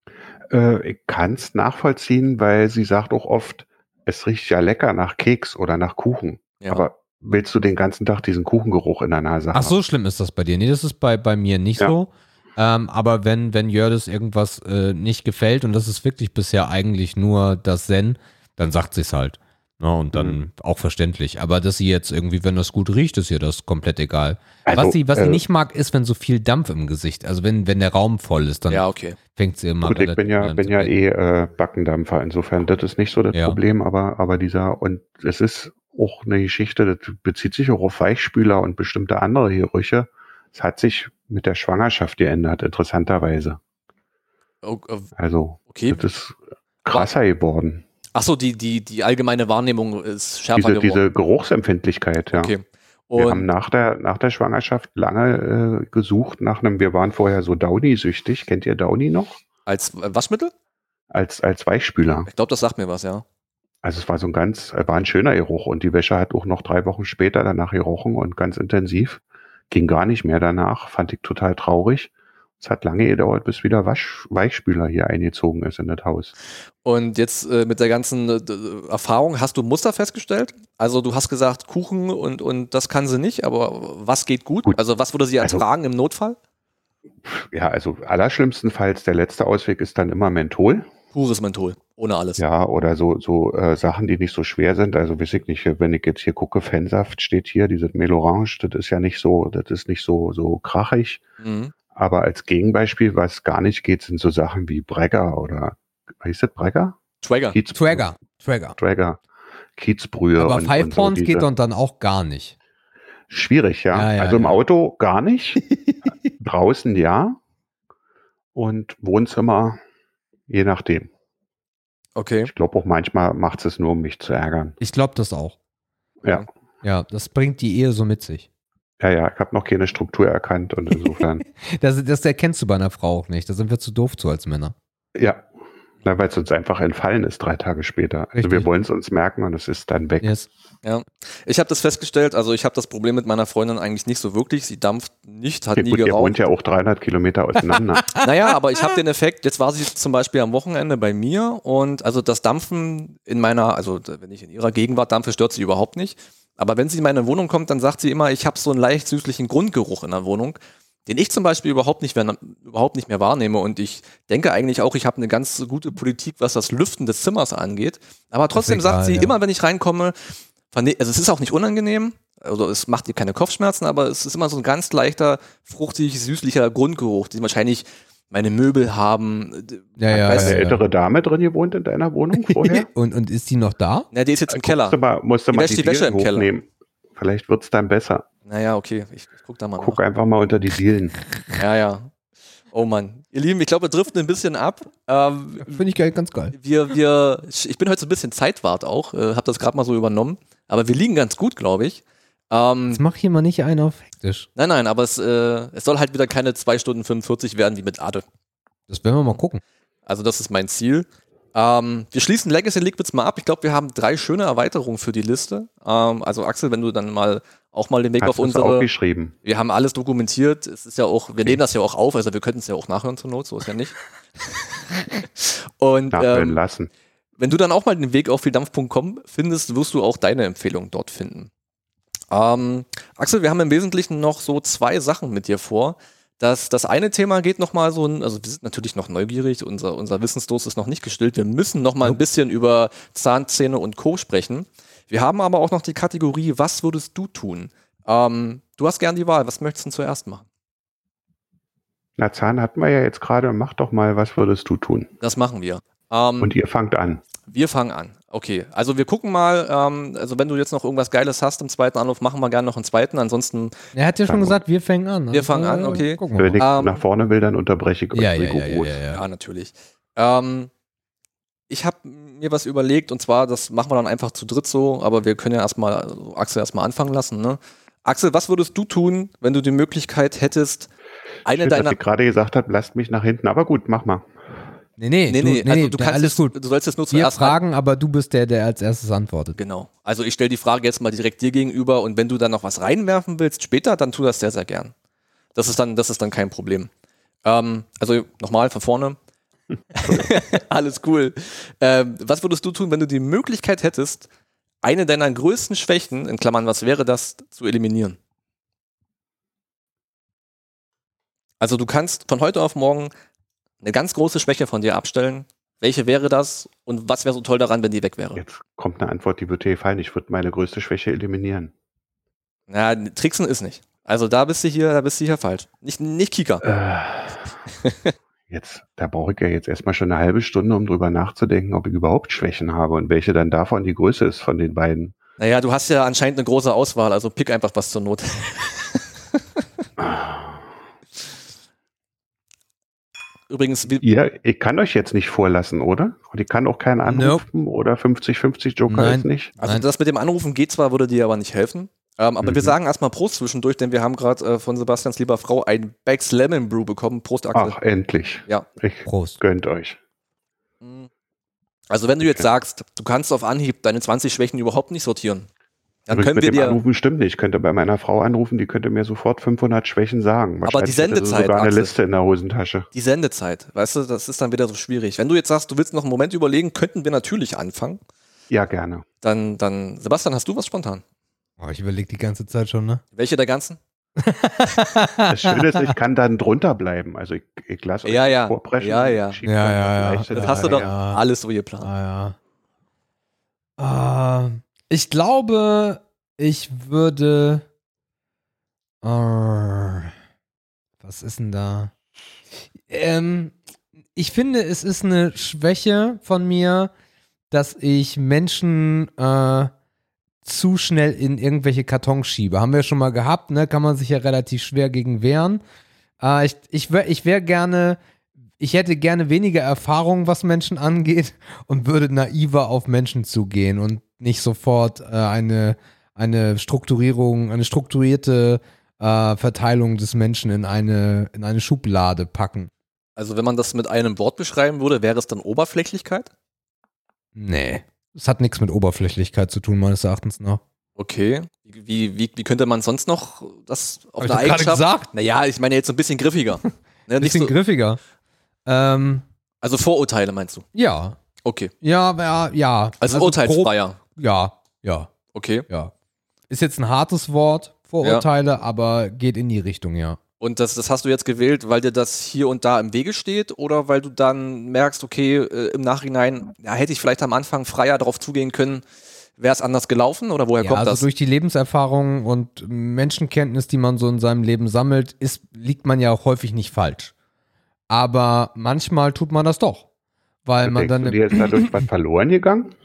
Äh, ich kann es nachvollziehen, weil sie sagt auch oft, es riecht ja lecker nach Keks oder nach Kuchen.
Ja.
Aber willst du den ganzen Tag diesen Kuchengeruch in der Nase haben?
Ach, so schlimm ist das bei dir. Nee, das ist bei, bei mir nicht
Ja.
so. Ähm, aber wenn, wenn Jördis irgendwas äh, nicht gefällt, und das ist wirklich bisher eigentlich nur das Zen, dann sagt sie es halt. Ne, und dann
Mhm.
auch verständlich. Aber dass sie jetzt irgendwie, wenn das gut riecht, ist ihr das komplett egal.
Also,
was sie, was sie
äh,
nicht mag, ist, wenn so viel Dampf im Gesicht, also wenn, wenn der Raum voll ist, dann
Ja, okay.
fängt sie immer
Gut, ich bin
relativ
ja,
an
bin
zu
ja
bellen.
eh äh, Backendampfer, insofern, das ist nicht so das
Ja.
Problem, aber, aber dieser, und es ist auch eine Geschichte, das bezieht sich auch auf Weichspüler und bestimmte andere Gerüche. Es hat sich mit der Schwangerschaft geändert, interessanterweise.
Oh, äh,
Also,
okay.
das ist krasser geworden.
Achso, die, die, die allgemeine Wahrnehmung ist schärfer
Diese,
geworden.
diese Geruchsempfindlichkeit, ja.
Okay.
Wir haben
Und
nach der, nach der Schwangerschaft lange äh, gesucht nach einem, wir waren vorher so Downy-süchtig. Kennt ihr Downy noch?
als äh, Waschmittel?
Als, als Weichspüler.
Ich glaube, das sagt mir was, ja.
Also es war so ein ganz, war ein schöner Geruch und die Wäsche hat auch noch drei Wochen später danach gerochen und ganz intensiv. Ging gar nicht mehr danach, fand ich total traurig. Es hat lange gedauert, bis wieder Wasch, Weichspüler hier eingezogen ist in das Haus.
Und jetzt äh, mit der ganzen äh, d- Erfahrung, hast du Muster festgestellt? Also du hast gesagt, Kuchen und, und das kann sie nicht, aber was geht gut?
Gut.
Also was würde sie
Also-
ertragen im Notfall?
Ja, also allerschlimmstenfalls der letzte Ausweg ist dann immer Menthol.
Pures Menthol, ohne alles.
Ja, oder so, so äh, Sachen, die nicht so schwer sind. Also weiß ich nicht, wenn ich jetzt hier gucke, Fensaft steht hier, dieses Melorange, das ist ja nicht so, das ist nicht so, so krachig.
Mhm.
Aber als Gegenbeispiel, was gar nicht geht, sind so Sachen wie Bregger oder, hieß das Bregger?
Trigger.
Kiez-
Trigger, Trigger.
Trigger. Kiezbrühe.
Aber
und,
Five
und so
Points
diese-
geht dann, dann auch gar nicht.
Schwierig, ja.
Ja, ja,
also im
ja.
Auto gar nicht. Draußen ja. Und Wohnzimmer, je nachdem.
Okay.
Ich glaube auch manchmal macht es nur, um mich zu ärgern.
Ich glaube das auch.
Ja.
Ja, das bringt die Ehe so mit sich.
Ja, ja, ich habe noch keine Struktur erkannt und insofern,
Das, das erkennst du bei einer Frau auch nicht. Da sind wir zu doof zu als Männer.
ja. Na, weil es uns einfach entfallen ist, drei Tage später. Also
Richtig.
wir wollen es uns merken und es ist dann weg.
Yes.
Ja. Ich habe das festgestellt, also ich habe das Problem mit meiner Freundin eigentlich nicht so wirklich. Sie dampft nicht, hat
Ja,
nie
gut, ihr
geraucht.
wohnt ja auch dreihundert Kilometer auseinander.
Naja, aber ich habe den Effekt, jetzt war sie zum Beispiel am Wochenende bei mir und also das Dampfen in meiner, also wenn ich in ihrer Gegenwart dampfe, stört sie überhaupt nicht. Aber wenn sie in meine Wohnung kommt, dann sagt sie immer, ich habe so einen leicht süßlichen Grundgeruch in der Wohnung, den ich zum Beispiel überhaupt nicht mehr, überhaupt nicht mehr wahrnehme. Und ich denke eigentlich auch, ich habe eine ganz gute Politik, was das Lüften des Zimmers angeht. Aber trotzdem
egal,
sagt sie,
ja.
immer wenn ich reinkomme, verne- also es ist auch nicht unangenehm, also es macht ihr keine Kopfschmerzen, aber es ist immer so ein ganz leichter, fruchtig, süßlicher Grundgeruch, den wahrscheinlich meine Möbel haben.
Ja, ja,
Weißt
Hat
du,
eine ältere Dame drin gewohnt in deiner Wohnung vorher?
Und, und ist die noch da?
Na, die ist jetzt im Keller.
Musste mal, musste
Die
mal
wäscht die Wäsche
Dielen
im Keller.
hochnehmen. Vielleicht wird's dann besser.
Naja, okay, ich, ich guck da mal
Guck
nach.
einfach mal unter die Dielen.
Ja, ja. Oh Mann. Ihr Lieben, ich glaube, wir driften ein bisschen ab. Ähm,
Finde ich geil, ganz geil.
wir, wir, ich bin heute so ein bisschen Zeitwart auch, äh, habe das gerade mal so übernommen. Aber wir liegen ganz gut, glaube ich. Ähm,
Jetzt mach hier mal nicht einen auf hektisch.
nein, nein, aber es, äh, es soll halt wieder keine zwei Stunden fünfundvierzig werden wie mit Ade.
Das werden wir mal gucken.
Also das ist mein Ziel. Ähm, wir schließen Legacy Liquids mal ab. Ich glaube, wir haben drei schöne Erweiterungen für die Liste. Ähm, also Axel, wenn du dann mal auch mal den Weg
Hast
auf
du es
unsere...
aufgeschrieben?
Wir haben alles dokumentiert. Es ist ja auch, wir nehmen das ja auch auf, also wir könnten es ja auch nachhören zur Not, so ist ja nicht. Und
Nachhören
ähm,
lassen.
wenn du dann auch mal den Weg auf vieldampf punkt com findest, wirst du auch deine Empfehlung dort finden. Ähm, Axel, wir haben im Wesentlichen noch so zwei Sachen mit dir vor. Das, das eine Thema geht nochmal so, ein- also wir sind natürlich noch neugierig, unser, unser Wissensdurst ist noch nicht gestillt. Wir müssen nochmal ein bisschen über Zahnzähne und Co. sprechen. Wir haben aber auch noch die Kategorie, was würdest du tun? Ähm, du hast gern die Wahl, was möchtest du denn zuerst machen?
Na, Zahn hatten wir ja jetzt gerade. Mach doch mal, was würdest du tun?
Das machen wir. Ähm,
Und ihr fangt an.
wir fangen an. Okay, also wir gucken mal, ähm, also wenn du jetzt noch irgendwas Geiles hast im zweiten Anruf, machen wir gerne noch einen zweiten, ansonsten...
Er hat ja schon gesagt, wir fangen an.
Wir fangen an, okay.
Gucken wir
Wenn ich
mal.
Ähm,
nach vorne will, dann unterbreche ich euch
Ja, ja, ja, ja,
rigoros.
ja, ja.
Ja, natürlich. Ähm, ich habe mir was überlegt und zwar, das machen wir dann einfach zu dritt so, aber wir können ja erstmal also Axel erstmal anfangen lassen. Ne? Axel, was würdest du tun, wenn du die Möglichkeit hättest, eine
Schön,
deiner...
dass ich gerade gesagt habe, lasst mich nach hinten. Aber gut, mach mal.
Nee, nee,
Nee,
du,
nee,
nee,
also
nee,
du
da-
kannst
alles
jetzt,
gut.
du sollst jetzt nur
Wir
zuerst...
fragen, aber du bist der, der als erstes antwortet.
Genau. Also ich stelle die Frage jetzt mal direkt dir gegenüber und wenn du dann noch was reinwerfen willst später, dann tu das sehr, sehr gern. Das ist dann, das ist dann kein Problem. Ähm, also nochmal von vorne. Alles cool. Ähm, was würdest du tun, wenn du die Möglichkeit hättest, eine deiner größten Schwächen, in Klammern, was wäre das, zu eliminieren? Also du kannst von heute auf morgen eine ganz große Schwäche von dir abstellen. Welche wäre das und was wäre so toll daran, wenn die weg wäre?
Jetzt kommt eine Antwort, die wird dir gefallen. Ich würde meine größte Schwäche eliminieren.
Na, Tricksen ist nicht. Also da bist du hier, da bist du hier falsch. Nicht, nicht Kika.
Äh, jetzt, da brauche ich ja jetzt erstmal schon eine halbe Stunde, um drüber nachzudenken, ob ich überhaupt Schwächen habe und welche dann davon die Größe ist von den beiden.
Naja, du hast ja anscheinend eine große Auswahl, also pick einfach was zur Not. Übrigens, wie,
Ihr, ich kann euch jetzt nicht vorlassen, oder? Und ich kann auch keinen anrufen oder fünfzig fünfzig Joker
Nein.
ist nicht.
also
Nein.
das mit dem Anrufen geht zwar, würde dir aber nicht helfen. Ähm, aber
Mhm.
wir sagen erstmal Prost zwischendurch, denn wir haben gerade äh, von Sebastians lieber Frau ein Becks Lemon Brew bekommen. Prost, Axel.
Ach, endlich.
Ja.
Ich
Prost.
gönnt euch.
Also wenn du jetzt
Okay.
sagst, du kannst auf Anhieb deine zwanzig Schwächen überhaupt nicht sortieren, dann
Aber
können
mit
wir
dem
dir...
Anrufen stimmt nicht. Ich könnte bei meiner Frau anrufen, die könnte mir sofort fünfhundert Schwächen sagen.
Aber die
Wahrscheinlich hätte sie
Sendezeit,
sogar eine
Axel.
Liste in der Hosentasche.
Die Sendezeit, weißt du, das ist dann wieder so schwierig. Wenn du jetzt sagst, du willst noch einen Moment überlegen, könnten wir natürlich anfangen.
Ja, gerne.
Dann, dann, Sebastian, hast du was spontan?
Oh, ich überlege die ganze Zeit schon, ne?
Welche der ganzen?
Das Schöne ist, ich kann dann drunter bleiben. Also ich, ich lasse euch
Ja, ja.
vorpreschen.
Ja, ja.
schieb
Ja,
dann
ja,
das
ja.
Leichte
Das
da
hast du doch
rein.
Ja.
alles so geplant.
Ah, ja. Äh, ich glaube, ich würde. Äh, was ist denn da? Ähm, ich finde, es ist eine Schwäche von mir, dass ich Menschen äh, zu schnell in irgendwelche Kartons schiebe. Haben wir schon mal gehabt, ne? Kann man sich ja relativ schwer gegen wehren. Äh, ich ich wäre ich wär gerne. Ich hätte gerne weniger Erfahrung, was Menschen angeht und würde naiver auf Menschen zugehen und nicht sofort äh, eine, eine Strukturierung, eine strukturierte äh, Verteilung des Menschen in eine, in eine Schublade packen.
Also wenn man das mit einem Wort beschreiben würde, wäre es dann Oberflächlichkeit?
Nee. Es hat nichts mit Oberflächlichkeit zu tun, meines Erachtens nach.
Okay. Wie, wie, wie könnte man sonst noch das auf
Hab ich
eine
doch gerade
Eigenschaft...
gesagt.
Naja, ich meine jetzt so ein bisschen griffiger. Ne,
Ein
nicht
bisschen
so,
griffiger. Ähm,
also Vorurteile meinst du?
ja.
Okay.
Ja, ja, ja.
Also,
grob-
urteilsfreier.
Ja, ja,
Okay.
ja. Ist jetzt ein hartes Wort, Vorurteile, aber geht in die Richtung, ja.
Und das, das hast du jetzt gewählt, weil dir das hier und da im Wege steht oder weil du dann merkst, okay, äh, im Nachhinein, ja, hätte ich vielleicht am Anfang freier darauf zugehen können, wäre es anders gelaufen oder woher
Ja,
kommt
also
das?
durch die Lebenserfahrung und Menschenkenntnis, die man so in seinem Leben sammelt, ist, liegt man ja auch häufig nicht falsch. Aber manchmal tut man das doch. Weil man
Denkst
dann.
du, dir ist dadurch was verloren gegangen?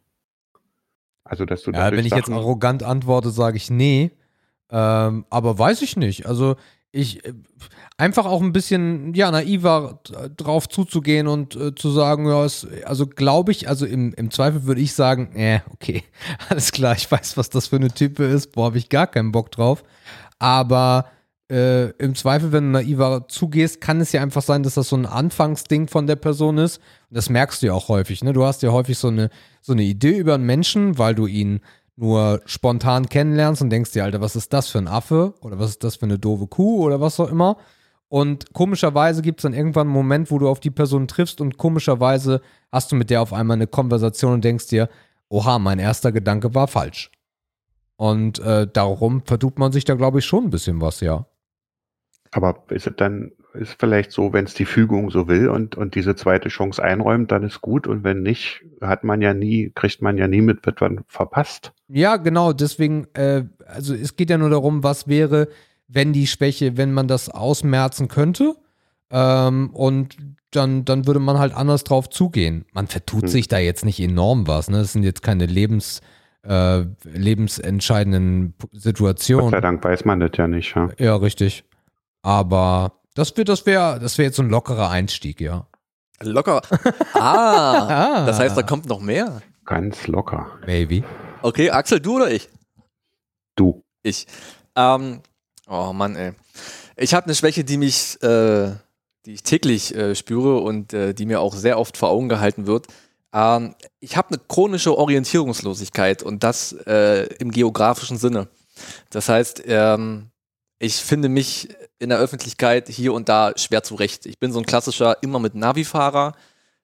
Also, dass du
Ja,
dadurch
wenn ich jetzt
Sachen-
arrogant antworte, sage ich nee. Ähm, aber weiß ich nicht. Also ich äh, einfach auch ein bisschen ja naiver d- drauf zuzugehen und äh, zu sagen, ja, es, also glaube ich, also im, im Zweifel würde ich sagen, äh, okay, alles klar, ich weiß, was das für eine Type ist, boah, habe ich gar keinen Bock drauf. Aber äh, im Zweifel, wenn du naiver zugehst, kann es ja einfach sein, dass das so ein Anfangsding von der Person ist. Und das merkst du ja auch häufig, ne? Du hast ja häufig so eine, so eine Idee über einen Menschen, weil du ihn nur spontan kennenlernst und denkst dir, Alter, was ist das für ein Affe? Oder was ist das für eine doofe Kuh? Oder was auch immer. Und komischerweise gibt es dann irgendwann einen Moment, wo du auf die Person triffst und komischerweise hast du mit der auf einmal eine Konversation und denkst dir, oha, mein erster Gedanke war falsch. Und äh, darum vertut man sich da, glaube ich, schon ein bisschen was, ja.
Aber ist es dann, ist vielleicht so, wenn es die Fügung so will und, und diese zweite Chance einräumt, dann ist gut. Und wenn nicht, hat man ja nie, kriegt man ja nie mit, wird man verpasst.
Ja, genau, deswegen, äh, also es geht ja nur darum, was wäre, wenn die Schwäche, wenn man das ausmerzen könnte, Ähm, und dann, dann würde man halt anders drauf zugehen. Man vertut
Hm.
sich da jetzt nicht enorm was. Ne? Das sind jetzt keine Lebens, äh, lebensentscheidenden P-
Gott sei
Situationen.
Dank weiß man das ja nicht. Ja.
Ja, richtig. Aber das wäre das wär, das wär jetzt so ein lockerer Einstieg, ja.
Locker. Ah, das heißt, da kommt noch mehr.
Ganz locker.
Maybe.
Okay, Axel, du oder ich?
Du.
Ich. Ähm, oh Mann, ey. Ich habe eine Schwäche, die mich, äh, die ich täglich äh, spüre und äh, die mir auch sehr oft vor Augen gehalten wird. Ähm, ich habe eine chronische Orientierungslosigkeit und das äh, im geografischen Sinne. Das heißt, ähm, ich finde mich in der Öffentlichkeit hier und da schwer zurecht. Ich bin so ein klassischer immer mit Navi-Fahrer.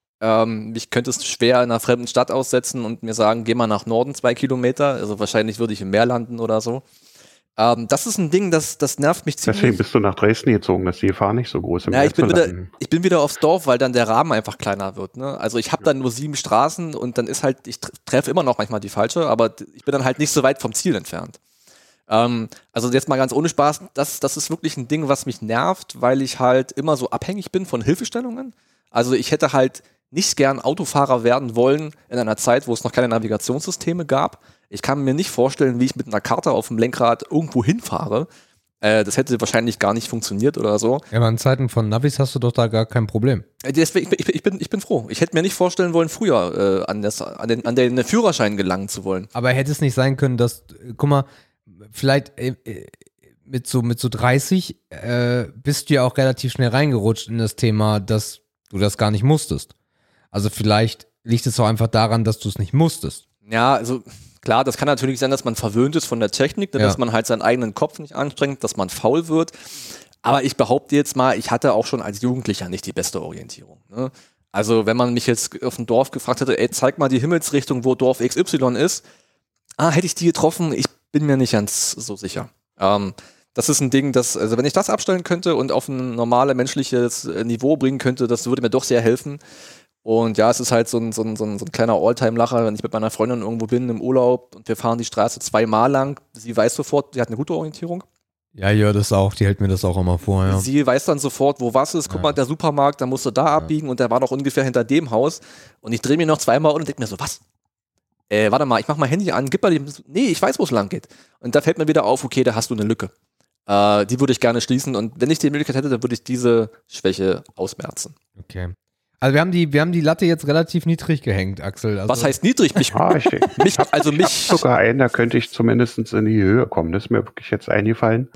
Ähm, mich könnte es schwer in einer fremden Stadt aussetzen und mir sagen, geh mal nach Norden zwei Kilometer. Also wahrscheinlich würde ich im Meer landen oder so. Ähm, das ist ein Ding, das, das nervt mich ziemlich.
Deswegen bist du nach Dresden gezogen, dass die Gefahr nicht so groß im
Ja,
Meer
ich bin,
zu
wieder,
landen.
ich bin wieder aufs Dorf, weil dann der Rahmen einfach kleiner wird. Ne? Also ich habe dann nur sieben Straßen und dann ist halt, ich tr- treffe immer noch manchmal die falsche, aber d- ich bin dann halt nicht so weit vom Ziel entfernt. Ähm, also jetzt mal ganz ohne Spaß, das, das ist wirklich ein Ding, was mich nervt, weil ich halt immer so abhängig bin von Hilfestellungen. Also ich hätte halt nicht gern Autofahrer werden wollen in einer Zeit, wo es noch keine Navigationssysteme gab. Ich kann mir nicht vorstellen, wie ich mit einer Karte auf dem Lenkrad irgendwo hinfahre. Äh, das hätte wahrscheinlich gar nicht funktioniert oder so.
Ja, aber in Zeiten von Navis hast du doch da gar kein Problem.
Äh, Deswegen, ich, bin- ich, bin, ich bin froh. Ich hätte mir nicht vorstellen wollen, früher äh, an, das, an, den, an den Führerschein gelangen zu wollen.
Aber hätte es nicht sein können, dass, äh, guck mal, vielleicht äh, äh, mit so mit so dreißig äh, bist du ja auch relativ schnell reingerutscht in das Thema, dass du das gar nicht musstest. Also vielleicht liegt es auch einfach daran, dass du es nicht musstest.
Ja, also klar, das kann natürlich sein, dass man verwöhnt ist von der Technik, ne,
Ja.
dass man halt seinen eigenen Kopf nicht anstrengt, dass man faul wird. Aber ich behaupte jetzt mal, ich hatte auch schon als Jugendlicher nicht die beste Orientierung. Ne? Also wenn man mich jetzt auf dem Dorf gefragt hätte, ey, zeig mal die Himmelsrichtung, wo Dorf X Y ist, ah, hätte ich die getroffen? Ich bin mir nicht ganz so sicher. Ähm, das ist ein Ding, das, also wenn ich das abstellen könnte und auf ein normales menschliches äh, Niveau bringen könnte, das würde mir doch sehr helfen. Und ja, es ist halt so ein, so ein, so ein, so ein kleiner Alltime-Lacher, wenn ich mit meiner Freundin irgendwo bin im Urlaub und wir fahren die Straße zweimal lang. Sie weiß sofort, sie hat eine gute Orientierung.
Ja, ja, das auch, die hält mir das auch immer vor, ja.
Sie weiß dann sofort, wo was ist. Guck
Ja.
mal, der Supermarkt, da musst du da abbiegen und der war doch ungefähr hinter dem Haus. Und ich drehe mir noch zweimal um und denke mir so, was? Äh, warte mal, ich mach mal Handy an, gib mal die, nee, ich weiß, wo es lang geht. Und da fällt mir wieder auf, okay, da hast du eine Lücke. Äh, die würde ich gerne schließen und wenn ich die Möglichkeit hätte, dann würde ich diese Schwäche ausmerzen.
Okay. Also wir haben die, wir haben die Latte jetzt relativ niedrig gehängt, Axel. Also,
Was heißt niedrig? Mich,
Ah, ich,
mich, also
ich hab
mich,
sogar einen, da könnte ich zumindest in die Höhe kommen. Das ist mir wirklich jetzt eingefallen.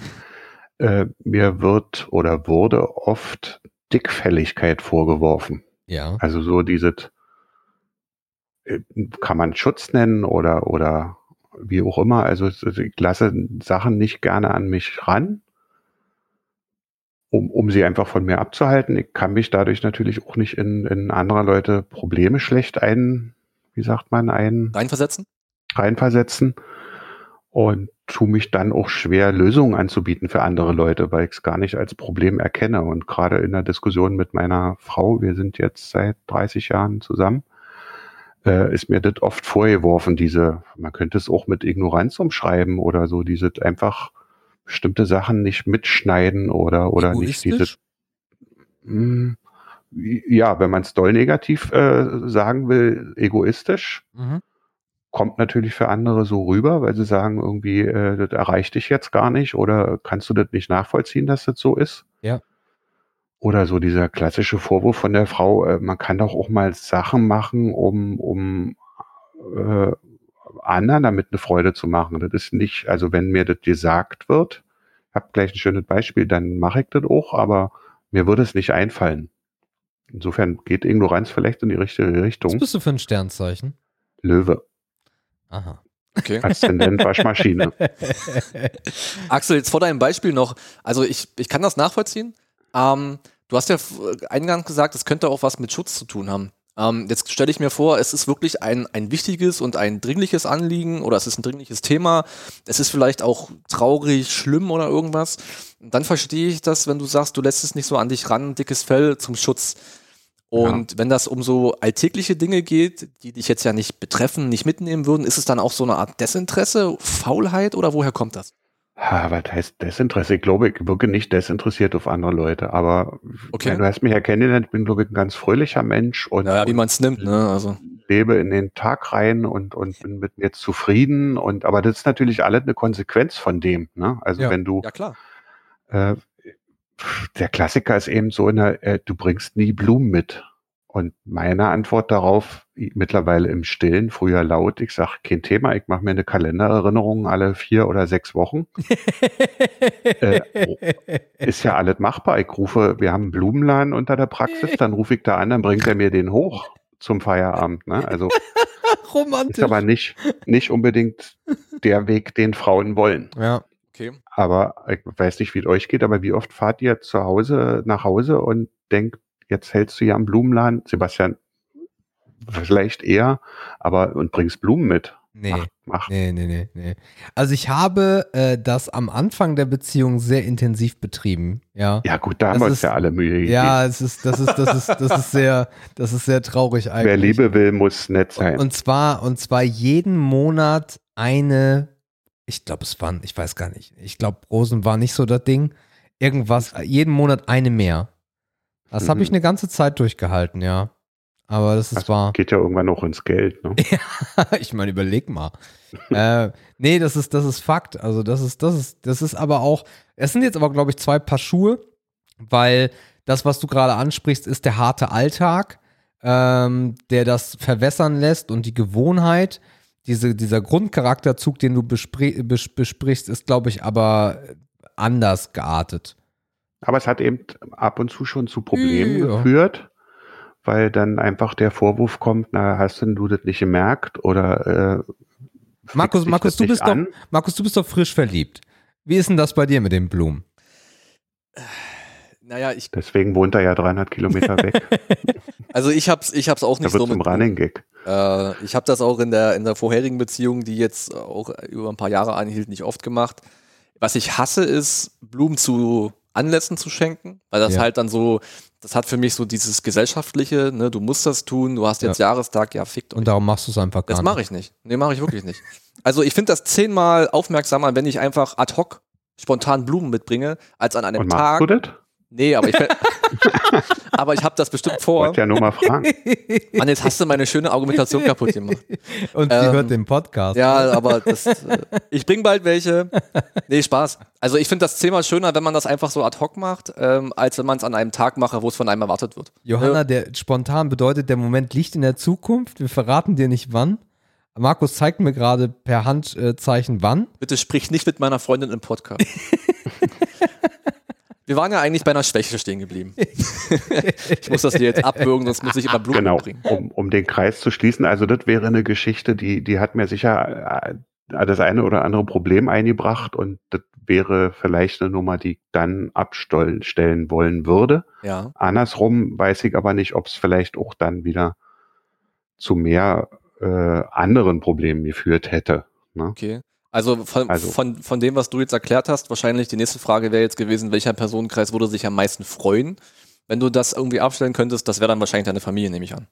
Äh, mir wird oder wurde oft Dickfälligkeit vorgeworfen.
Ja.
Also so dieses, äh, kann man Schutz nennen oder, oder wie auch immer. Also ich lasse Sachen nicht gerne an mich ran, um, um sie einfach von mir abzuhalten. Ich kann mich dadurch natürlich auch nicht in, in anderer Leute Probleme schlecht ein, wie sagt man, ein
reinversetzen?
reinversetzen und tue mich dann auch schwer, Lösungen anzubieten für andere Leute, weil ich es gar nicht als Problem erkenne. Und gerade in der Diskussion mit meiner Frau, wir sind jetzt seit dreißig Jahren zusammen, äh, ist mir das oft vorgeworfen, diese, man könnte es auch mit Ignoranz umschreiben oder so, diese einfach bestimmte Sachen nicht mitschneiden oder, oder nicht diese,
Egoistisch?
mh, ja, wenn man es doll negativ äh, sagen will, egoistisch.
Mhm.
Kommt natürlich für andere so rüber, weil sie sagen irgendwie, äh, das erreicht dich jetzt gar nicht oder kannst du das nicht nachvollziehen, dass das so ist?
Ja.
Oder so dieser klassische Vorwurf von der Frau, äh, man kann doch auch mal Sachen machen, um, um äh, anderen damit eine Freude zu machen. Das ist nicht, also wenn mir das gesagt wird, ich habe gleich ein schönes Beispiel, dann mache ich das auch, aber mir würde es nicht einfallen. Insofern geht Ignoranz vielleicht in die richtige
Was
Richtung.
bist du für ein Sternzeichen?
Löwe,
Aha.
Okay.
Aszendent Waschmaschine.
Axel, jetzt vor deinem Beispiel noch, also ich, ich kann das nachvollziehen. Ähm, du hast ja f- eingangs gesagt, es könnte auch was mit Schutz zu tun haben. Ähm, jetzt stelle ich mir vor, es ist wirklich ein, ein wichtiges und ein dringliches Anliegen oder es ist ein dringliches Thema. Es ist vielleicht auch traurig, schlimm oder irgendwas. Und dann verstehe ich das, wenn du sagst, du lässt es nicht so an dich ran, dickes Fell zum Schutz. Und wenn das um so alltägliche Dinge geht, die dich jetzt ja nicht betreffen, nicht mitnehmen würden, ist es dann auch so eine Art Desinteresse, Faulheit oder woher kommt das?
Ha, was heißt Desinteresse? Ich glaube, ich wirke nicht desinteressiert auf andere Leute, aber
Okay.
du hast mich ja kennengelernt, ich bin, glaube ich, ein ganz fröhlicher Mensch und,
Naja, wie
und
man es nimmt, ne? Also.
lebe in den Tag rein und, und bin mit mir jetzt zufrieden. Und aber das ist natürlich alles eine Konsequenz von dem. Ne? Also
Ja.
wenn du
Ja, klar.
äh, der Klassiker ist eben so, eine, äh, du bringst nie Blumen mit. Und meine Antwort darauf, mittlerweile im Stillen, früher laut, ich sage, kein Thema, ich mache mir eine Kalendererinnerung alle vier oder sechs Wochen. äh, ist ja alles machbar. Ich rufe, wir haben einen Blumenladen unter der Praxis, dann rufe ich da an, dann bringt er mir den hoch zum Feierabend. Ne? Also
Romantisch.
ist aber nicht, nicht unbedingt der Weg, den Frauen wollen.
Ja.
Okay.
Aber ich weiß nicht, wie es euch geht, aber wie oft fahrt ihr zu Hause nach Hause und denkt, jetzt hältst du ja am Blumenladen, Sebastian, vielleicht eher, aber und bringst Blumen mit.
Nee.
Mach, mach.
Nee, nee, nee, nee. Also ich habe äh, das am Anfang der Beziehung sehr intensiv betrieben, ja.
Ja gut, da
Das
haben wir uns
ist-
ja alle Mühe gegeben.
Ja, es ist, das ist, das ist, das ist sehr, das ist sehr traurig eigentlich.
Wer Liebe will, muss nett sein.
Und zwar, und zwar jeden Monat eine, ich glaube, es waren, ich weiß gar nicht, ich glaube, Rosen war nicht so das Ding. Irgendwas, jeden Monat eine mehr. Das habe
Mhm.
ich eine ganze Zeit durchgehalten, ja. Aber das ist
Das
wahr.
geht ja irgendwann auch ins Geld. Ne?
Ich meine, überleg mal. äh, nee, das ist, das ist Fakt. Also das ist, das ist, das ist aber auch, es sind jetzt aber, glaube ich, zwei Paar Schuhe, weil das, was du gerade ansprichst, ist der harte Alltag, ähm, der das verwässern lässt und die Gewohnheit. Diese, dieser Grundcharakterzug, den du bespr bes besprichst, ist, glaube ich, aber anders geartet.
Aber es hat eben ab und zu schon zu Problemen
Ja.
geführt, weil dann einfach der Vorwurf kommt, na, hast denn du das nicht gemerkt oder äh,
Markus,
fixt dich
Markus,
das
du
nicht
bist doch,
an?
Markus, du bist doch frisch verliebt. Wie ist denn das bei dir mit den Blumen?
Naja, ich,
Deswegen wohnt er ja dreihundert Kilometer weg.
also ich hab's, ich hab's auch
Da
nicht
wird
so
zum
mit.
Running Gag.
Äh, ich habe das auch in der, in der vorherigen Beziehung, die jetzt auch über ein paar Jahre anhielt, nicht oft gemacht. Was ich hasse, ist, Blumen zu Anlässen zu schenken, weil das
Ja.
halt dann so, das hat für mich so dieses gesellschaftliche, ne, du musst das tun, du hast jetzt Jahrestag, ja, fickt euch.
Und darum machst du es einfach gar
Das
nicht.
mache ich nicht. Nee, mache ich wirklich nicht. Also ich finde das zehnmal aufmerksamer, wenn ich einfach ad hoc spontan Blumen mitbringe, als an einem
Und
Tag.
machst du das?
Nee, aber ich aber ich habe das bestimmt vor.
Wollte ja nur mal fragen.
Mann, jetzt hast du meine schöne Argumentation kaputt gemacht.
Und sie
Ähm,
hört den Podcast.
Ja, aber das, äh, ich bring bald welche. Nee, Spaß. Also ich finde das zehnmal schöner, wenn man das einfach so ad hoc macht, ähm, als wenn man es an einem Tag mache, wo es von einem erwartet wird.
Johanna, der spontan bedeutet, der Moment liegt in der Zukunft. Wir verraten dir nicht wann. Markus zeigt mir gerade per Handzeichen wann.
Bitte sprich nicht mit meiner Freundin im Podcast. Wir waren ja eigentlich bei einer Schwäche stehen geblieben. Ich muss das hier jetzt abwürgen, sonst muss ich immer Blumen
Genau,
bringen.
um, um den Kreis zu schließen. Also das wäre eine Geschichte, die, die hat mir sicher äh, das eine oder andere Problem eingebracht und das wäre vielleicht eine Nummer, die ich dann abstellen stellen wollen würde.
Ja.
Andersrum weiß ich aber nicht, ob es vielleicht auch dann wieder zu mehr äh, anderen Problemen geführt hätte. Ne?
Okay. Also von,
Also-
von, von dem, was du jetzt erklärt hast, wahrscheinlich die nächste Frage wäre jetzt gewesen, welcher Personenkreis würde sich am meisten freuen? Wenn du das irgendwie abstellen könntest, das wäre dann wahrscheinlich deine Familie, nehme ich an.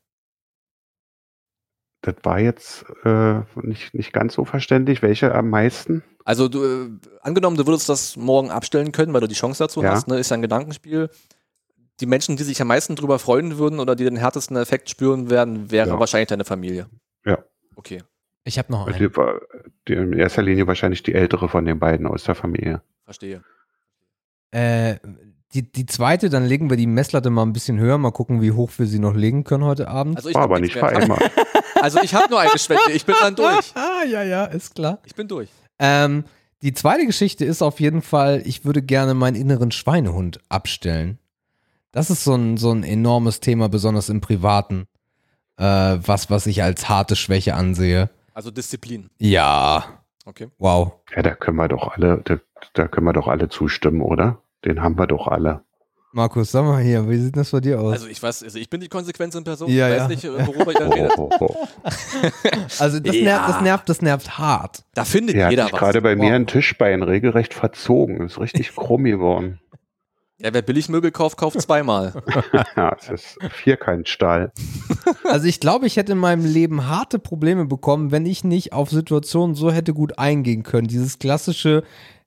Das war jetzt äh, nicht, nicht ganz so verständlich. Welche am meisten?
Also du, äh, angenommen, du würdest das morgen abstellen können, weil du die Chance dazu
Ja.
hast, ne, ist ja ein Gedankenspiel. Die Menschen, die sich am meisten drüber freuen würden oder die den härtesten Effekt spüren werden, wäre
Ja.
wahrscheinlich deine Familie.
Ja.
Okay,
Ich habe noch einen.
Die war die in erster Linie wahrscheinlich die ältere von den beiden aus der Familie.
verstehe.
Äh, die, die zweite, dann legen wir die Messlatte mal ein bisschen höher. Mal gucken, wie hoch wir sie noch legen können heute Abend.
Also ich
War
hab
aber
nichts
nicht
mehr.
vereinbart.
Also ich habe nur eine Schwäche, ich bin dann durch.
Ah, ja, ja, ist klar.
Ich bin durch.
Ähm, die zweite Geschichte ist auf jeden Fall, ich würde gerne meinen inneren Schweinehund abstellen. Das ist so ein, so ein enormes Thema, besonders im Privaten. Äh, was, was ich als harte Schwäche ansehe.
Also Disziplin.
Ja,
Okay.
wow.
Ja, da können wir doch alle, da, da können wir doch alle zustimmen, oder? Den haben wir doch alle.
Markus, sag mal hier, wie sieht das bei dir aus?
Also ich weiß, also ich bin die Konsequenz in Person.
Ja,
ich weiß
ja.
nicht, worüber ihr
Oh,
redet.
oh, oh.
Also das,
Ja.
nervt, das nervt, das nervt hart.
Da findet
Hier hat
jeder
sich
was.
gerade bei
Wow.
mir ein Tischbein regelrecht verzogen. Ist richtig krumm geworden.
Ja, wer Billigmöbel kauft, kauft zweimal.
Ja, es ist Vierkantstahl.
Also ich glaube, ich hätte in meinem Leben harte Probleme bekommen, wenn ich nicht auf Situationen so hätte gut eingehen können. Dieses klassische,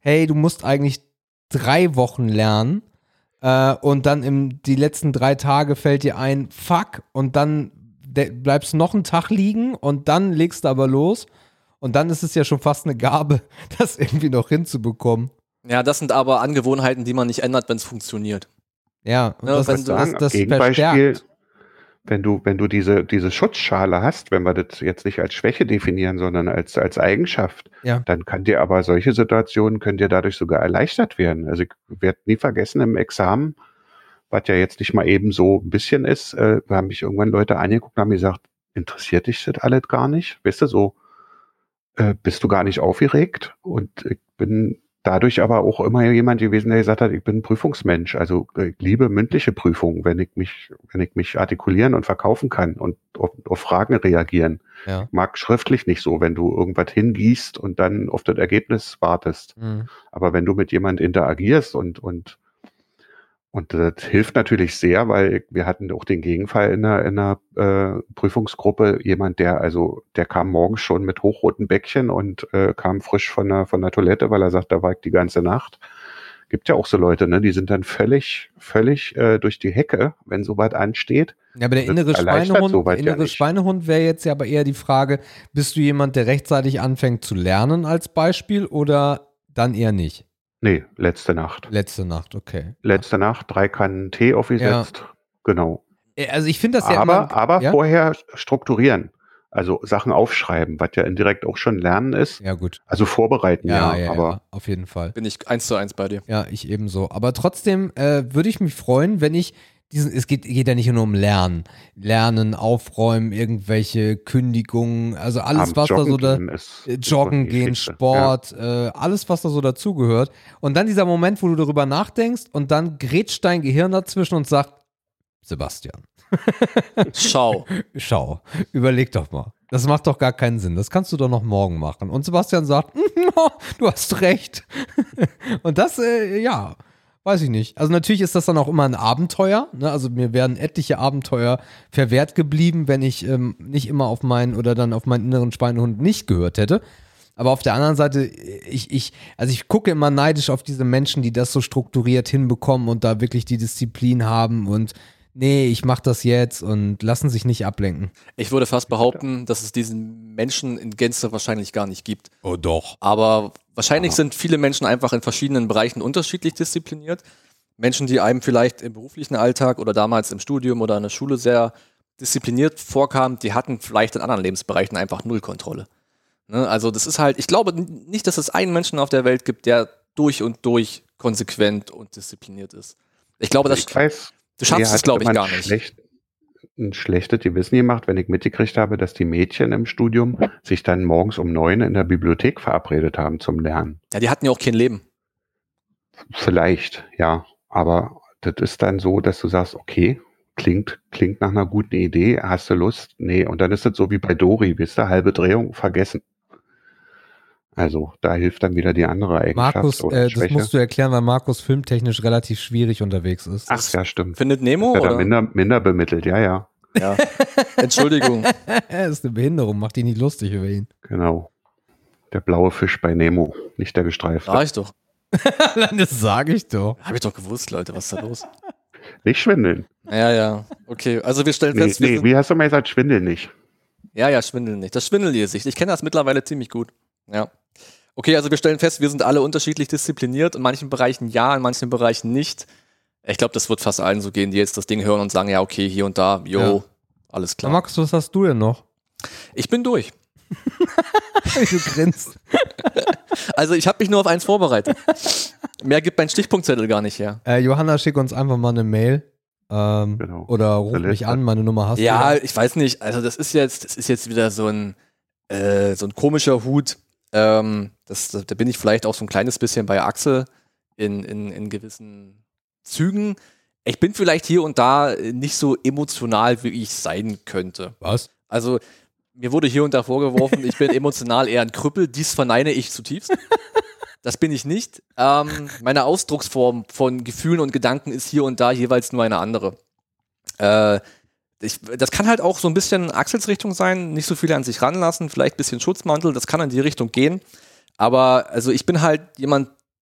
hey, du musst eigentlich drei Wochen lernen äh, und dann im, die letzten drei Tage fällt dir ein, fuck, und dann de- bleibst noch einen Tag liegen und dann legst du aber los und dann ist es ja schon fast eine Gabe, das irgendwie noch hinzubekommen.
Ja, das sind aber Angewohnheiten, die man nicht ändert, wenn es funktioniert.
Ja, und
Ja,
das,
wenn
das,
du-
das, das
Gegenbeispiel,
verstärkt.
wenn du, wenn du diese, diese Schutzschale hast, wenn wir das jetzt nicht als Schwäche definieren, sondern als, als Eigenschaft,
Ja.
dann kann dir aber solche Situationen, können dir dadurch sogar erleichtert werden. Also ich werde nie vergessen im Examen, was ja jetzt nicht mal eben so ein bisschen ist, äh, haben mich irgendwann Leute angeguckt und haben gesagt, interessiert dich das alles gar nicht? Weißt du, so, äh, bist du gar nicht aufgeregt? Und ich bin dadurch aber auch immer jemand gewesen, der gesagt hat, ich bin ein Prüfungsmensch. Also ich liebe mündliche Prüfungen, wenn ich mich, wenn ich mich artikulieren und verkaufen kann und auf, auf Fragen reagieren.
Ja.
Ich mag schriftlich nicht so, wenn du irgendwas hingießt und dann auf das Ergebnis wartest.
Mhm.
Aber wenn du mit jemand interagierst und, und, und das hilft natürlich sehr, weil wir hatten auch den Gegenfall in einer, in einer äh, Prüfungsgruppe, jemand, der also, der kam morgens schon mit hochroten Bäckchen und äh, kam frisch von der, von der Toilette, weil er sagt, da war ich die ganze Nacht. Gibt ja auch so Leute, ne, die sind dann völlig, völlig äh, durch die Hecke, wenn sowas ansteht.
Ja, aber der
Das
innere
erleichtert
Schweinehund,
sowas
der
ja
innere
nicht.
Schweinehund wäre jetzt ja aber eher die Frage, bist du jemand, der rechtzeitig anfängt zu lernen als Beispiel oder dann eher nicht?
Nee, letzte Nacht.
Letzte Nacht, okay.
Letzte Nacht, drei Kannen Tee aufgesetzt. Genau.
Äh, Also ich finde das ja
aber,
immer...
aber
ja?
vorher strukturieren. Also Sachen aufschreiben, was ja indirekt auch schon Lernen ist.
Ja, gut.
Also vorbereiten,
Ja,
ja,
ja,
aber
ja, auf jeden Fall.
Bin ich eins zu eins bei dir.
Ja, ich ebenso. Aber trotzdem äh, würde ich mich freuen, wenn ich diesen, es geht, geht ja nicht nur um Lernen. Lernen, aufräumen, irgendwelche Kündigungen, also alles,
abends
was da so da,
gehen ist,
äh,
ist
Joggen
so die
gehen,
Geschichte.
Sport, äh, alles, was da so dazugehört. Und dann dieser Moment, wo du darüber nachdenkst und dann grätscht dein Gehirn dazwischen und sagt, Sebastian,
Schau.
schau, überleg doch mal. Das macht doch gar keinen Sinn. Das kannst du doch noch morgen machen. Und Sebastian sagt, du hast recht. Und das, äh, ja, weiß ich nicht. Also natürlich ist das dann auch immer ein Abenteuer. Ne? Also mir wären etliche Abenteuer verwehrt geblieben, wenn ich ähm, nicht immer auf meinen oder dann auf meinen inneren Schweinehund nicht gehört hätte. Aber auf der anderen Seite, ich, ich, also ich gucke immer neidisch auf diese Menschen, die das so strukturiert hinbekommen und da wirklich die Disziplin haben und nee, ich mach das jetzt und lassen sich nicht ablenken.
Ich würde fast behaupten, dass es diesen Menschen in Gänze wahrscheinlich gar nicht gibt.
Oh doch.
Aber wahrscheinlich sind viele Menschen einfach in verschiedenen Bereichen unterschiedlich diszipliniert. Menschen, die einem vielleicht im beruflichen Alltag oder damals im Studium oder in der Schule sehr diszipliniert vorkamen, die hatten vielleicht in anderen Lebensbereichen einfach null Kontrolle. Ne? Also das ist halt, ich glaube nicht, dass es einen Menschen auf der Welt gibt, der durch und durch konsequent und diszipliniert ist. Ich glaube, das,
Ich weiß,
du schaffst
mir
es,
hat
glaube ich,
immer
gar
ein
nicht.
Schlecht, ein schlechtes Gewissen gemacht, wenn ich mitgekriegt habe, dass die Mädchen im Studium sich dann morgens um neun in der Bibliothek verabredet haben zum Lernen.
Ja, die hatten ja auch kein Leben.
Vielleicht, ja. Aber das ist dann so, dass du sagst, okay, klingt, klingt nach einer guten Idee, hast du Lust? Nee, und dann ist das so wie bei Dori, wisst ihr, halbe Drehung, vergessen. Also da hilft dann wieder die andere Eigenschaft
Markus,
oder
äh, das
Schwäche.
musst du erklären, weil Markus filmtechnisch relativ schwierig unterwegs ist.
Ach ja, stimmt.
Findet Nemo?
Ja, da
Oder?
minder, minder bemittelt, ja, ja,
Ja. Entschuldigung.
Er ist eine Behinderung, mach dich nicht lustig über ihn.
genau. Der blaue Fisch bei Nemo, nicht der gestreifte.
Sag ich doch.
Das sage ich doch.
Hab ich doch gewusst, Leute, was ist da los?
Nicht schwindeln.
Ja, ja. Okay, also wir stellen
Nee,
fest, wir
nee,
sind,
wie hast du mal gesagt, schwindeln nicht.
ja, ja, schwindeln nicht. Das Schwindelgesicht. Ich kenne das mittlerweile ziemlich gut. Ja. Okay, also wir stellen fest, wir sind alle unterschiedlich diszipliniert. In manchen Bereichen ja, in manchen Bereichen nicht. Ich glaube, das wird fast allen so gehen, die jetzt das Ding hören und sagen, ja, okay, hier und da, jo,
Ja.
alles
Na,
klar.
Markus, was hast du denn noch?
Ich bin durch.
Wie du grinst.
Also ich habe mich nur auf eins vorbereitet. Mehr gibt mein Stichpunktzettel gar nicht her.
Äh, Johanna, schick uns einfach mal eine Mail. Ähm,
Genau.
Oder ruf
Der
mich
Letzte.
an, meine Nummer hast
Ja,
du.
ich weiß nicht. Also das ist jetzt, das ist jetzt wieder so ein, äh, so ein komischer Hut. Ähm, das, da bin ich vielleicht auch so ein kleines bisschen bei Axel in, in, in gewissen Zügen. Ich bin vielleicht hier und da nicht so emotional, wie ich sein könnte.
Was?
Also mir wurde hier und da vorgeworfen, ich bin emotional eher ein Krüppel. Dies verneine ich zutiefst. Das bin ich nicht. Ähm, meine Ausdrucksform von Gefühlen und Gedanken ist hier und da jeweils nur eine andere. Äh, ich, das kann halt auch so ein bisschen Axels Richtung sein, nicht so viel an sich ranlassen, vielleicht ein bisschen Schutzmantel, das kann in die Richtung gehen. Aber also ich bin halt jemand,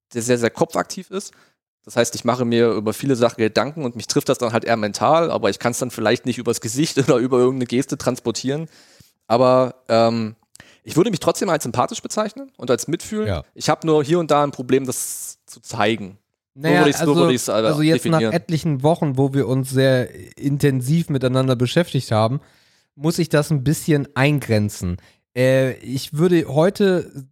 der sehr, sehr kopfaktiv ist. Das heißt, ich mache mir über viele Sachen Gedanken und mich trifft das dann halt eher mental, aber ich kann es dann vielleicht nicht übers Gesicht oder über irgendeine Geste transportieren. Aber ähm, ich würde mich trotzdem als sympathisch bezeichnen und als mitfühlen.
Ja.
Ich habe nur hier und da ein Problem, das zu zeigen.
Naja,
würde ich's- so
also,
würde ich's, äh,
also jetzt nach
definieren.
etlichen Wochen, wo wir uns sehr intensiv miteinander beschäftigt haben, muss ich das ein bisschen eingrenzen. Äh, ich würde heute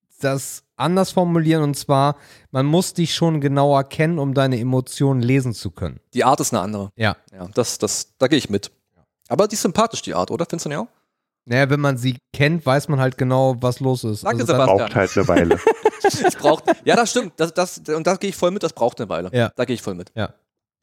das anders formulieren, und zwar, man muss dich schon genauer kennen, um deine Emotionen lesen zu können.
Die Art ist eine andere.
Ja.
Ja, das, das, da gehe ich mit. Aber die ist sympathisch, die Art, oder? Findest du nicht auch?
Naja, wenn man sie kennt, weiß man halt genau, was los ist.
Danke,
dann-
Sebastian.
Braucht halt eine Weile.
Es braucht, ja, das stimmt. Das, das, und da gehe ich voll mit, das braucht eine Weile.
Ja.
Da gehe ich voll mit.
Ja.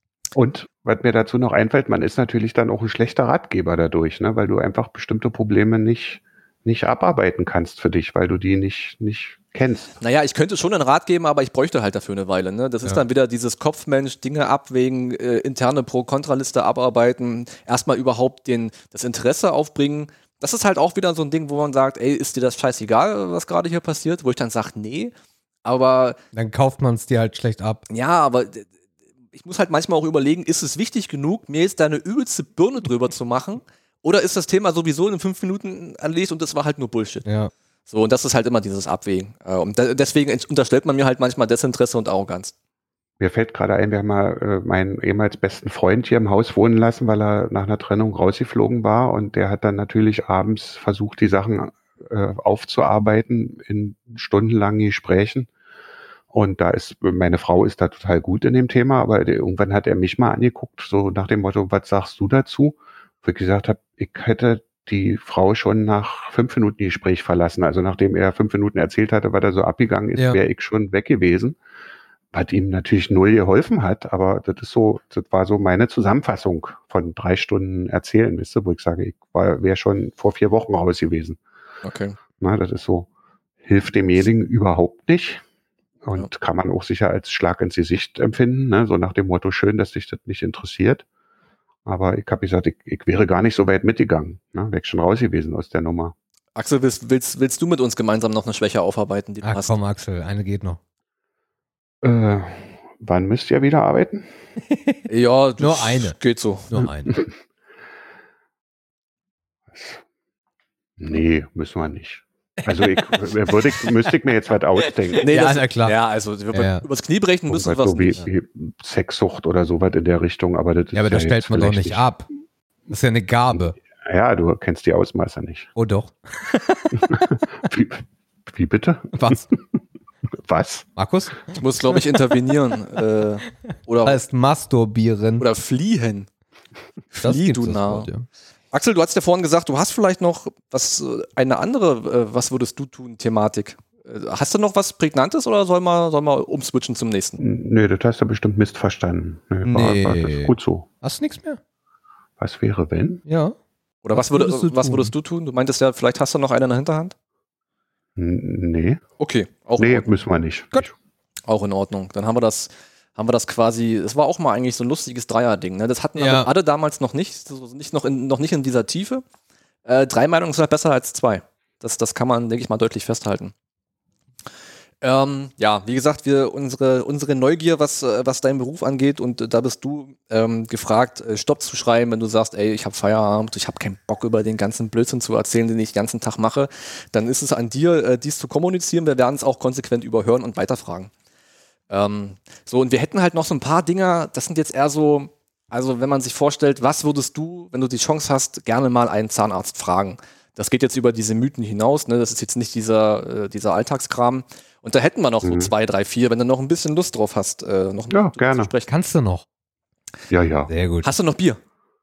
Und was mir dazu noch einfällt, man ist natürlich dann auch ein schlechter Ratgeber dadurch, ne? Weil du einfach bestimmte Probleme nicht, nicht abarbeiten kannst für dich, weil du die nicht, nicht kennst.
Naja, ich könnte schon einen Rat geben, aber ich bräuchte halt dafür eine Weile. Ne? Das ist
Ja.
dann wieder dieses Kopfmensch, Dinge abwägen, äh, interne Pro-Kontra-Liste abarbeiten, erstmal überhaupt den, das Interesse aufbringen. Das ist halt auch wieder so ein Ding, wo man sagt, ey, ist dir das scheißegal, was gerade hier passiert? Wo ich dann sage, nee, aber
Dann kauft man es dir halt schlecht ab.
ja, aber d- ich muss halt manchmal auch überlegen, ist es wichtig genug, mir jetzt da eine übelste Birne drüber zu machen? Oder ist das Thema sowieso in fünf Minuten erledigt und das war halt nur Bullshit?
Ja.
So, und das ist halt immer dieses Abwägen. Äh, Und da, deswegen ent- unterstellt man mir halt manchmal Desinteresse und Arroganz.
Mir fällt gerade ein, wir haben mal äh, meinen ehemals besten Freund hier im Haus wohnen lassen, weil er nach einer Trennung rausgeflogen war, und der hat dann natürlich abends versucht, die Sachen äh, aufzuarbeiten in stundenlangen Gesprächen. Und da ist, meine Frau ist da total gut in dem Thema, aber der, irgendwann hat er mich mal angeguckt, so nach dem Motto, was sagst du dazu? Wo ich gesagt habe, ich hätte die Frau schon nach fünf Minuten Gespräch verlassen. Also nachdem er fünf Minuten erzählt hatte, was er so abgegangen ist,
Ja.
wäre ich schon weg gewesen. Was ihm natürlich null geholfen hat, aber das ist so, das war so meine Zusammenfassung von drei Stunden Erzählen, wisst ihr, wo ich sage, ich war, wäre schon vor vier Wochen raus gewesen.
Okay.
Na, das ist so, hilft demjenigen überhaupt nicht. Und kann man auch sicher als Schlag ins Gesicht empfinden, ne? So nach dem Motto, schön, dass dich das nicht interessiert. Aber ich habe gesagt, ich, ich wäre gar nicht so weit mitgegangen. Ne? Wäre ich schon raus gewesen aus der Nummer.
Axel, willst, willst, willst du mit uns gemeinsam noch eine Schwäche aufarbeiten, die du
Ach
hast?
komm, Axel, eine geht noch.
Äh, wann müsst ihr wieder arbeiten?
Ja, das
Nur eine.
Geht so.
Nur eine.
Nee, müssen wir nicht. Also ich, würde ich, müsste ich mir jetzt was ausdenken.
Nee,
Ja,
das,
na klar.
Ja, also über,
Ja.
übers Knie brechen müssen wir
Irgendwas
was
so wie,
nicht.
wie Sexsucht oder sowas in der Richtung. Aber das
Ja, aber
ist
das stellt
jetzt
man doch
vielleicht
nicht ab. Das ist ja eine Gabe.
Ja, du kennst die Ausmaße nicht.
Oh doch.
Wie, wie bitte?
Was?
Was?
Markus?
Ich muss, glaube ich, intervenieren. äh, oder,
Das heißt masturbieren.
oder fliehen.
Das
Flieh,
gibt's
du
das
Narr.
Wort, ja.
Axel, du hast ja vorhin gesagt, du hast vielleicht noch was, äh, eine andere, äh, was würdest du tun, Thematik. Äh, Hast du noch was Prägnantes oder soll man, soll man umswitchen zum nächsten?
Nö, das hast du bestimmt missverstanden. Nee, war,
Nee.
war das ist gut so.
Hast du nichts mehr?
Was wäre, wenn?
Ja.
Oder was,
Was
würde,
würdest du
was
tun?
würdest du tun? Du meintest ja, vielleicht hast du noch eine in der Hinterhand?
N- Nee,
Okay, auch in
nee,
Ordnung.
müssen wir nicht.
Gut.
Auch in Ordnung. Dann haben wir das, haben wir das quasi, es war auch mal eigentlich so ein lustiges Dreier-Ding. Ne? Das hatten wir
Ja.
alle damals noch nicht, so nicht noch, in, noch nicht in dieser Tiefe. Äh, drei Meinungen sind halt besser als zwei. Das, das kann man, denke ich mal, deutlich festhalten. Ähm, ja, wie gesagt, wir unsere, unsere Neugier, was, äh, was deinen Beruf angeht, und äh, da bist du ähm, gefragt, äh, Stopp zu schreiben, wenn du sagst, ey, ich habe Feierabend, ich habe keinen Bock über den ganzen Blödsinn zu erzählen, den ich den ganzen Tag mache, dann ist es an dir, äh, dies zu kommunizieren. Wir werden es auch konsequent überhören und weiterfragen. Ähm, so, und wir hätten halt noch so ein paar Dinger, das sind jetzt eher so, also wenn man sich vorstellt, was würdest du, wenn du die Chance hast, gerne mal einen Zahnarzt fragen? Das geht jetzt über diese Mythen hinaus, ne? Das ist jetzt nicht dieser, äh, dieser Alltagskram. Und da hätten wir noch
Mhm.
so zwei, drei, vier, wenn du noch ein bisschen Lust drauf hast, äh, noch
Ja,
drüber
gerne.
zu sprechen.
Kannst du noch?
Ja, ja.
Sehr gut.
Hast du noch Bier?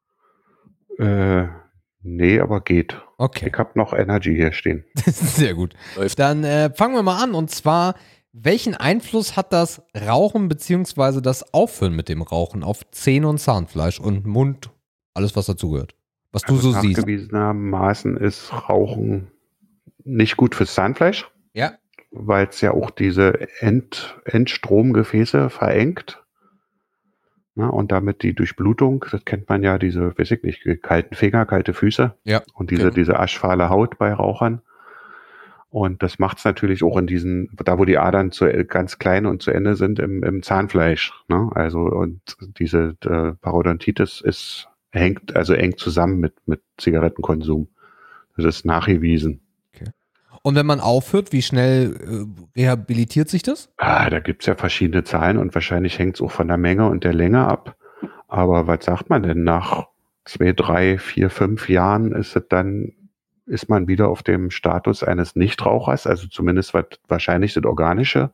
Äh, nee, aber geht.
Okay.
Ich habe noch Energy hier stehen.
Sehr gut.
Läuft.
Dann äh, fangen wir mal an. Und zwar, welchen Einfluss hat das Rauchen bzw. das Aufhören mit dem Rauchen auf Zähne und Zahnfleisch und Mund, alles was dazugehört? Was du so siehst.
Nachgewiesenermaßen ist Rauchen nicht gut fürs Zahnfleisch,
Ja.
weil es ja auch diese End, Endstromgefäße verengt. Na, und damit die Durchblutung, das kennt man ja, diese, weiß ich nicht, kalten Finger, kalte Füße
Ja.
und diese,
Genau.
diese aschfahle Haut bei Rauchern. Und das macht es natürlich auch in diesen, da wo die Adern zu, ganz klein und zu Ende sind, im, im Zahnfleisch. Ne? Also und diese äh, Parodontitis ist hängt also eng zusammen mit mit Zigarettenkonsum. Das ist nachgewiesen.
Okay. Und wenn man aufhört, wie schnell äh, rehabilitiert sich das?
Ah, da gibt's ja verschiedene Zahlen und wahrscheinlich hängt es auch von der Menge und der Länge ab. Aber was sagt man denn nach zwei, drei, vier, fünf Jahren ist es dann ist man wieder auf dem Status eines Nichtrauchers, also zumindest was wahrscheinlich das Organische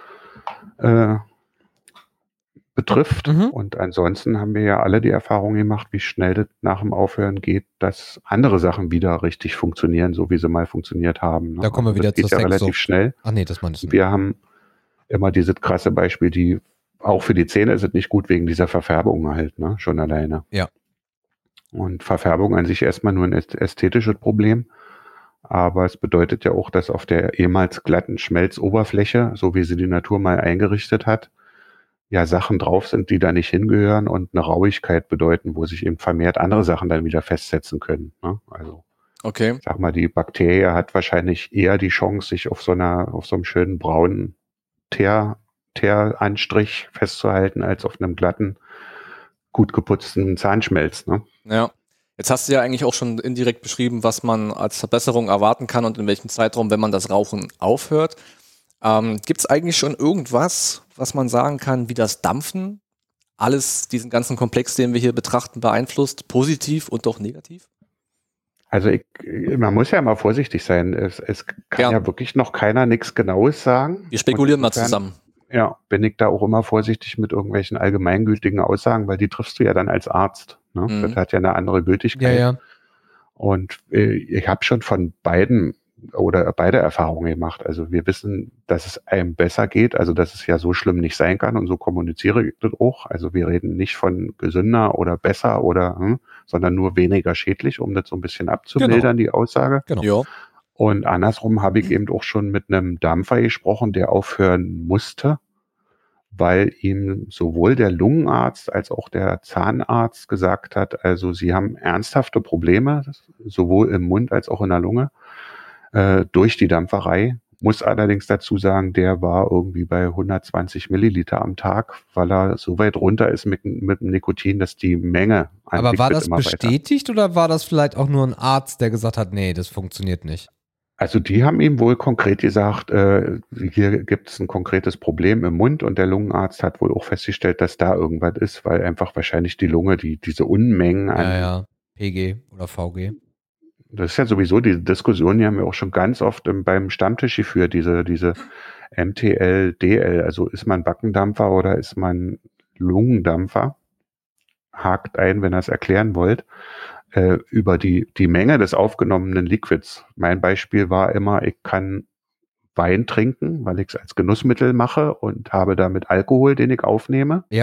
äh, betrifft.
Mhm.
Und ansonsten haben wir ja alle die Erfahrung gemacht, wie schnell das nach dem Aufhören geht, dass andere Sachen wieder richtig funktionieren, so wie sie mal funktioniert haben. Ne?
Da kommen wir
Also
wieder
das geht
zur
ja relativ
Sexsucht.
schnell.
Ach nee, das meinst du nicht.
Wir haben immer dieses krasse Beispiel, die auch für die Zähne ist es nicht gut wegen dieser Verfärbung halt, ne? Schon alleine.
Ja.
Und Verfärbung an sich erstmal nur ein ästhetisches Problem. Aber es bedeutet ja auch, dass auf der ehemals glatten Schmelzoberfläche, so wie sie die Natur mal eingerichtet hat, ja Sachen drauf sind, die da nicht hingehören und eine Rauigkeit bedeuten, wo sich eben vermehrt andere Sachen dann wieder festsetzen können. Ne? Also,
Okay.
sag mal, die Bakterie hat wahrscheinlich eher die Chance, sich auf so einer, auf so einem schönen braunen Teer, Teeranstrich festzuhalten, als auf einem glatten, gut geputzten Zahnschmelz. Ne?
Ja. Jetzt hast du ja eigentlich auch schon indirekt beschrieben, was man als Verbesserung erwarten kann und in welchem Zeitraum, wenn man das Rauchen aufhört. Ähm, gibt es eigentlich schon irgendwas, was man sagen kann, wie das Dampfen alles diesen ganzen Komplex, den wir hier betrachten, beeinflusst, positiv und doch negativ?
Also ich, man muss ja immer vorsichtig sein. Es, es kann
Ja.
ja wirklich noch keiner nichts Genaues sagen.
Wir spekulieren
Und
mal
insofern,
zusammen.
Ja, bin ich da auch immer vorsichtig mit irgendwelchen allgemeingültigen Aussagen, weil die triffst du ja dann als Arzt. Ne?
Mhm.
Das hat ja eine andere Gültigkeit.
Ja, ja.
Und äh, ich habe schon von beiden oder beide Erfahrungen gemacht. Also wir wissen, dass es einem besser geht, also dass es ja so schlimm nicht sein kann und so kommuniziere ich das auch. Also wir reden nicht von gesünder oder besser oder, hm, sondern nur weniger schädlich, um das so ein bisschen abzumildern, die Aussage.
Genau.
Ja.
Und andersrum habe ich eben auch schon mit einem Dampfer gesprochen, der aufhören musste, weil ihm sowohl der Lungenarzt als auch der Zahnarzt gesagt hat, also sie haben ernsthafte Probleme, sowohl im Mund als auch in der Lunge, äh, durch die Dampferei. Muss allerdings dazu sagen, der war irgendwie bei hundertzwanzig Milliliter am Tag, weil er so weit runter ist mit, mit dem Nikotin, dass die Menge an
Aber war
Liquid
das
immer weiter.
bestätigt oder war das vielleicht auch nur ein Arzt, der gesagt hat, nee, das funktioniert nicht?
Also die haben ihm wohl konkret gesagt, äh, hier gibt es ein konkretes Problem im Mund und der Lungenarzt hat wohl auch festgestellt, dass da irgendwas ist, weil einfach wahrscheinlich die Lunge, die diese Unmengen an,
Ja, ja. P G oder V G.
das ist ja sowieso diese Diskussion, die haben wir auch schon ganz oft im, beim Stammtisch geführt, diese, diese M T L, D L, also ist man Backendampfer oder ist man Lungendampfer? Hakt ein, wenn ihr es erklären wollt. Äh, über die, die Menge des aufgenommenen Liquids. Mein Beispiel war immer, ich kann Wein trinken, weil ich es als Genussmittel mache und habe damit Alkohol, den ich aufnehme.
Ja.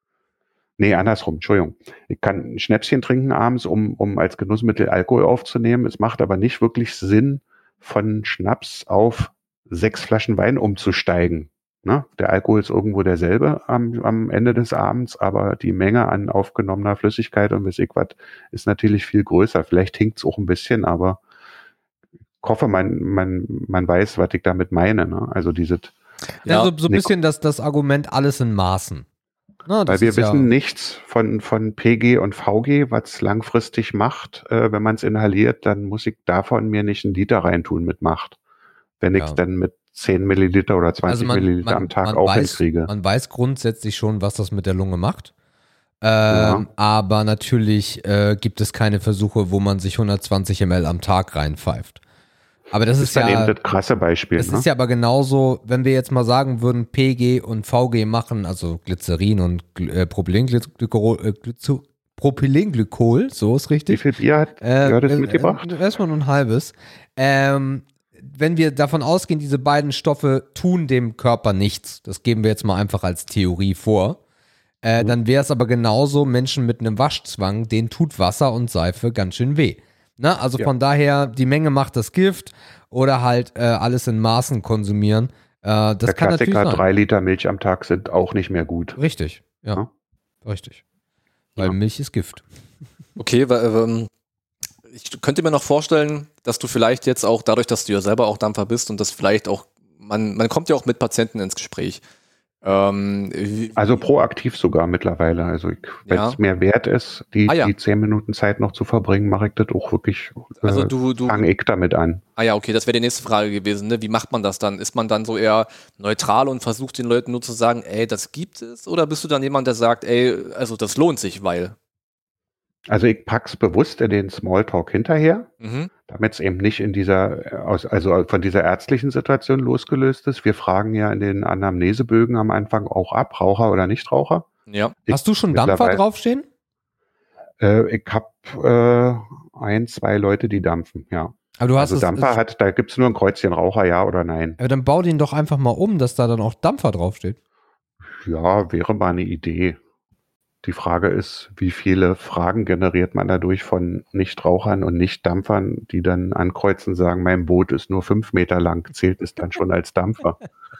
Nee, andersrum, Entschuldigung. Ich kann ein Schnäpschen trinken abends, um, um als Genussmittel Alkohol aufzunehmen. Es macht aber nicht wirklich Sinn, von Schnaps auf sechs Flaschen Wein umzusteigen. Ne? Der Alkohol ist irgendwo derselbe am, am Ende des Abends, aber die Menge an aufgenommener Flüssigkeit und weiß ich was ist natürlich viel größer. Vielleicht hinkt es auch ein bisschen, aber ich hoffe, man, man, man weiß, was ich damit meine. Ne? Also dieses,
Ja,
Ja,
so, so ein
Nick-
bisschen das, das Argument alles in Maßen. Na, das
weil wir
ist
wissen
ja,
nichts von, von P G und V G, was es langfristig macht. Äh, wenn man es inhaliert, dann muss ich davon mir nicht einen Liter reintun mit Macht. Wenn ich
Ja.
es dann mit zehn Milliliter oder zwanzig
also man,
Milliliter
man,
am Tag
man,
auch
weiß,
hinkriege.
man weiß grundsätzlich schon, was das mit der Lunge macht. Ähm,
Ja.
Aber natürlich äh, gibt es keine Versuche, wo man sich hundertzwanzig Milliliter am Tag reinpfeift. Aber das,
Das
ist
ist dann
ja,
eben das krasse Beispiel.
das
Ne?
ist ja aber genauso, wenn wir jetzt mal sagen würden, P G und V G machen, also Glycerin und Gly- äh, Propylenglykol, äh, Glyco- Propylenglykol, so ist
Wie
richtig.
viel Bier hat
Äh,
Jörg das
äh,
mitgebracht?
äh, Erstmal nur ein halbes. Ähm, wenn wir davon ausgehen, diese beiden Stoffe tun dem Körper nichts, das geben wir jetzt mal einfach als Theorie vor, äh,
Mhm.
dann wäre es aber genauso Menschen mit einem Waschzwang, denen tut Wasser und Seife ganz schön weh. Na, also
Ja.
von daher, die Menge macht das Gift oder halt äh, alles in Maßen konsumieren. Äh, das
Der
kann natürlich
Klassiker,
sein.
drei Liter Milch am Tag sind auch nicht mehr gut.
Richtig, ja,
Ja.
richtig. Weil
Ja.
Milch ist Gift.
Okay, weil, ähm, ich könnte mir noch vorstellen, dass du vielleicht jetzt auch dadurch, dass du ja selber auch Dampfer bist und das vielleicht auch, man, man kommt ja auch mit Patienten ins Gespräch. Ähm,
Also proaktiv sogar mittlerweile. Also wenn
Ja.
es mir wert ist, die,
Ah, ja.
die zehn Minuten Zeit noch zu verbringen, mache ich das auch wirklich,
Also
äh,
du, du,
fange ich damit an.
ah ja, okay, das wäre die nächste Frage gewesen, ne? Wie macht man das dann? Ist man dann so eher neutral und versucht den Leuten nur zu sagen, ey, das gibt es? Oder bist du dann jemand, der sagt, ey, also das lohnt sich, weil?
Also ich pack's bewusst in den Smalltalk hinterher,
Mhm.
damit es eben nicht in dieser, äh, aus, also von dieser ärztlichen Situation losgelöst ist. Wir fragen ja in den Anamnesebögen am Anfang auch ab, Raucher oder Nichtraucher.
Ja.
Ich
Hast du schon Dampfer
mittlerweile-
draufstehen?
Äh, ich habe äh, ein, zwei Leute, die dampfen, ja.
Aber du hast
Also
es,
Dampfer hat, da gibt's nur ein Kreuzchen Raucher, ja oder nein.
aber dann bau den doch einfach mal um, dass da dann auch Dampfer draufsteht.
Ja, wäre mal eine Idee. Die Frage ist, wie viele Fragen generiert man dadurch von Nichtrauchern und Nichtdampfern, die dann ankreuzen und sagen, mein Boot ist nur fünf Meter lang, zählt es dann schon als Dampfer?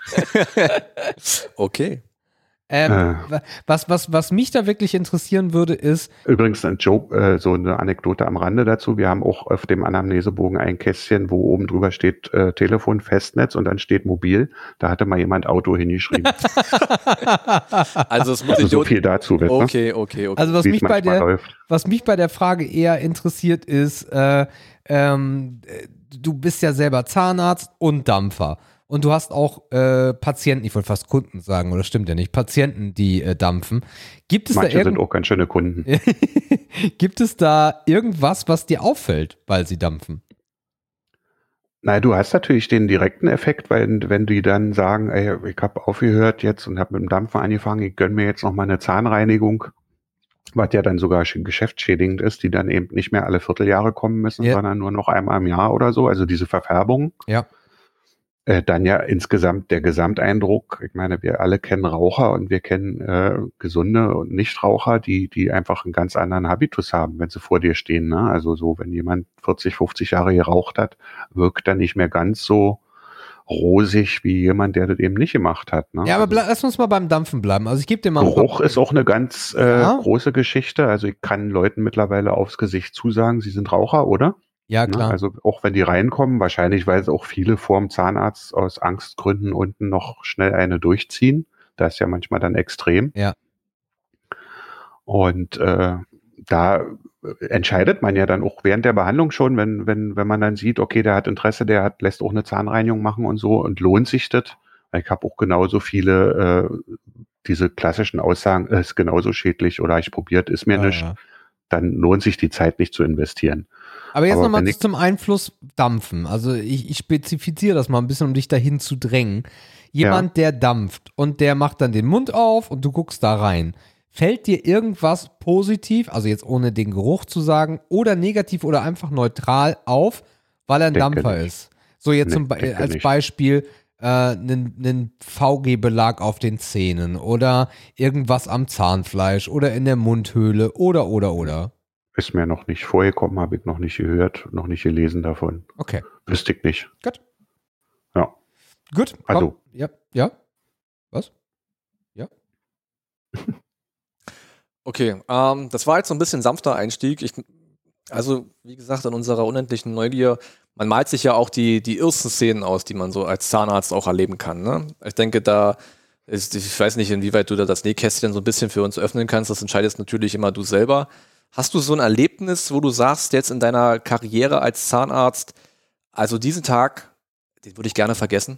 Okay.
Ähm,
Äh.
wa- was, was, was mich da wirklich interessieren würde, ist,
Übrigens ein Joke, äh, so eine Anekdote am Rande dazu. Wir haben auch auf dem Anamnesebogen ein Kästchen, wo oben drüber steht äh, Telefon, Festnetz und dann steht mobil. Da hatte mal jemand Auto hingeschrieben.
Also es muss
Also
ich
so viel dazu. weißt du?
Okay, okay, okay.
also was
Wie es
mich bei
manchmal
der,
läuft.
was mich bei der Frage eher interessiert ist, äh, ähm, äh, du bist ja selber Zahnarzt und Dampfer. Und du hast auch äh, Patienten, ich wollte fast Kunden sagen, oder stimmt ja nicht, Patienten, die äh, dampfen. Gibt es
Manche
da
sind
irgend
auch ganz schöne Kunden.
gibt es da irgendwas, was dir auffällt, weil sie dampfen?
Nein, du hast natürlich den direkten Effekt, weil wenn die dann sagen, ey, ich habe aufgehört jetzt und habe mit dem Dampfen angefangen, ich gönn mir jetzt noch mal eine Zahnreinigung, was ja dann sogar sch- geschäftsschädigend ist, die dann eben nicht mehr alle Vierteljahre kommen müssen,
Ja.
sondern nur noch einmal im Jahr oder so, also diese Verfärbung.
Ja.
Äh, dann ja insgesamt der Gesamteindruck, ich meine, wir alle kennen Raucher und wir kennen äh, gesunde und Nichtraucher, die, die einfach einen ganz anderen Habitus haben, wenn sie vor dir stehen. Ne? Also so, wenn jemand vierzig, fünfzig Jahre geraucht hat, wirkt er nicht mehr ganz so rosig wie jemand, der das eben nicht gemacht hat. Ne?
Ja, aber
also,
ble- lass uns mal beim Dampfen bleiben. Also ich gebe dir mal ein
Geruch
paar-
ist auch eine ganz äh,
Ja.
große Geschichte. Also ich kann Leuten mittlerweile aufs Gesicht zusagen, sie sind Raucher, oder?
Ja,
Ne?
klar.
Also auch wenn die reinkommen, wahrscheinlich, weil es auch viele vorm Zahnarzt aus Angstgründen unten noch schnell eine durchziehen. Da ist ja manchmal dann extrem.
Ja.
Und äh, da entscheidet man ja dann auch während der Behandlung schon, wenn, wenn, wenn man dann sieht, okay, der hat Interesse, der hat, lässt auch eine Zahnreinigung machen und so und lohnt sich das. Ich habe auch genauso viele äh, diese klassischen Aussagen, es ist genauso schädlich oder ich probiert, ist mir
Ja,
nicht.
ja.
Dann lohnt sich die Zeit nicht zu investieren.
Aber jetzt
Aber
nochmal
wenn ich-
zum Einfluss Dampfen. Also ich, ich spezifiziere das mal ein bisschen, um dich dahin zu drängen. Jemand, der dampft und der macht dann den Mund auf und du guckst da rein. Fällt dir irgendwas positiv, also jetzt ohne den Geruch zu sagen, oder negativ oder einfach neutral auf, weil er ein
Denke
Dampfer
nicht.
ist? So jetzt
Nee,
zum Be
denke
als
nicht.
Beispiel äh, einen, einen V G-Belag auf den Zähnen oder irgendwas am Zahnfleisch oder in der Mundhöhle oder, oder, oder.
Ist mir noch nicht vorgekommen, habe ich noch nicht gehört, noch nicht gelesen davon.
Okay,
Wüsste ich nicht.
gut.
Ja.
Gut.
Also-
komm. Ja, ja. Was?
Okay, ähm, das war jetzt so ein bisschen sanfter Einstieg. Ich, also, wie gesagt, in unserer unendlichen Neugier, man malt sich ja auch die, die ersten Szenen aus, die man so als Zahnarzt auch erleben kann. Ne? Ich denke, da ist, ich weiß nicht, inwieweit du da das Nähkästchen so ein bisschen für uns öffnen kannst. Das entscheidest natürlich immer du selber. Hast du so ein Erlebnis, wo du sagst, jetzt in deiner Karriere als Zahnarzt, also diesen Tag, den würde ich gerne vergessen?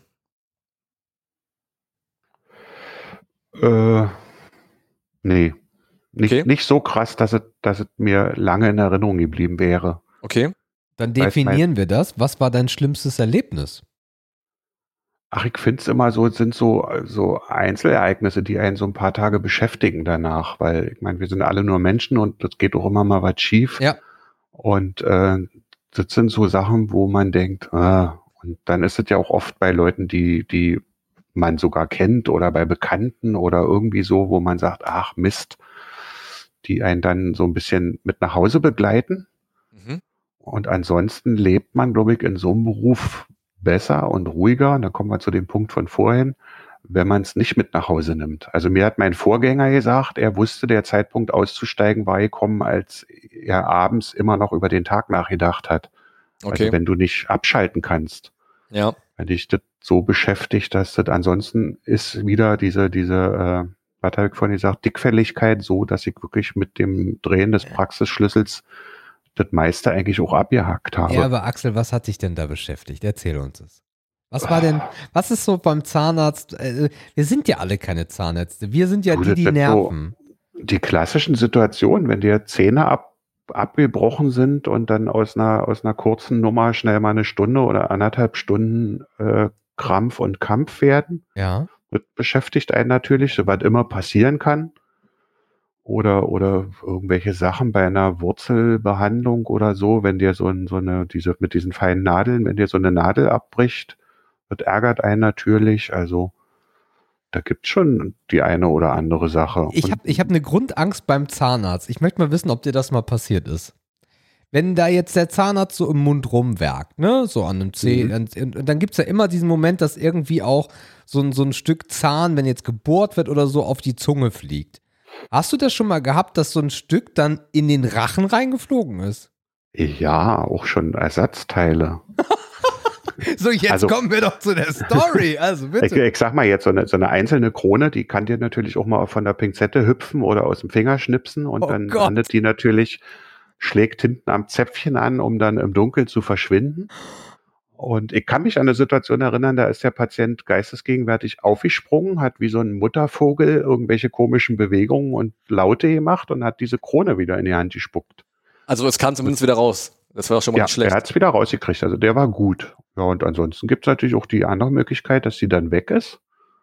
Äh, nee. Nicht,
Okay.
nicht so krass, dass es, dass es mir lange in Erinnerung geblieben wäre.
Okay.
Dann
Weiß
definieren wir das. Was war dein schlimmstes Erlebnis?
Ach, ich finde es immer so, es sind so, so Einzelereignisse, die einen so ein paar Tage beschäftigen danach, weil ich meine, wir sind alle nur Menschen und es geht auch immer mal was schief.
Ja.
Und äh, das sind so Sachen, wo man denkt, ah, und dann ist es ja auch oft bei Leuten, die, die man sogar kennt oder bei Bekannten oder irgendwie so, wo man sagt, ach Mist, die einen dann so ein bisschen mit nach Hause begleiten.
Mhm.
Und ansonsten lebt man, glaube ich, in so einem Beruf besser und ruhiger. Und da kommen wir zu dem Punkt von vorhin, wenn man es nicht mit nach Hause nimmt. Also mir hat mein Vorgänger gesagt, er wusste, der Zeitpunkt auszusteigen war gekommen, als er abends immer noch über den Tag nachgedacht hat.
Okay.
Also wenn du nicht abschalten kannst.
Ja.
Wenn dich das so beschäftigt, dass das ansonsten ist wieder diese, diese, äh, was habe ich vorhin gesagt, Dickfälligkeit so, dass ich wirklich mit dem Drehen des Praxisschlüssels das meiste eigentlich auch abgehackt habe.
Ja, aber Axel, was hat dich denn da beschäftigt? Erzähl uns das. Was war denn, was ist so beim Zahnarzt? Äh, wir sind ja alle keine Zahnärzte. Wir sind ja
Du,
die,
das
die
wird
nerven.
So die klassischen Situationen, wenn dir Zähne ab, abgebrochen sind und dann aus einer, aus einer kurzen Nummer schnell mal eine Stunde oder anderthalb Stunden äh, Krampf und Kampf werden.
Ja.
Das beschäftigt einen natürlich, so was immer passieren kann. Oder, oder irgendwelche Sachen bei einer Wurzelbehandlung oder so, wenn dir so, ein, so eine, diese, mit diesen feinen Nadeln, wenn dir so eine Nadel abbricht, das ärgert einen natürlich. Also da gibt's schon die eine oder andere Sache.
Ich habe ich hab eine Grundangst beim Zahnarzt. Ich möchte mal wissen, ob dir das mal passiert ist. Wenn da jetzt der Zahnarzt so im Mund rumwerkt, ne, so an einem Zeh,
Mhm.
und, und dann gibt's ja immer diesen Moment, dass irgendwie auch so ein, so ein Stück Zahn, wenn jetzt gebohrt wird oder so, auf die Zunge fliegt. Hast du das schon mal gehabt, dass so ein Stück dann in den Rachen reingeflogen ist?
Ja, auch schon Ersatzteile.
So, jetzt
Also-
kommen wir doch zu der Story. Also
Ich,
bitte.
ich sag mal jetzt, so eine, so eine einzelne Krone, die kann dir natürlich auch mal von der Pinzette hüpfen oder aus dem Finger schnipsen und
Oh
dann
Gott.
landet die natürlich, schlägt hinten am Zäpfchen an, um dann im Dunkeln zu verschwinden. Und ich kann mich an eine Situation erinnern, da ist der Patient geistesgegenwärtig aufgesprungen, hat wie so ein Muttervogel irgendwelche komischen Bewegungen und Laute gemacht und hat diese Krone wieder in die Hand gespuckt.
Also es kam zumindest wieder raus. Das war schon mal
Ja,
nicht schlecht.
er hat es wieder rausgekriegt, also der war gut. Ja, und ansonsten gibt es natürlich auch die andere Möglichkeit, dass sie dann weg ist.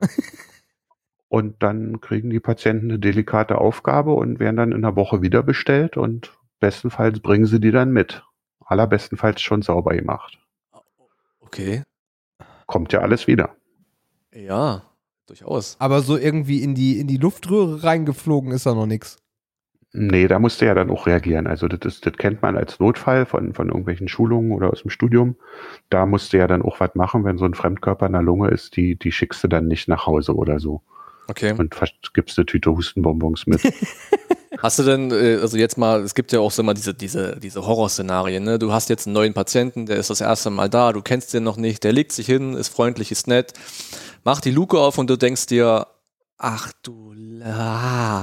Und dann kriegen die Patienten eine delikate Aufgabe und werden dann in einer Woche wieder bestellt und bestenfalls bringen sie die dann mit. Allerbestenfalls schon sauber gemacht.
Okay.
Kommt ja alles wieder.
Ja, durchaus.
Aber so irgendwie in die, in die Luftröhre reingeflogen ist da noch nichts.
Nee, da musste ja dann auch reagieren. Also das, ist, das kennt man als Notfall von, von irgendwelchen Schulungen oder aus dem Studium. Da musste ja dann auch was machen, wenn so ein Fremdkörper in der Lunge ist, die, die schickst du dann nicht nach Hause oder so.
Okay.
Und fast gibst eine Tüte Hustenbonbons mit.
Hast du denn, äh, also jetzt mal, es gibt ja auch so immer diese, diese, diese Horrorszenarien, ne? Du hast jetzt einen neuen Patienten, der ist das erste Mal da, du kennst den noch nicht, der legt sich hin, ist freundlich, ist nett, macht die Luke auf und du denkst dir, ach du, la.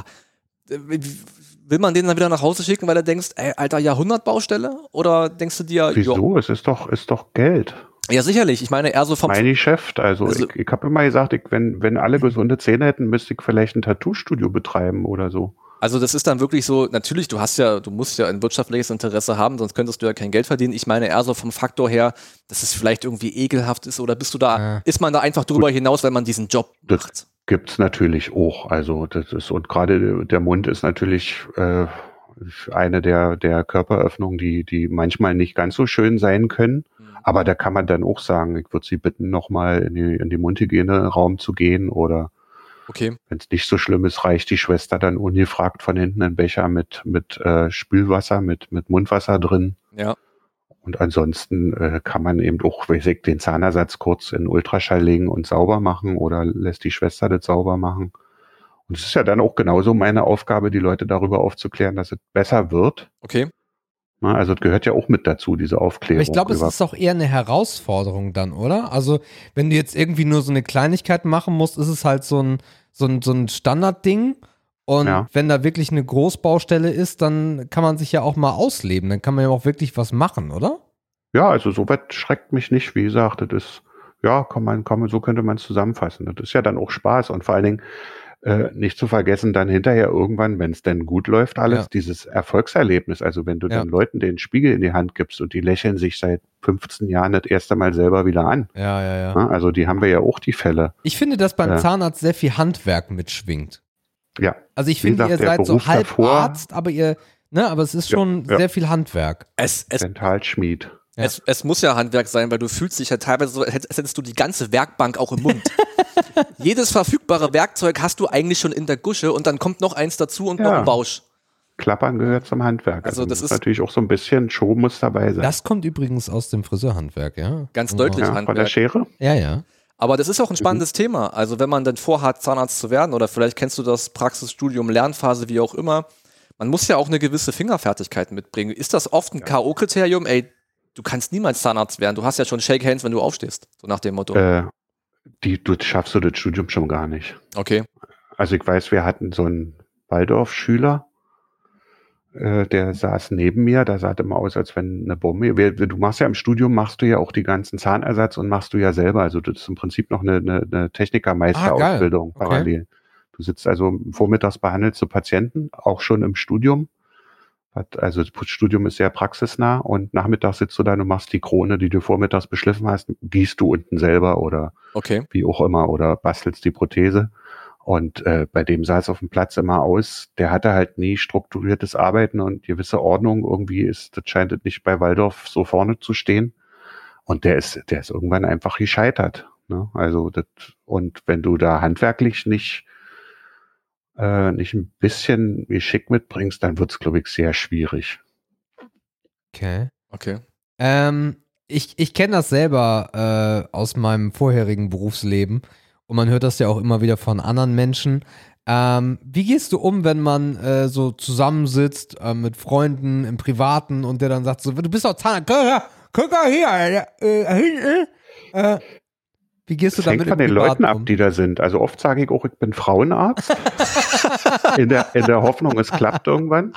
Will man den dann wieder nach Hause schicken, weil du denkst, ey, alter Jahrhundertbaustelle? Oder denkst du dir, jo,
Wieso? Es ist doch, ist doch Geld.
ja sicherlich, ich meine eher so vom,
Mein Geschäft. Also,
Also-
ich, ich habe immer gesagt, ich, wenn, wenn alle gesunde Zähne hätten, müsste ich vielleicht ein Tattoo-Studio betreiben oder so.
also das ist dann wirklich so, natürlich, du hast ja, du musst ja ein wirtschaftliches Interesse haben, sonst könntest du ja kein Geld verdienen. Ich meine eher so vom Faktor her, dass es vielleicht irgendwie ekelhaft ist oder bist du da,
Ja.
ist man da einfach drüber hinaus, weil man diesen Job
Das-
macht?
Gibt's natürlich auch. Also das ist, und gerade der Mund ist natürlich äh, eine der, der Körperöffnungen, die, die manchmal nicht ganz so schön sein können. Aber da kann man dann auch sagen, ich würde Sie bitten, nochmal in die, in die Mundhygieneraum zu gehen oder
Okay.
wenn es nicht so schlimm ist, reicht die Schwester dann ungefragt von hinten einen Becher mit, mit äh, Spülwasser, mit, mit Mundwasser drin.
Ja.
Und ansonsten äh, kann man eben auch, weiß ich, den Zahnersatz kurz in Ultraschall legen und sauber machen oder lässt die Schwester das sauber machen. Und es ist ja dann auch genauso meine Aufgabe, die Leute darüber aufzuklären, dass es besser wird.
Okay.
Na, also es gehört ja auch mit dazu, diese Aufklärung.
Aber ich glaube, es
über-
ist auch eher eine Herausforderung dann, oder? Also, wenn du jetzt irgendwie nur so eine Kleinigkeit machen musst, ist es halt so ein, so ein, so ein Standardding. Und
Ja.
wenn da wirklich eine Großbaustelle ist, dann kann man sich ja auch mal ausleben. Dann kann man ja auch wirklich was machen, oder?
Ja, also so weit schreckt mich nicht. Wie gesagt, das ist, ja, kann man, kann man, so könnte man es zusammenfassen. Das ist ja dann auch Spaß und vor allen Dingen äh, nicht zu vergessen, dann hinterher irgendwann, wenn es denn gut läuft, alles,
Ja.
dieses Erfolgserlebnis. Also wenn du
Ja.
dann Leuten den Spiegel in die Hand gibst und die lächeln sich seit fünfzehn Jahren das erste Mal selber wieder an.
Ja, ja, ja.
Ne? Also die haben wir ja auch die Fälle.
Ich finde, dass beim
Ja.
Zahnarzt sehr viel Handwerk mitschwingt.
Ja,
Also ich
Wie
finde,
gesagt,
ihr
der
seid so
Beruf
halb
davor-
Arzt, aber ihr, ne, aber es ist
Ja,
schon
ja.
sehr viel Handwerk.
Es, es,
Dentalschmied.
Ja.
es, es muss ja Handwerk sein, weil du fühlst dich ja teilweise so, als hättest du die ganze Werkbank auch im Mund. Jedes verfügbare Werkzeug hast du eigentlich schon in der Gusche und dann kommt noch eins dazu und noch
Ja.
ein Bausch.
Klappern gehört zum Handwerk.
Also das ist-
natürlich auch so ein bisschen Show muss dabei sein.
Das kommt übrigens aus dem Friseurhandwerk, ja.
Ganz
Oh.
deutlich
ja, von der
Handwerk.
Schere?
Ja, ja.
Aber das ist auch ein spannendes mhm. Thema. Also wenn man dann vorhat, Zahnarzt zu werden, oder vielleicht kennst du das Praxisstudium, Lernphase, wie auch immer, man muss ja auch eine gewisse Fingerfertigkeit mitbringen. Ist das oft ein ja. K O-Kriterium? Ey, du kannst niemals Zahnarzt werden. Du hast ja schon Shake Hands, wenn du aufstehst. So nach dem Motto.
Äh, die, du schaffst du das Studium schon gar nicht.
Okay.
Also ich weiß, wir hatten so einen Waldorf-Schüler, äh, der saß neben mir, da sah es immer aus, als wenn eine Bombe. Wir, du machst ja im Studium, machst du ja auch die ganzen Zahnersatz und machst du ja selber. Also das ist im Prinzip noch eine, eine, eine Technikermeisterausbildung
ah, okay.
parallel. Du sitzt also vormittags, behandelst du Patienten, auch schon im Studium. Also das Studium ist sehr praxisnah und nachmittags sitzt du da und machst die Krone, die du vormittags beschliffen hast, gießt du unten selber oder
okay.
wie auch immer oder bastelst die Prothese. Und äh, bei dem sah es auf dem Platz immer aus, der hatte halt nie strukturiertes Arbeiten und gewisse Ordnung. Irgendwie ist, das scheint es nicht bei Waldorf so vorne zu stehen. Und der ist, der ist irgendwann einfach gescheitert. Ne? Also das, und wenn du da handwerklich nicht, äh, nicht ein bisschen Geschick mitbringst, dann wird es, glaube ich, sehr schwierig.
Okay.
Okay.
Ähm, ich ich kenne das selber äh, aus meinem vorherigen Berufsleben. Und man hört das ja auch immer wieder von anderen Menschen. Ähm, wie gehst du um, wenn man äh, so zusammensitzt äh, mit Freunden im Privaten und der dann sagt so, du bist doch Zahnarzt, guck mal hier, äh, hinten. Äh, wie gehst du
das
damit
hängt von den
Privaten
Leuten ab,
um?
die da sind. Also oft sage ich auch, ich bin Frauenarzt. in, der, in der Hoffnung, es klappt irgendwann.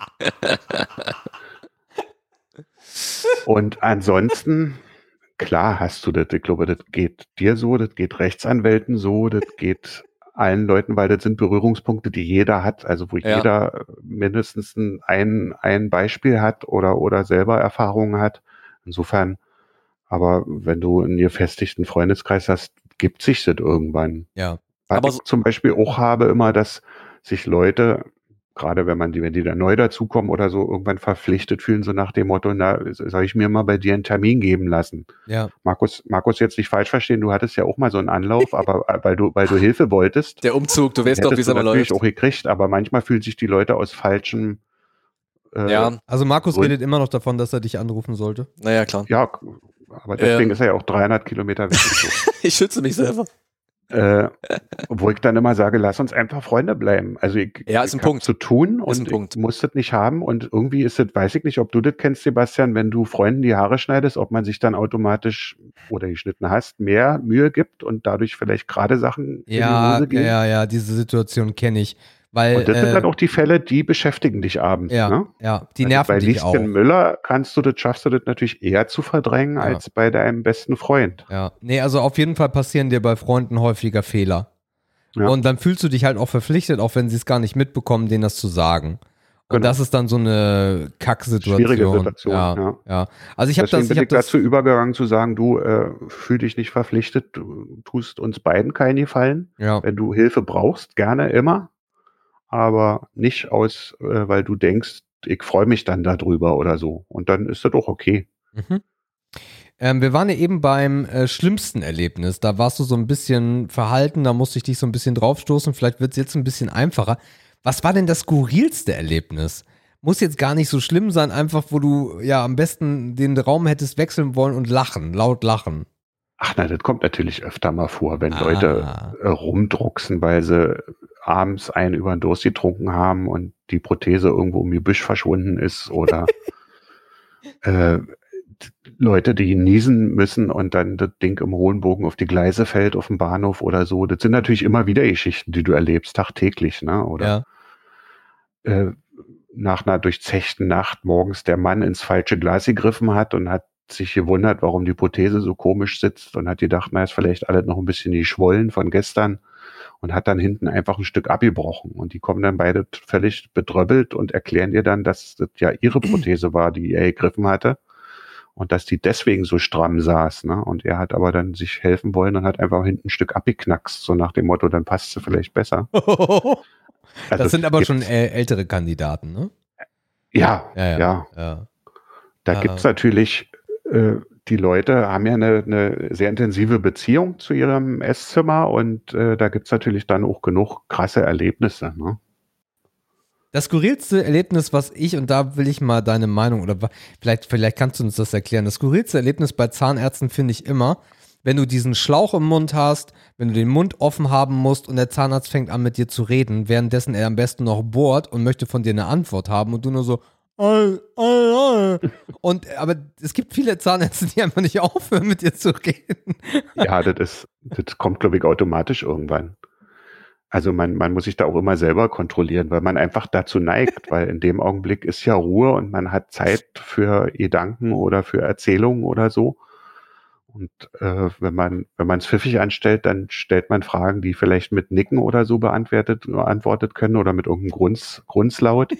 Und ansonsten... Klar hast du das, ich glaube, das geht dir so, das geht Rechtsanwälten so, das geht allen Leuten, weil das sind Berührungspunkte, die jeder hat, also wo
ja.
jeder mindestens ein, ein Beispiel hat oder, oder selber Erfahrungen hat. Insofern, aber wenn du einen gefestigten Freundeskreis hast, gibt sich das irgendwann.
Ja.
Was
Aber
ich
so
zum Beispiel auch habe immer, dass sich Leute, gerade wenn man die, wenn die da neu dazukommen oder so, irgendwann verpflichtet fühlen, so nach dem Motto, na, soll ich mir mal bei dir einen Termin geben lassen?
Ja.
Markus, Markus, jetzt nicht falsch verstehen, du hattest ja auch mal so einen Anlauf, aber weil du, weil du Hilfe wolltest.
Der Umzug, du weißt doch, wie es aber läuft.
Natürlich auch gekriegt, aber manchmal fühlen sich die Leute aus falschem, äh,
ja.
Also Markus
Grund-
redet immer noch davon, dass er dich anrufen sollte.
Naja, klar.
ja, aber deswegen
Ähm.
ist er ja auch dreihundert Kilometer weg.
Ich schütze mich selber.
Äh, obwohl ich dann immer sage, lass uns einfach Freunde bleiben. Also ich,
Ja, ist
ich
ein
hab
Punkt.
zu tun
Ist ein
und
Punkt.
ich muss das nicht haben und irgendwie ist das, weiß ich nicht, ob du das kennst, Sebastian, wenn du Freunden die Haare schneidest, ob man sich dann automatisch oder geschnitten hast, mehr Mühe gibt und dadurch vielleicht gerade Sachen in die
Ja,
Hose gehen.
ja, ja, diese Situation kenne ich. Weil,
Und das
äh,
sind dann auch die Fälle, die beschäftigen dich abends.
ja,
Ne?
ja, die
Also
nerven
bei
dich auch.
Lieschen Müller kannst du das, schaffst du das natürlich eher zu verdrängen
Ja.
als bei deinem besten Freund.
Ja, nee, also auf jeden Fall passieren dir bei Freunden häufiger Fehler.
Ja.
Und dann fühlst du dich halt auch verpflichtet, auch wenn sie es gar nicht mitbekommen, denen das zu sagen. Und
Genau.
das ist dann so eine Kacksituation.
Schwierige Situation,
ja.
ja.
ja. Also ich habe
Deswegen
das,
bin
ich
ich
hab das,
dazu übergegangen zu sagen, du äh, fühl dich nicht verpflichtet, du tust uns beiden keinen Gefallen.
ja,
Wenn du Hilfe brauchst, gerne immer, aber nicht aus, äh, weil du denkst, ich freue mich dann darüber oder so. Und dann ist das doch okay.
mhm. Ähm, wir waren ja eben beim äh, schlimmsten Erlebnis. Da warst du so ein bisschen verhalten, da musste ich dich so ein bisschen draufstoßen. Vielleicht wird es jetzt ein bisschen einfacher. Was war denn das skurrilste Erlebnis? Muss jetzt gar nicht so schlimm sein, einfach wo du ja am besten den Raum hättest wechseln wollen und lachen, laut lachen.
Ach na, das kommt natürlich öfter mal vor, wenn
Ah.
Leute äh, rumdrucksen, weil sie abends einen über den Durst getrunken haben und die Prothese irgendwo im Gebüsch verschwunden ist oder äh, Leute, die niesen müssen und dann das Ding im hohen Bogen auf die Gleise fällt, auf dem Bahnhof oder so. Das sind natürlich immer wieder Geschichten, die du erlebst, tagtäglich, ne? Oder
Ja.
äh, nach einer durchzechten Nacht morgens der Mann ins falsche Glas gegriffen hat und hat sich gewundert, warum die Prothese so komisch sitzt und hat gedacht, na, ist vielleicht alles noch ein bisschen geschwollen von gestern und hat dann hinten einfach ein Stück abgebrochen. Und die kommen dann beide völlig bedröppelt und erklären dir dann, dass das ja ihre Prothese war, die er gegriffen hatte. Und dass die deswegen so stramm saß, ne? Und er hat aber dann sich helfen wollen und hat einfach hinten ein Stück abgeknackst, so nach dem Motto, dann passt sie vielleicht besser. Also
Das sind aber
gibt's-
schon äh, ältere Kandidaten, ne?
Ja,
Ja, ja.
ja.
ja.
Da
Ah.
gibt's natürlich, äh, die Leute haben ja eine, eine sehr intensive Beziehung zu ihrem Esszimmer und äh, da gibt's natürlich dann auch genug krasse Erlebnisse, ne?
Das skurrilste Erlebnis, was ich, und da will ich mal deine Meinung, oder wa- vielleicht, vielleicht kannst du uns das erklären, das skurrilste Erlebnis bei Zahnärzten finde ich immer, wenn du diesen Schlauch im Mund hast, wenn du den Mund offen haben musst und der Zahnarzt fängt an mit dir zu reden, währenddessen er am besten noch bohrt und möchte von dir eine Antwort haben und du nur so und aber es gibt viele Zahnärzte, die einfach nicht aufhören, mit dir zu reden.
Ja, das ist, das kommt, glaube ich, automatisch irgendwann. Also man, man muss sich da auch immer selber kontrollieren, weil man einfach dazu neigt, weil in dem Augenblick ist ja Ruhe und man hat Zeit für Gedanken oder für Erzählungen oder so. Und äh, wenn man wenn man es pfiffig anstellt, dann stellt man Fragen, die vielleicht mit Nicken oder so beantwortet, beantwortet können oder mit irgendeinem Grunz, Grunzlaut.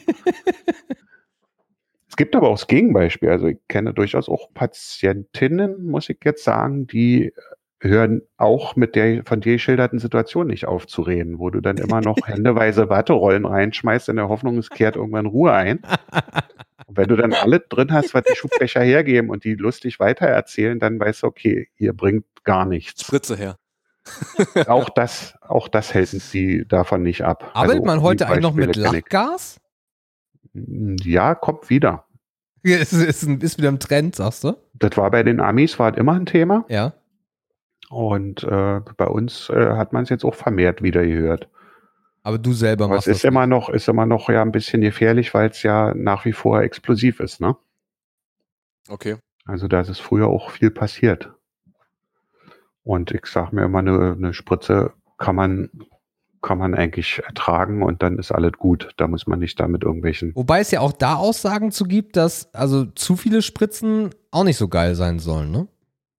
Es gibt aber auch das Gegenbeispiel. Also ich kenne durchaus auch Patientinnen, muss ich jetzt sagen, die hören auch mit der von dir geschilderten Situation nicht auf zu reden, wo du dann immer noch händeweise Watterollen reinschmeißt in der Hoffnung, es kehrt irgendwann Ruhe ein. Und wenn du dann alle drin hast, was die Schubfächer hergeben und die lustig weitererzählen, dann weißt du, okay, ihr bringt gar nichts.
Spritze her.
Auch das, auch das hält sie davon nicht ab.
Arbeitet
Also,
man heute
die
eigentlich noch mit
Beispiele kenn ich.
Lachgas?
Ja, kommt wieder.
Ja, es ist, ein- ist wieder im Trend, sagst du?
Das war bei den Amis, war das immer ein Thema.
Ja.
Und äh, bei uns äh, hat man es jetzt auch vermehrt wieder gehört.
Aber du selber
Aber
machst
es ist
das
immer noch, ist immer noch ja ein bisschen gefährlich, weil es ja nach wie vor explosiv ist, ne?
Okay.
Also da ist es früher auch viel passiert. Und ich sag mir immer, eine, eine Spritze kann man, kann man eigentlich ertragen und dann ist alles gut. Da muss man nicht da mit irgendwelchen.
Wobei es ja auch da Aussagen zu gibt, dass also zu viele Spritzen auch nicht so geil sein sollen, ne?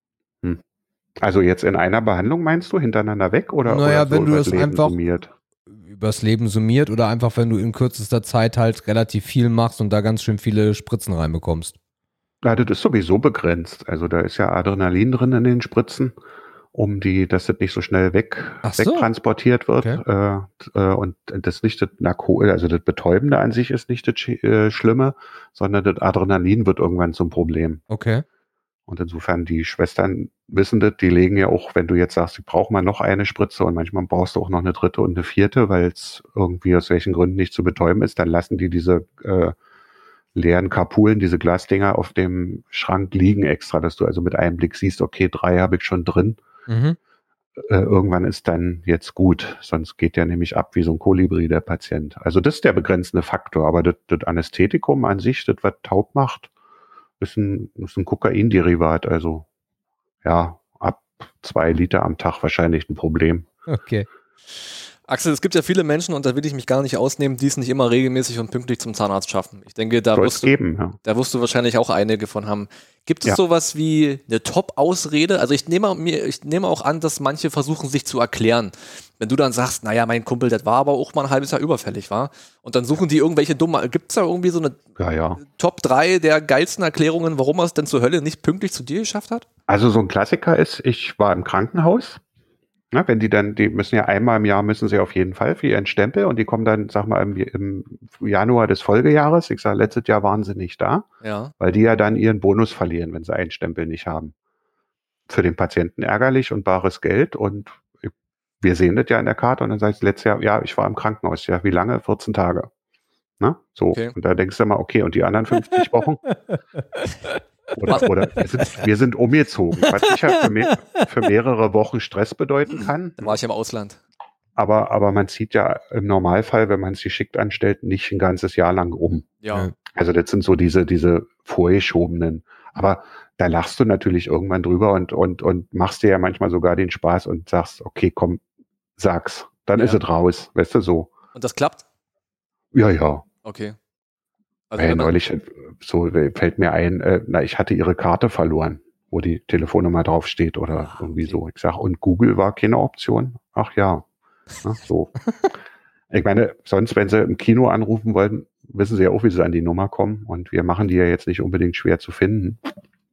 Also jetzt in einer Behandlung meinst du hintereinander weg oder,
Naja,
oder so
wenn du
übers
das
Leben
einfach-
summiert?
Übers Leben summiert oder einfach, wenn du in kürzester Zeit halt relativ viel machst und da ganz schön viele Spritzen reinbekommst.
Ja, das ist sowieso begrenzt. Also da ist ja Adrenalin drin in den Spritzen, um die, dass das nicht so schnell weg,
Ach so.
wegtransportiert wird.
Okay.
Äh, äh, und das nicht das Narko, also das Betäubende an sich ist nicht das Sch- äh, Schlimme, sondern das Adrenalin wird irgendwann zum Problem.
Okay.
Und insofern, die Schwestern wissen das, die legen ja auch, wenn du jetzt sagst, ich brauche mal noch eine Spritze und manchmal brauchst du auch noch eine dritte und eine vierte, weil es irgendwie aus welchen Gründen nicht zu betäuben ist, dann lassen die diese äh, leeren Kapulen, diese Glasdinger auf dem Schrank liegen extra, dass du also mit einem Blick siehst, okay, drei habe ich schon drin.
Mhm.
Äh, irgendwann ist dann jetzt gut, sonst geht der nämlich ab wie so ein Kolibri, der Patient. Also das ist der begrenzende Faktor, aber das, das Anästhetikum an sich, das was taub macht, ist ein, ist ein Kokainderivat, also ja, ab zwei Liter am Tag wahrscheinlich ein Problem.
Okay.
Axel, es gibt ja viele Menschen, und da will ich mich gar nicht ausnehmen, die es nicht immer regelmäßig und pünktlich zum Zahnarzt schaffen. Ich denke, da
Soll es
wirst, du,
geben, ja.
da wirst du wahrscheinlich auch einige von haben. Gibt es
Ja.
sowas wie eine Top-Ausrede? Also ich nehme, mir, ich nehme auch an, dass manche versuchen, sich zu erklären. Wenn du dann sagst, naja, mein Kumpel, das war aber auch mal ein halbes Jahr überfällig, war. Und dann suchen die irgendwelche dumme, gibt es da irgendwie so eine
Ja, ja.
Top drei der geilsten Erklärungen, warum er es denn zur Hölle nicht pünktlich zu dir geschafft hat?
Also so ein Klassiker ist, ich war im Krankenhaus. Na, wenn die dann, die müssen ja einmal im Jahr, müssen sie auf jeden Fall für ihren Stempel und die kommen dann, sag mal, im, im Januar des Folgejahres. Ich sage, letztes Jahr waren sie nicht da,
Ja.
weil die ja dann ihren Bonus verlieren, wenn sie einen Stempel nicht haben. Für den Patienten ärgerlich und bares Geld und wir sehen das ja in der Karte und dann sagst du letztes Jahr, ja, ich war im Krankenhaus. Ja, wie lange? vierzehn Tage. Na, so.
Okay.
Und da denkst du mal, okay, und die anderen fünfzig Wochen? Oder, oder wir, sind, wir sind umgezogen, was sicher für, mehr, für mehrere Wochen Stress bedeuten kann.
Da war ich im Ausland.
Aber, aber man zieht ja im Normalfall, wenn man es geschickt anstellt, nicht ein ganzes Jahr lang um.
Ja.
Ja.
Also das sind so diese, diese vorgeschobenen. Aber da lachst du natürlich irgendwann drüber und, und, und machst dir ja manchmal sogar den Spaß und sagst, okay, komm, sag's. Dann
Ja.
ist es raus, weißt du, so.
Und das klappt?
Ja, ja.
Okay. Also
Äh,
wenn man,
neulich, äh, so äh, fällt mir ein, äh, na, ich hatte ihre Karte verloren, wo die Telefonnummer draufsteht oder
Ah,
irgendwie
okay.
so. Ich sag, und Google war keine Option? Ach ja. Na, so. Ich meine, sonst, wenn sie im Kino anrufen wollten, wissen sie ja auch, wie sie an die Nummer kommen. Und wir machen die ja jetzt nicht unbedingt schwer zu finden.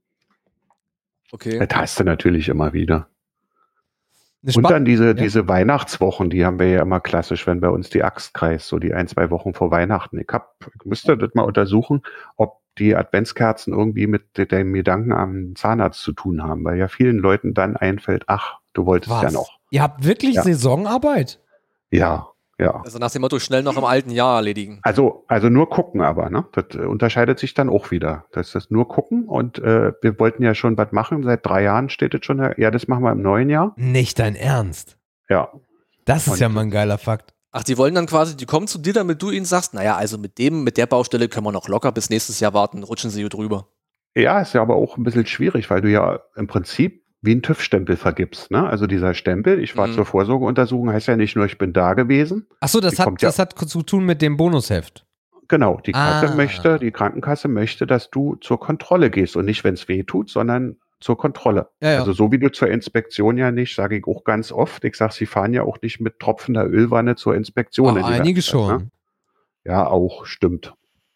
okay.
Das hast du natürlich immer wieder.
Eine
Und
Spa-
dann diese,
Ja.
diese Weihnachtswochen, die haben wir ja immer klassisch, wenn bei uns die Axt kreist, so die ein, zwei Wochen vor Weihnachten. Ich hab, ich müsste das mal untersuchen, ob die Adventskerzen irgendwie mit dem Gedanken am Zahnarzt zu tun haben, weil ja vielen Leuten dann einfällt, ach, du wolltest ja
Was?
noch.
Ihr habt wirklich
Ja.
Saisonarbeit?
Ja, Ja.
Also nach dem Motto, schnell noch im alten Jahr erledigen.
Also, also nur gucken aber, ne? Das äh, unterscheidet sich dann auch wieder. Das ist nur gucken und äh, wir wollten ja schon was machen. Seit drei Jahren steht es schon, ja, das machen wir im neuen Jahr.
Nicht dein Ernst.
Ja.
Das ist
Und-
ja mal ein geiler Fakt.
Ach, die wollen dann quasi, die kommen zu dir, damit du ihnen sagst, naja, also mit dem, mit der Baustelle können wir noch locker bis nächstes Jahr warten, rutschen sie hier drüber.
Ja, ist ja aber auch ein bisschen schwierig, weil du ja im Prinzip wie einen TÜV-Stempel vergibst, ne? Also dieser Stempel, ich war
Mhm.
zur Vorsorgeuntersuchung, heißt ja nicht nur, ich bin da gewesen.
Achso, das
Die
hat,
kommt ja-
das hat zu tun mit dem Bonusheft.
Genau, die Kasse
Ah.
möchte, die Krankenkasse möchte, dass du zur Kontrolle gehst und nicht, wenn es weh tut, sondern zur Kontrolle.
Ja, ja.
Also so wie du zur Inspektion ja nicht, sage ich auch ganz oft, ich sage, sie fahren ja auch nicht mit tropfender Ölwanne zur Inspektion.
Ah,
in die
einige
Werkstatt,
schon.
Ne? Ja, auch, stimmt.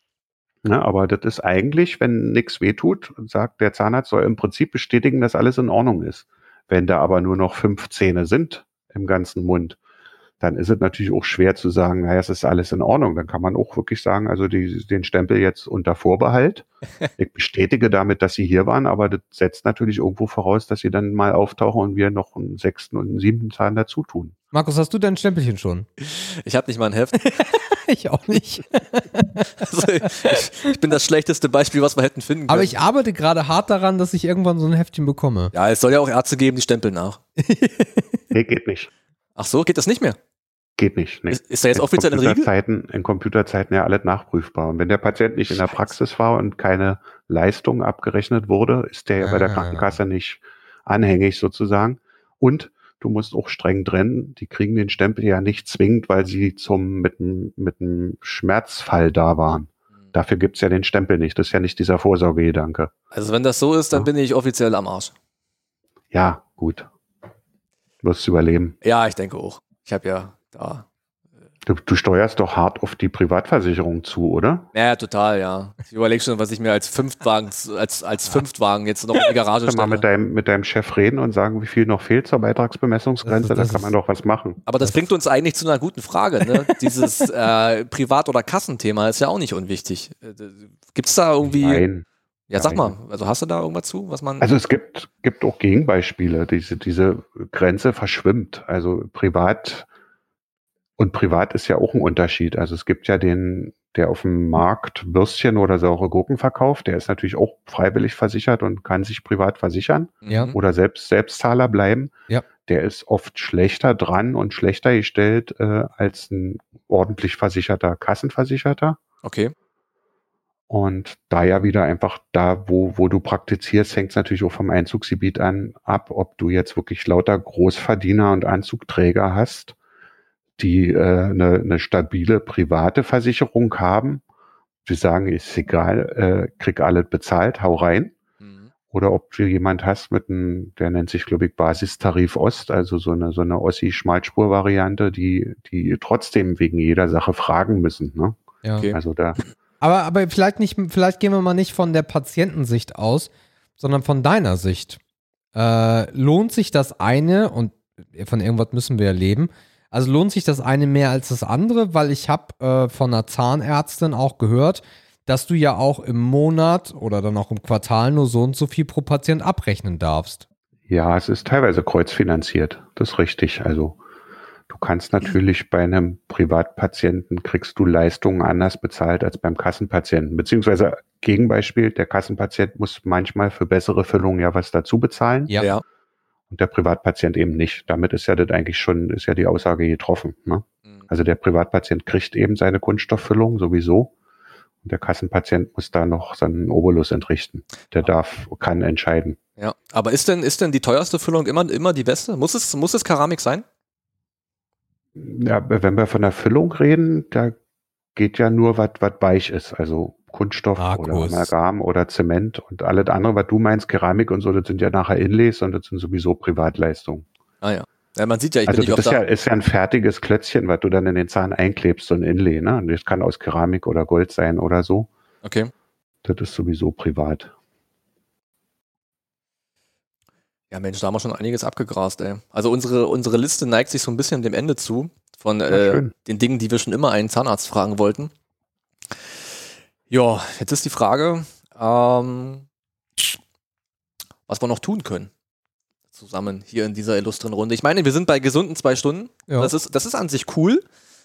Ja, aber das ist eigentlich, wenn nichts wehtut, sagt der Zahnarzt, soll im Prinzip bestätigen, dass alles in Ordnung ist. Wenn da aber nur noch fünf Zähne sind im ganzen Mund, dann ist es natürlich auch schwer zu sagen, naja, es ist alles in Ordnung. Dann kann man auch wirklich sagen, also die, den Stempel jetzt unter Vorbehalt. Ich bestätige damit, dass sie hier waren, aber das setzt natürlich irgendwo voraus, dass sie dann mal auftauchen und wir noch einen sechsten und einen siebten Zahn dazu tun.
Markus, hast du dein Stempelchen schon?
Ich habe nicht mal ein Heft.
Ich auch nicht.
Also ich, ich bin das schlechteste Beispiel, was wir hätten finden können.
Aber ich arbeite gerade hart daran, dass ich irgendwann so ein Heftchen bekomme.
ja, es soll ja auch Ärzte geben, die stempeln nach.
Nee, geht nicht.
Ach so, geht das nicht mehr?
Geht nicht. Nee.
Ist, ist da jetzt
in
offiziell ein Riegel?
Computerzeiten, in Computerzeiten ja alles nachprüfbar. Und wenn der Patient nicht in der Praxis war und keine Leistung abgerechnet wurde, ist der ja bei der
Ah.
Krankenkasse nicht anhängig sozusagen. Und du musst auch streng trennen, die kriegen den Stempel ja nicht zwingend, weil sie zum mit einem mit einem Schmerzfall da waren. Dafür gibt's ja den Stempel nicht. Das ist ja nicht dieser Vorsorgegedanke.
Also wenn das so ist, dann
Ja.
bin ich offiziell am Arsch.
Ja, gut. Du wirst überleben.
Ja, ich denke auch. Ich habe ja da.
Du, du steuerst doch hart auf die Privatversicherung zu, oder?
Ja, total, ja. Ich überlege schon, was ich mir als Fünftwagen, als, als Fünftwagen jetzt noch in die Garage
Kannst du mal mit
stelle.
deinem, mit deinem Chef reden und sagen, wie viel noch fehlt zur Beitragsbemessungsgrenze?
Das ist- das
da kann man
ist-
doch was machen.
Aber das
Das-
bringt uns eigentlich zu einer guten Frage. Ne? Dieses äh, Privat- oder Kassenthema ist ja auch nicht unwichtig. Gibt es da irgendwie.
Nein.
Ja, sag
nein.
mal, also hast du da irgendwas zu, was man.
Also es gibt, gibt auch Gegenbeispiele. Diese, diese Grenze verschwimmt. Also privat und privat ist ja auch ein Unterschied. Also es gibt ja den, der auf dem Markt Würstchen oder saure Gurken verkauft, der ist natürlich auch freiwillig versichert und kann sich privat versichern
Ja.
Mhm.
oder selbst Selbstzahler bleiben.
Ja.
Der ist oft schlechter dran und schlechter gestellt äh, als ein ordentlich versicherter Kassenversicherter.
Okay.
Und da ja wieder einfach da, wo, wo du praktizierst, hängt es natürlich auch vom Einzugsgebiet an ab, ob du jetzt wirklich lauter Großverdiener und Anzugträger hast, die äh, eine, eine stabile private Versicherung haben. Die sagen, ist egal, äh, krieg alles bezahlt, hau rein.
Mhm.
Oder ob du jemand hast mit einem, der nennt sich, glaube ich, Basistarif Ost, also so eine, so eine Ossi-Schmalspur-Variante, die, die trotzdem wegen jeder Sache fragen müssen. Ne?
Ja.
Okay.
Also da,
Aber, aber vielleicht nicht, vielleicht gehen wir mal nicht von der Patientensicht aus, sondern von deiner Sicht. Äh, lohnt sich das eine, und von irgendwas müssen wir ja leben, also lohnt sich das eine mehr als das andere, weil ich habe äh, von einer Zahnärztin auch gehört, dass du ja auch im Monat oder dann auch im Quartal nur so und so viel pro Patient abrechnen darfst.
ja, es ist teilweise kreuzfinanziert. Das ist richtig. Also du kannst natürlich bei einem Privatpatienten kriegst du Leistungen anders bezahlt als beim Kassenpatienten. Beziehungsweise Gegenbeispiel, der Kassenpatient muss manchmal für bessere Füllungen ja was dazu bezahlen
Ja.
Ja.
und der Privatpatient eben nicht. Damit ist ja das eigentlich schon, ist ja die Aussage getroffen. Ne?
Mhm.
Also der Privatpatient kriegt eben seine Kunststofffüllung sowieso. Und der Kassenpatient muss da noch seinen Obolus entrichten. Der darf, kann entscheiden.
Ja. Aber ist denn, ist denn die teuerste Füllung immer, immer die beste? Muss es, muss es Keramik sein?
Ja, wenn wir von der Füllung reden, da geht ja nur was, was weich ist. Also Kunststoff
Markus.
oder Amalgam oder Zement und alles andere, was du meinst, Keramik und so, das sind ja nachher Inlays und das sind sowieso Privatleistungen.
Ah ja. Ja, man sieht ja, ich
Also
bin
das
nicht
ist
oft
ja,
da.
ist ja ein fertiges Klötzchen, was du dann in den Zahn einklebst, so ein Inlay, ne? Und das kann aus Keramik oder Gold sein oder so.
Okay.
Das ist sowieso privat.
Ja, Mensch, da haben wir schon einiges abgegrast, ey. Also unsere, unsere Liste neigt sich so ein bisschen dem Ende zu von äh,
schön.
den Dingen, die wir schon immer einen Zahnarzt fragen wollten. Ja, jetzt ist die Frage, ähm, was wir noch tun können. Zusammen hier in dieser illustren Runde. Ich meine, wir sind bei gesunden zwei Stunden.
Ja.
Das ist, das ist an sich cool.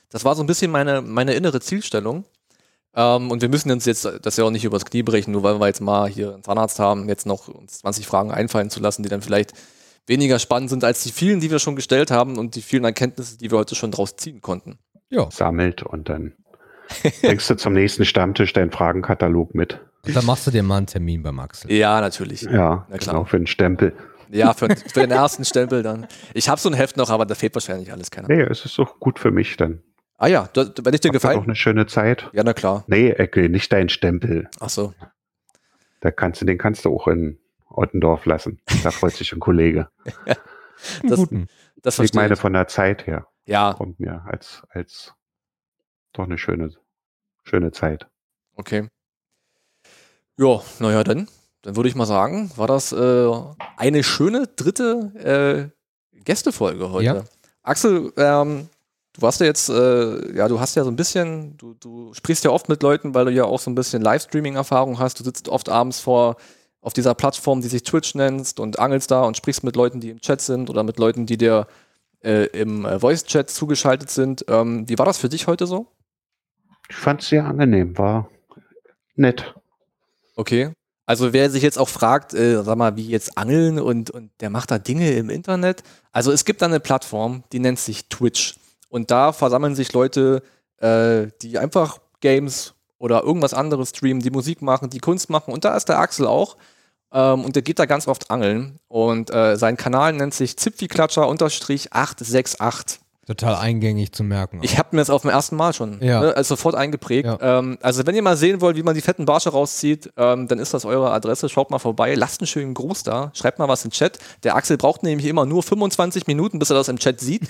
Das war so ein bisschen meine, meine innere Zielstellung. Ähm, und wir müssen uns jetzt das ja auch nicht übers Knie brechen, nur weil wir jetzt mal hier einen Zahnarzt haben, jetzt noch uns zwanzig Fragen einfallen zu lassen, die dann vielleicht weniger spannend sind als die vielen, die wir schon gestellt haben und die vielen Erkenntnisse, die wir heute schon draus ziehen konnten.
Ja.
Sammelt und dann bringst du zum nächsten Stammtisch deinen Fragenkatalog mit.
Und dann machst du dir mal einen Termin beim Axel.
Ja, natürlich.
Ja,
Na klar.
genau, für einen Stempel.
Ja, für, für den ersten Stempel dann. Ich habe so ein Heft noch, aber da fehlt wahrscheinlich alles, keine Ahnung.
Nee, es ist doch gut für mich dann.
Ah ja, du, wenn ich dir
Habt ihr
gefallen.
doch eine schöne Zeit.
Ja, na klar.
Nee, Ecke, nicht dein Stempel.
Ach so.
Da kannst du, den kannst du auch in Ottendorf lassen. Da freut sich ein Kollege.
Einen
Das,
guten.
das
Ich
verstehe
meine,
ich.
von der Zeit her
Ja,
kommt mir als, als doch eine schöne, schöne Zeit.
okay. Ja, naja, dann, dann würde ich mal sagen, war das äh, eine schöne dritte äh, Gästefolge heute.
Ja.
Axel, ähm, du warst ja jetzt, äh, ja, du hast ja so ein bisschen, du, du sprichst ja oft mit Leuten, weil du ja auch so ein bisschen Livestreaming-Erfahrung hast. Du sitzt oft abends vor auf dieser Plattform, die sich Twitch nennt und angelst da und sprichst mit Leuten, die im Chat sind oder mit Leuten, die dir äh, im äh, Voice-Chat zugeschaltet sind. Ähm, wie war das für dich heute so?
Ich fand es sehr angenehm, war nett.
Okay. Also wer sich jetzt auch fragt, äh, sag mal, wie jetzt Angeln und, und der macht da Dinge im Internet. Also es gibt da eine Plattform, die nennt sich Twitch. Und da versammeln sich Leute, äh, die einfach Games oder irgendwas anderes streamen, die Musik machen, die Kunst machen. Und da ist der Axel auch. Ähm, und der geht da ganz oft angeln. Und äh, sein Kanal nennt sich Zipfiklatscher acht sechs acht.
Total eingängig zu merken.
Ich habe mir das auf dem ersten Mal schon
Ja.
ne, also sofort eingeprägt.
Ja.
Ähm, also wenn ihr mal sehen wollt, wie man die fetten Barsche rauszieht, ähm, dann ist das eure Adresse. Schaut mal vorbei, lasst einen schönen Gruß da, schreibt mal was in den Chat. Der Axel braucht nämlich immer nur fünfundzwanzig Minuten, bis er das im Chat sieht.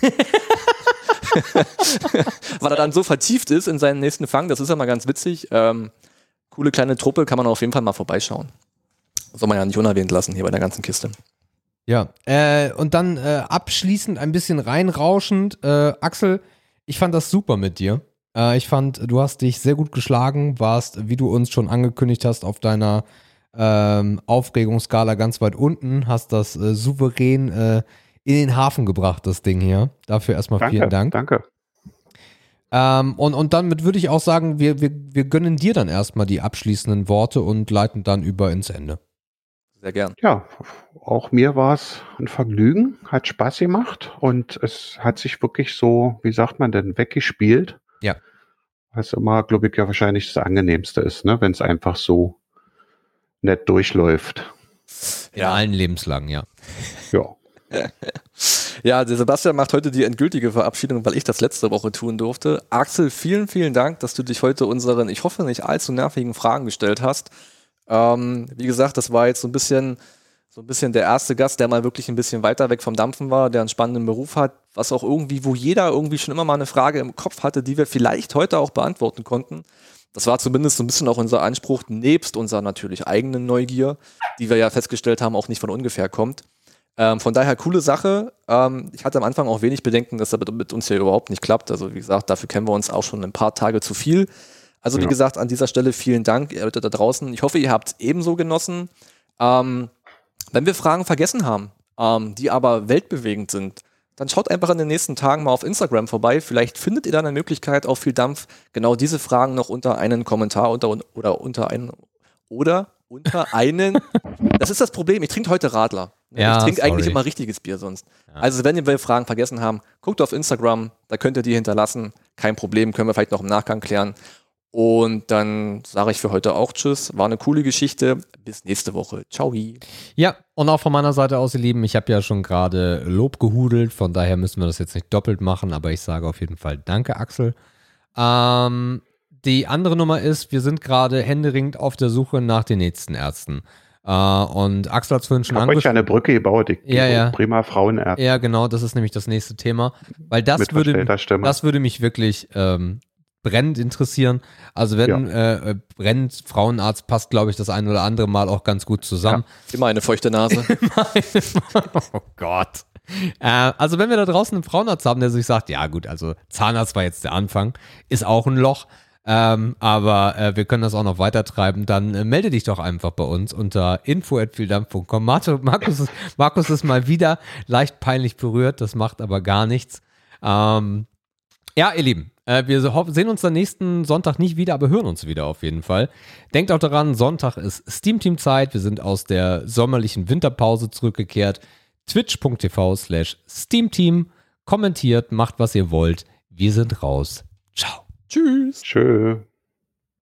Weil er dann so vertieft ist in seinen nächsten Fang. Das ist ja mal ganz witzig. Ähm, coole kleine Truppe, kann man auf jeden Fall mal vorbeischauen. Soll man ja nicht unerwähnt lassen hier bei der ganzen Kiste.
Ja, äh, und dann äh, abschließend ein bisschen reinrauschend. Äh, Axel, ich fand das super mit dir. Äh, ich fand, du hast dich sehr gut geschlagen, warst, wie du uns schon angekündigt hast, auf deiner ähm, Aufregungsskala ganz weit unten, hast das äh, souverän äh, in den Hafen gebracht, das Ding hier. Dafür erstmal
Danke,
vielen Dank.
danke.
Ähm, und, und damit würde ich auch sagen, wir, wir, wir gönnen dir dann erstmal die abschließenden Worte und leiten dann über ins Ende.
Sehr gern.
Ja, auch mir war es ein Vergnügen, hat Spaß gemacht und es hat sich wirklich so, wie sagt man denn, weggespielt.
Ja.
Was immer, glaube ich, ja wahrscheinlich das Angenehmste ist, ne, wenn es einfach so nett durchläuft.
In allen Lebenslagen, ja.
Ja.
Ja, der Sebastian macht heute die endgültige Verabschiedung, weil ich das letzte Woche tun durfte. Axel, vielen, vielen Dank, dass du dich heute unseren, ich hoffe, nicht allzu nervigen Fragen gestellt hast. Ähm, wie gesagt, das war jetzt so ein bisschen so ein bisschen der erste Gast, der mal wirklich ein bisschen weiter weg vom Dampfen war, der einen spannenden Beruf hat, was auch irgendwie, wo jeder irgendwie schon immer mal eine Frage im Kopf hatte, die wir vielleicht heute auch beantworten konnten. Das war zumindest so ein bisschen auch unser Anspruch, nebst unserer natürlich eigenen Neugier, die wir ja festgestellt haben, auch nicht von ungefähr kommt. Ähm, von daher coole Sache. Ähm, ich hatte am Anfang auch wenig Bedenken, dass das mit uns hier überhaupt nicht klappt. Also wie gesagt, dafür kennen wir uns auch schon ein paar Tage zu viel. Also wie
Ja.
gesagt, an dieser Stelle vielen Dank, ihr Leute da draußen. Ich hoffe, ihr habt es ebenso genossen. Ähm, wenn wir Fragen vergessen haben, ähm, die aber weltbewegend sind, dann schaut einfach in den nächsten Tagen mal auf Instagram vorbei. Vielleicht findet ihr da eine Möglichkeit, auf viel Dampf, genau diese Fragen noch unter einen Kommentar unter, oder unter einen oder unter einen. Das ist das Problem. Ich trinke heute Radler.
Ja,
ich trinke
sorry.
eigentlich immer richtiges Bier sonst.
Ja.
Also wenn wir Fragen vergessen haben, guckt auf Instagram, da könnt ihr die hinterlassen. Kein Problem, können wir vielleicht noch im Nachgang klären. Und dann sage ich für heute auch Tschüss. War eine coole Geschichte. Bis nächste Woche. Ciao.
Ja, und auch von meiner Seite aus, ihr Lieben, ich habe ja schon gerade Lob gehudelt, von daher müssen wir das jetzt nicht doppelt machen, aber ich sage auf jeden Fall Danke, Axel. Ähm, die andere Nummer ist, wir sind gerade händeringend auf der Suche nach den nächsten Ärzten. Äh, und Axel hat es vorhin
Ich
schon
habe euch ja
angesprochen.
eine Brücke gebaut, die
Ja, ja.
prima Frauenärzte
Ja, genau, das ist nämlich das nächste Thema, weil das
mit
würde,
verstellter Stimme.
das würde mich wirklich ähm, brennend interessieren. Also wenn äh, äh, brennend Frauenarzt passt, glaube ich, das ein oder andere Mal auch ganz gut zusammen.
Immer eine feuchte Nase.
Oh Gott. Äh, also wenn wir da draußen einen Frauenarzt haben, der sich sagt, ja gut, also Zahnarzt war jetzt der Anfang, ist auch ein Loch, ähm, aber äh, wir können das auch noch weiter treiben, dann äh, melde dich doch einfach bei uns unter info at vieldampf punkt com. Markus ist, Markus ist mal wieder leicht peinlich berührt, das macht aber gar nichts. Ähm, Ja, ihr Lieben, äh, wir ho- sehen uns dann nächsten Sonntag nicht wieder, aber hören uns wieder auf jeden Fall. Denkt auch daran, Sonntag ist Steam-Team-Zeit. Wir sind aus der sommerlichen Winterpause zurückgekehrt. Twitch.tv slash Steam-Team. Kommentiert, macht, was ihr wollt. Wir sind raus. Ciao.
Tschüss.
Tschö.